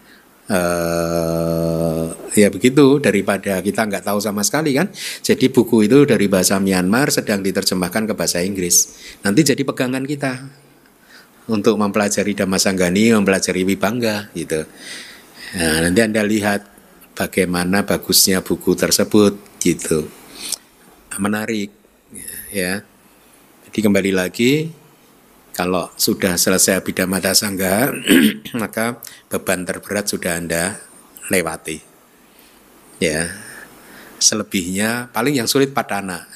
ya begitu, daripada kita nggak tahu sama sekali kan. Jadi buku itu dari bahasa Myanmar sedang diterjemahkan ke bahasa Inggris. Nanti jadi pegangan kita untuk mempelajari Dhammasanggani, mempelajari Vibhanga gitu. Nah, nanti Anda lihat bagaimana bagusnya buku tersebut gitu. Menarik ya. Jadi kembali lagi, kalau sudah selesai Abhidhamma Sanggaha maka beban terberat sudah Anda lewati. Ya. Selebihnya paling yang sulit Padana.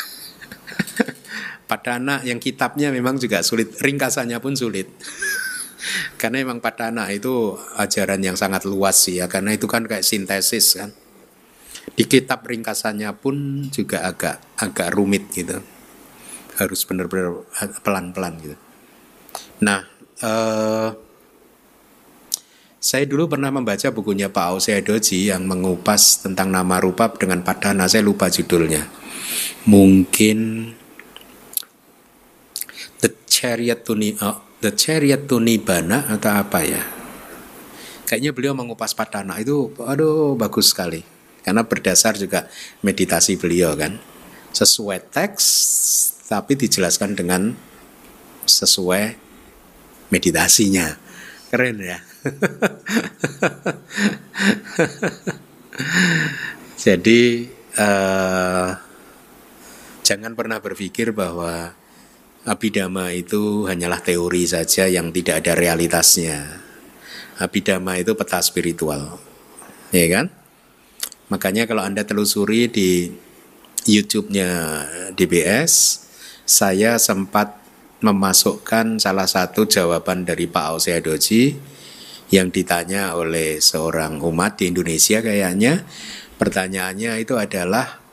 Padana yang kitabnya memang juga sulit, ringkasannya pun sulit. Karena memang Padana itu ajaran yang sangat luas sih ya, karena itu kan kayak sintesis kan. Di kitab ringkasannya pun juga agak rumit gitu. Harus benar-benar pelan-pelan gitu. Nah, saya dulu pernah membaca bukunya Pak Ausea Doji yang mengupas tentang nama rupa dengan Padana. Saya lupa judulnya. Mungkin The Chariot to Nibbana atau apa ya. Kayaknya beliau mengupas Padana itu, aduh bagus sekali. Karena berdasar juga meditasi beliau kan. Sesuai teks tapi dijelaskan dengan sesuai meditasinya. Keren ya. Jadi jangan pernah berpikir bahwa Abhidhamma itu hanyalah teori saja yang tidak ada realitasnya. Abhidhamma itu peta spiritual, ya kan? Makanya kalau Anda telusuri di YouTube-nya DBS, saya sempat memasukkan salah satu jawaban dari Pak Ausea Doji yang ditanya oleh seorang umat di Indonesia kayaknya. Pertanyaannya itu adalah,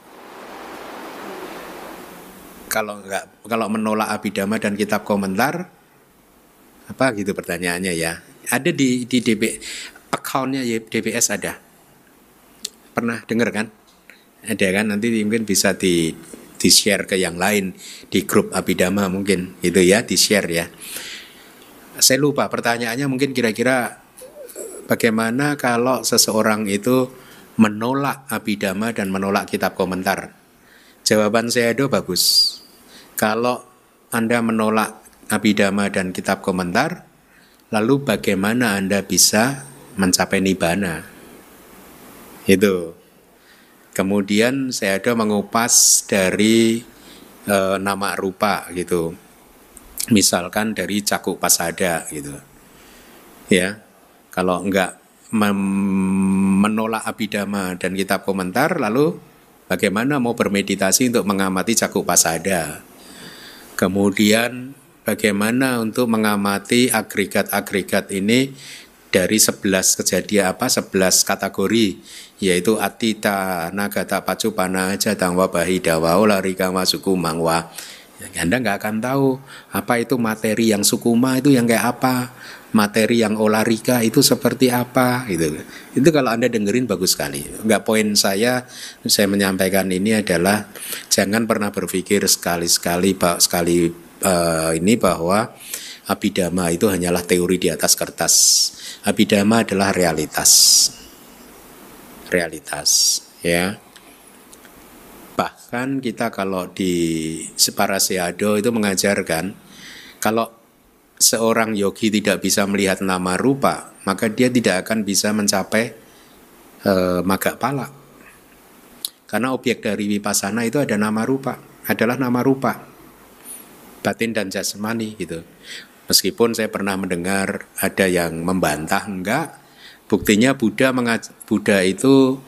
kalau menolak Abhidhamma dan kitab komentar apa gitu pertanyaannya ya. Ada di account-nya DBS ada. Pernah dengar kan? Ada kan, nanti mungkin bisa di-share ke yang lain di grup Abhidhamma mungkin itu ya, di-share ya. Saya lupa pertanyaannya, mungkin kira-kira bagaimana kalau seseorang itu menolak Abhidhamma dan menolak kitab komentar. Jawaban saya itu bagus. Kalau Anda menolak Abhidhamma dan kitab komentar, lalu bagaimana Anda bisa mencapai Nibbana? Itu. Kemudian saya ada mengupas dari nama rupa gitu. Misalkan dari Cakupasada gitu. Ya. Kalau enggak menolak Abhidhamma dan kitab komentar, lalu bagaimana mau bermeditasi untuk mengamati Cakupasada? Kemudian bagaimana untuk mengamati agregat-agregat ini dari 11 kejadian 11 kategori, yaitu Atita, Nagata, Pacupana, Jatangwa, Bahidawa, Olarikama, Sukumangwa. Anda nggak akan tahu apa itu materi yang sukuma itu yang kayak apa, materi yang olarika itu seperti apa gitu. Itu kalau Anda dengerin bagus sekali. Nggak, poin saya menyampaikan ini adalah jangan pernah berpikir sekali-sekali ini bahwa Abhidhamma itu hanyalah teori di atas kertas. Abhidhamma adalah realitas, ya. Bahkan kita kalau di Paraseyado itu mengajarkan, kalau seorang yogi tidak bisa melihat nama rupa, maka dia tidak akan bisa mencapai Magga-pala. Karena objek dari Vipassana itu ada nama rupa, adalah nama rupa, batin dan jasmani gitu. Meskipun saya pernah mendengar ada yang membantah, enggak, buktinya Buddha itu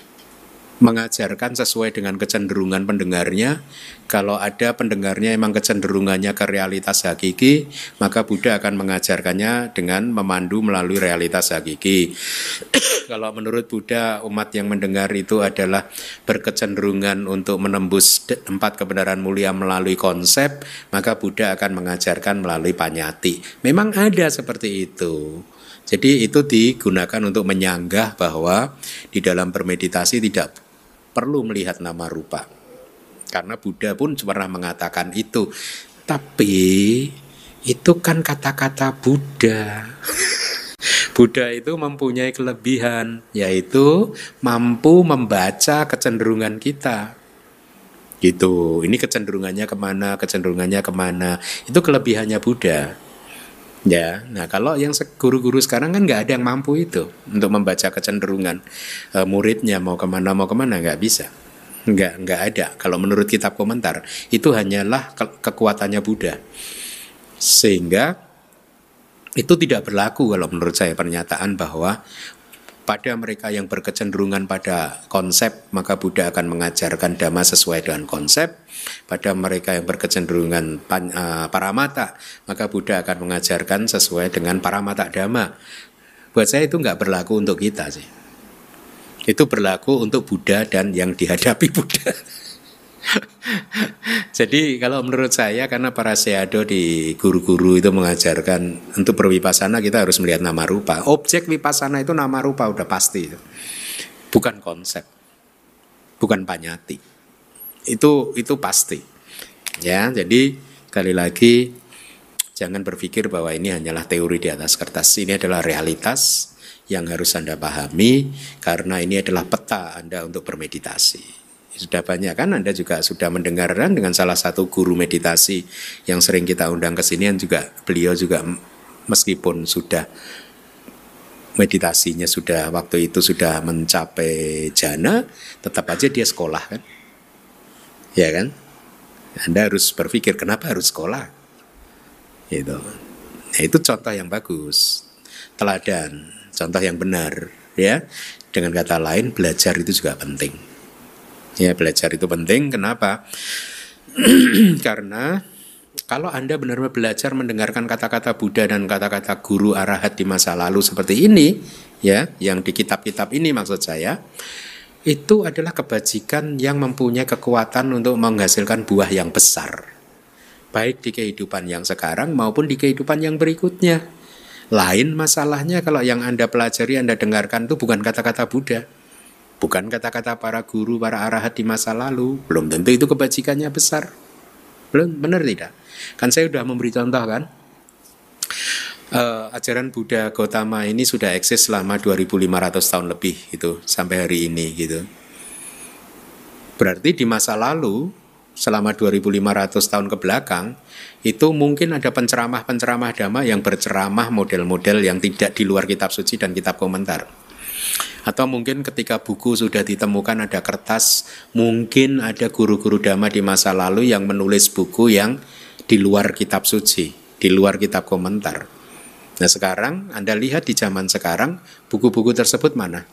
mengajarkan sesuai dengan kecenderungan pendengarnya. Kalau ada pendengarnya emang kecenderungannya ke realitas hakiki, maka Buddha akan mengajarkannya dengan memandu melalui realitas hakiki. Kalau menurut Buddha, umat yang mendengar itu adalah berkecenderungan untuk menembus 4 kebenaran mulia melalui konsep, maka Buddha akan mengajarkan melalui panyati. Memang ada seperti itu. Jadi itu digunakan untuk menyanggah bahwa di dalam bermeditasi tidak perlu melihat nama rupa. Karena Buddha pun pernah mengatakan itu. Tapi itu kan kata-kata Buddha. Buddha itu mempunyai kelebihan, yaitu mampu membaca kecenderungan kita. Gitu. Ini kecenderungannya kemana. Itu kelebihannya Buddha. Ya, nah kalau yang guru-guru sekarang kan nggak ada yang mampu itu untuk membaca kecenderungan muridnya mau kemana nggak bisa, nggak ada. Kalau menurut kitab komentar itu hanyalah kekuatannya Buddha, sehingga itu tidak berlaku kalau menurut saya pernyataan bahwa pada mereka yang berkecenderungan pada konsep, maka Buddha akan mengajarkan dhamma sesuai dengan konsep. Pada mereka yang berkecenderungan paramata, maka Buddha akan mengajarkan sesuai dengan paramata dhamma. Buat saya itu nggak berlaku untuk kita sih. Itu berlaku untuk Buddha dan yang dihadapi Buddha. Jadi kalau menurut saya, karena para Paraseyado di guru-guru itu mengajarkan untuk bervipassana kita harus melihat nama rupa. Objek vipassana itu nama rupa udah pasti, bukan konsep, bukan panyati. Itu pasti. Ya, jadi sekali lagi jangan berpikir bahwa ini hanyalah teori di atas kertas. Ini adalah realitas yang harus Anda pahami, karena ini adalah peta Anda untuk bermeditasi. Sudah banyak kan Anda juga sudah mendengarkan dengan salah satu guru meditasi yang sering kita undang ke sini, yang juga beliau juga meskipun sudah meditasinya sudah waktu itu sudah mencapai jana, tetap aja dia sekolah kan. Ya kan? Anda harus berpikir kenapa harus sekolah? Gitu. Nah, itu contoh yang bagus. Teladan, contoh yang benar, ya. Dengan kata lain, belajar itu juga penting. Ya, belajar itu penting. Kenapa? Karena kalau Anda benar-benar belajar mendengarkan kata-kata Buddha dan kata-kata guru arahat di masa lalu seperti ini, ya, yang di kitab-kitab ini maksud saya, itu adalah kebajikan yang mempunyai kekuatan untuk menghasilkan buah yang besar, baik di kehidupan yang sekarang maupun di kehidupan yang berikutnya. Lain masalahnya kalau yang Anda pelajari, Anda dengarkan itu bukan kata-kata Buddha, bukan kata-kata para guru, para arahat di masa lalu. Belum tentu itu kebajikannya besar. Belum, benar tidak? Kan saya sudah memberi contoh kan, ajaran Buddha Gautama ini sudah eksis selama 2500 tahun lebih gitu, sampai hari ini gitu. Berarti di masa lalu selama 2500 tahun ke belakang itu mungkin ada penceramah-penceramah dhamma yang berceramah model-model yang tidak di luar kitab suci dan kitab komentar. Atau mungkin ketika buku sudah ditemukan ada kertas, mungkin ada guru-guru dhamma di masa lalu yang menulis buku yang di luar kitab suci, di luar kitab komentar. Nah sekarang Anda lihat di zaman sekarang buku-buku tersebut mana?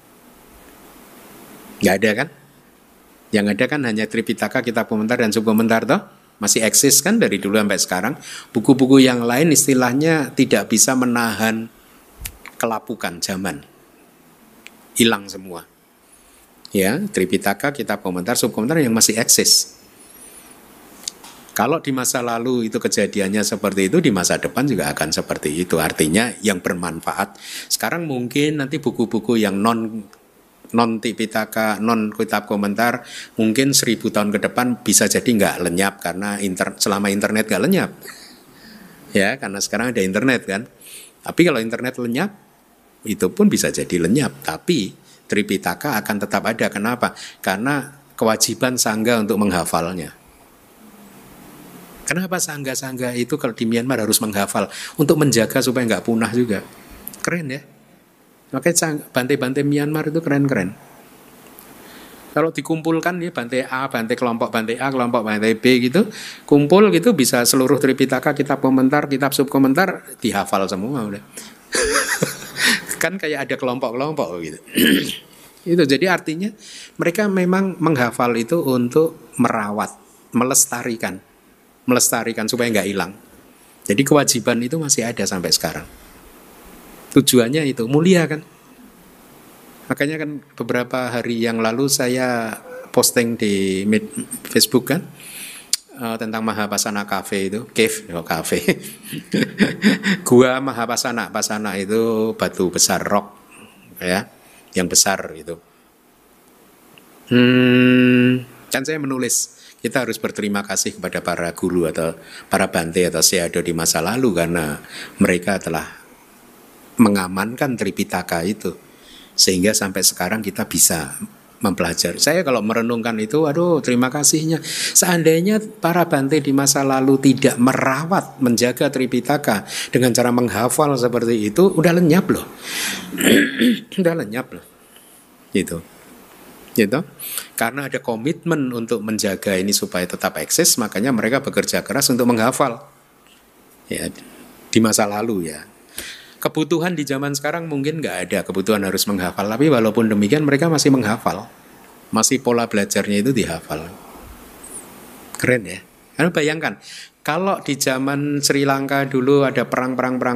Nggak ada kan? Yang ada kan hanya Tripitaka, kitab komentar dan subkomentar toh? Masih eksis kan dari dulu sampai sekarang. Buku-buku yang lain istilahnya tidak bisa menahan kelapukan zaman. Hilang semua. Ya, Tripitaka, kitab komentar, subkomentar yang masih eksis. Kalau di masa lalu itu kejadiannya seperti itu, di masa depan juga akan seperti itu. Artinya yang bermanfaat. Sekarang mungkin nanti buku-buku yang non Tripitaka, non kitab komentar, mungkin 1000 tahun ke depan bisa jadi nggak lenyap karena selama internet nggak lenyap. Ya, karena sekarang ada internet kan. Tapi kalau internet lenyap, itu pun bisa jadi lenyap. Tapi Tripitaka akan tetap ada. Kenapa? Karena kewajiban sangga untuk menghafalnya. Kenapa sangga-sangga itu kalau di Myanmar harus menghafal untuk menjaga supaya nggak punah juga? Keren ya. Makanya bantai-bantai Myanmar itu keren-keren. Kalau dikumpulkan ya bantai A, bantai A, kelompok bantai B gitu, kumpul gitu bisa seluruh Tripitaka, kitab komentar, kitab subkomentar dihafal semua udah. Kan kayak ada kelompok-kelompok gitu. Itu jadi artinya mereka memang menghafal itu untuk merawat, melestarikan supaya nggak hilang. Jadi kewajiban itu masih ada sampai sekarang. Tujuannya itu mulia kan. Makanya kan beberapa hari yang lalu saya posting di Facebook kan tentang Mahapasana Cafe itu, cafe. Gua Mahapasana, Pasana itu batu besar rock ya, yang besar itu. Kan saya menulis kita harus berterima kasih kepada para guru atau para bante atau seado di masa lalu karena mereka telah mengamankan Tripitaka itu sehingga sampai sekarang kita bisa mempelajari. Saya kalau merenungkan itu, aduh terima kasihnya. Seandainya para bante di masa lalu tidak merawat, menjaga Tripitaka dengan cara menghafal seperti itu, udah lenyap loh. Udah lenyap loh. Gitu. Karena ada komitmen untuk menjaga ini supaya tetap eksis, makanya mereka bekerja keras untuk menghafal ya, di masa lalu ya. Kebutuhan di zaman sekarang mungkin nggak ada kebutuhan harus menghafal, tapi walaupun demikian mereka masih menghafal, masih pola belajarnya itu dihafal. Keren ya. Karena bayangkan kalau di zaman Sri Lanka dulu ada perang,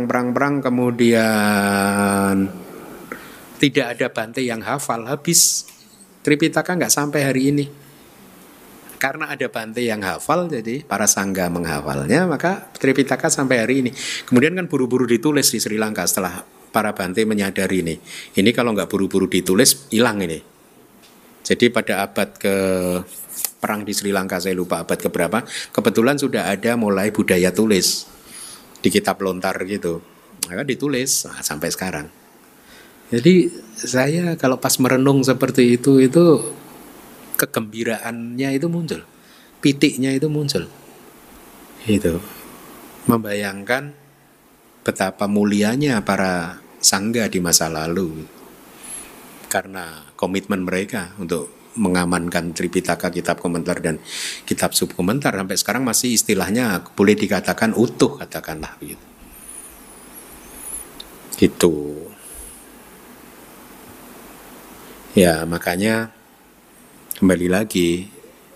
kemudian tidak ada bante yang hafal, habis Tripitaka nggak sampai hari ini. Karena ada bante yang hafal, jadi para sangga menghafalnya, maka Tripitaka sampai hari ini. Kemudian kan buru-buru ditulis di Sri Lanka setelah para bante menyadari ini. Ini kalau nggak buru-buru ditulis, hilang ini. Jadi pada abad ke perang di Sri Lanka, saya lupa abad keberapa, kebetulan sudah ada mulai budaya tulis di kitab lontar gitu. Maka ditulis sampai sekarang. Jadi saya kalau pas merenung seperti itu kegembiraannya itu muncul, pitiknya itu muncul. Itu membayangkan betapa mulianya para sangga di masa lalu karena komitmen mereka untuk mengamankan Tripitaka, kitab komentar dan kitab subkomentar sampai sekarang masih istilahnya boleh dikatakan utuh, katakanlah begitu. Gitu. Ya, makanya kembali lagi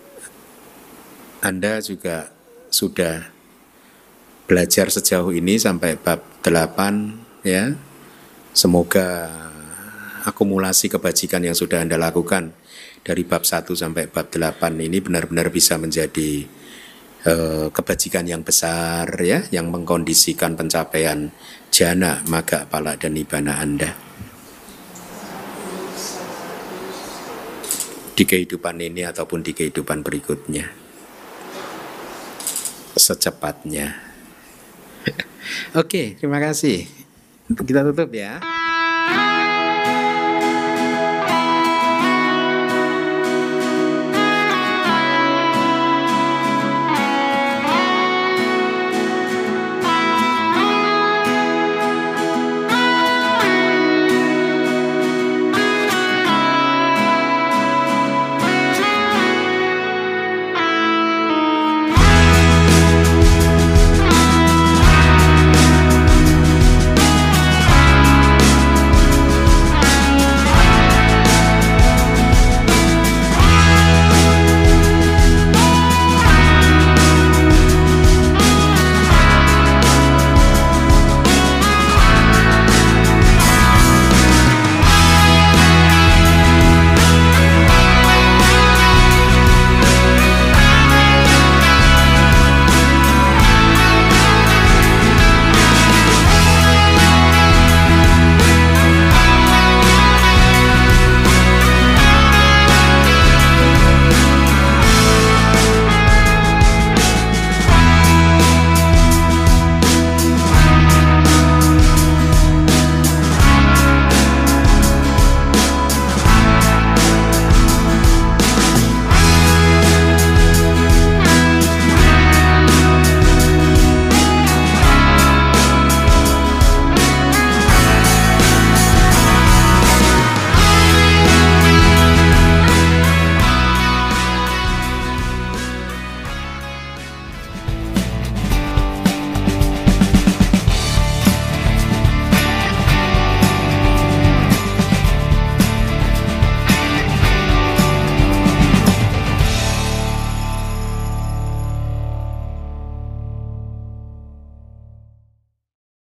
Anda juga sudah belajar sejauh ini sampai bab 8 ya. Semoga akumulasi kebajikan yang sudah Anda lakukan dari bab 1 sampai bab 8 ini benar-benar bisa menjadi kebajikan yang besar ya, yang mengkondisikan pencapaian jana, maga, pala dan nibbana Anda di kehidupan ini ataupun di kehidupan berikutnya secepatnya. Oke, terima kasih. Kita tutup ya.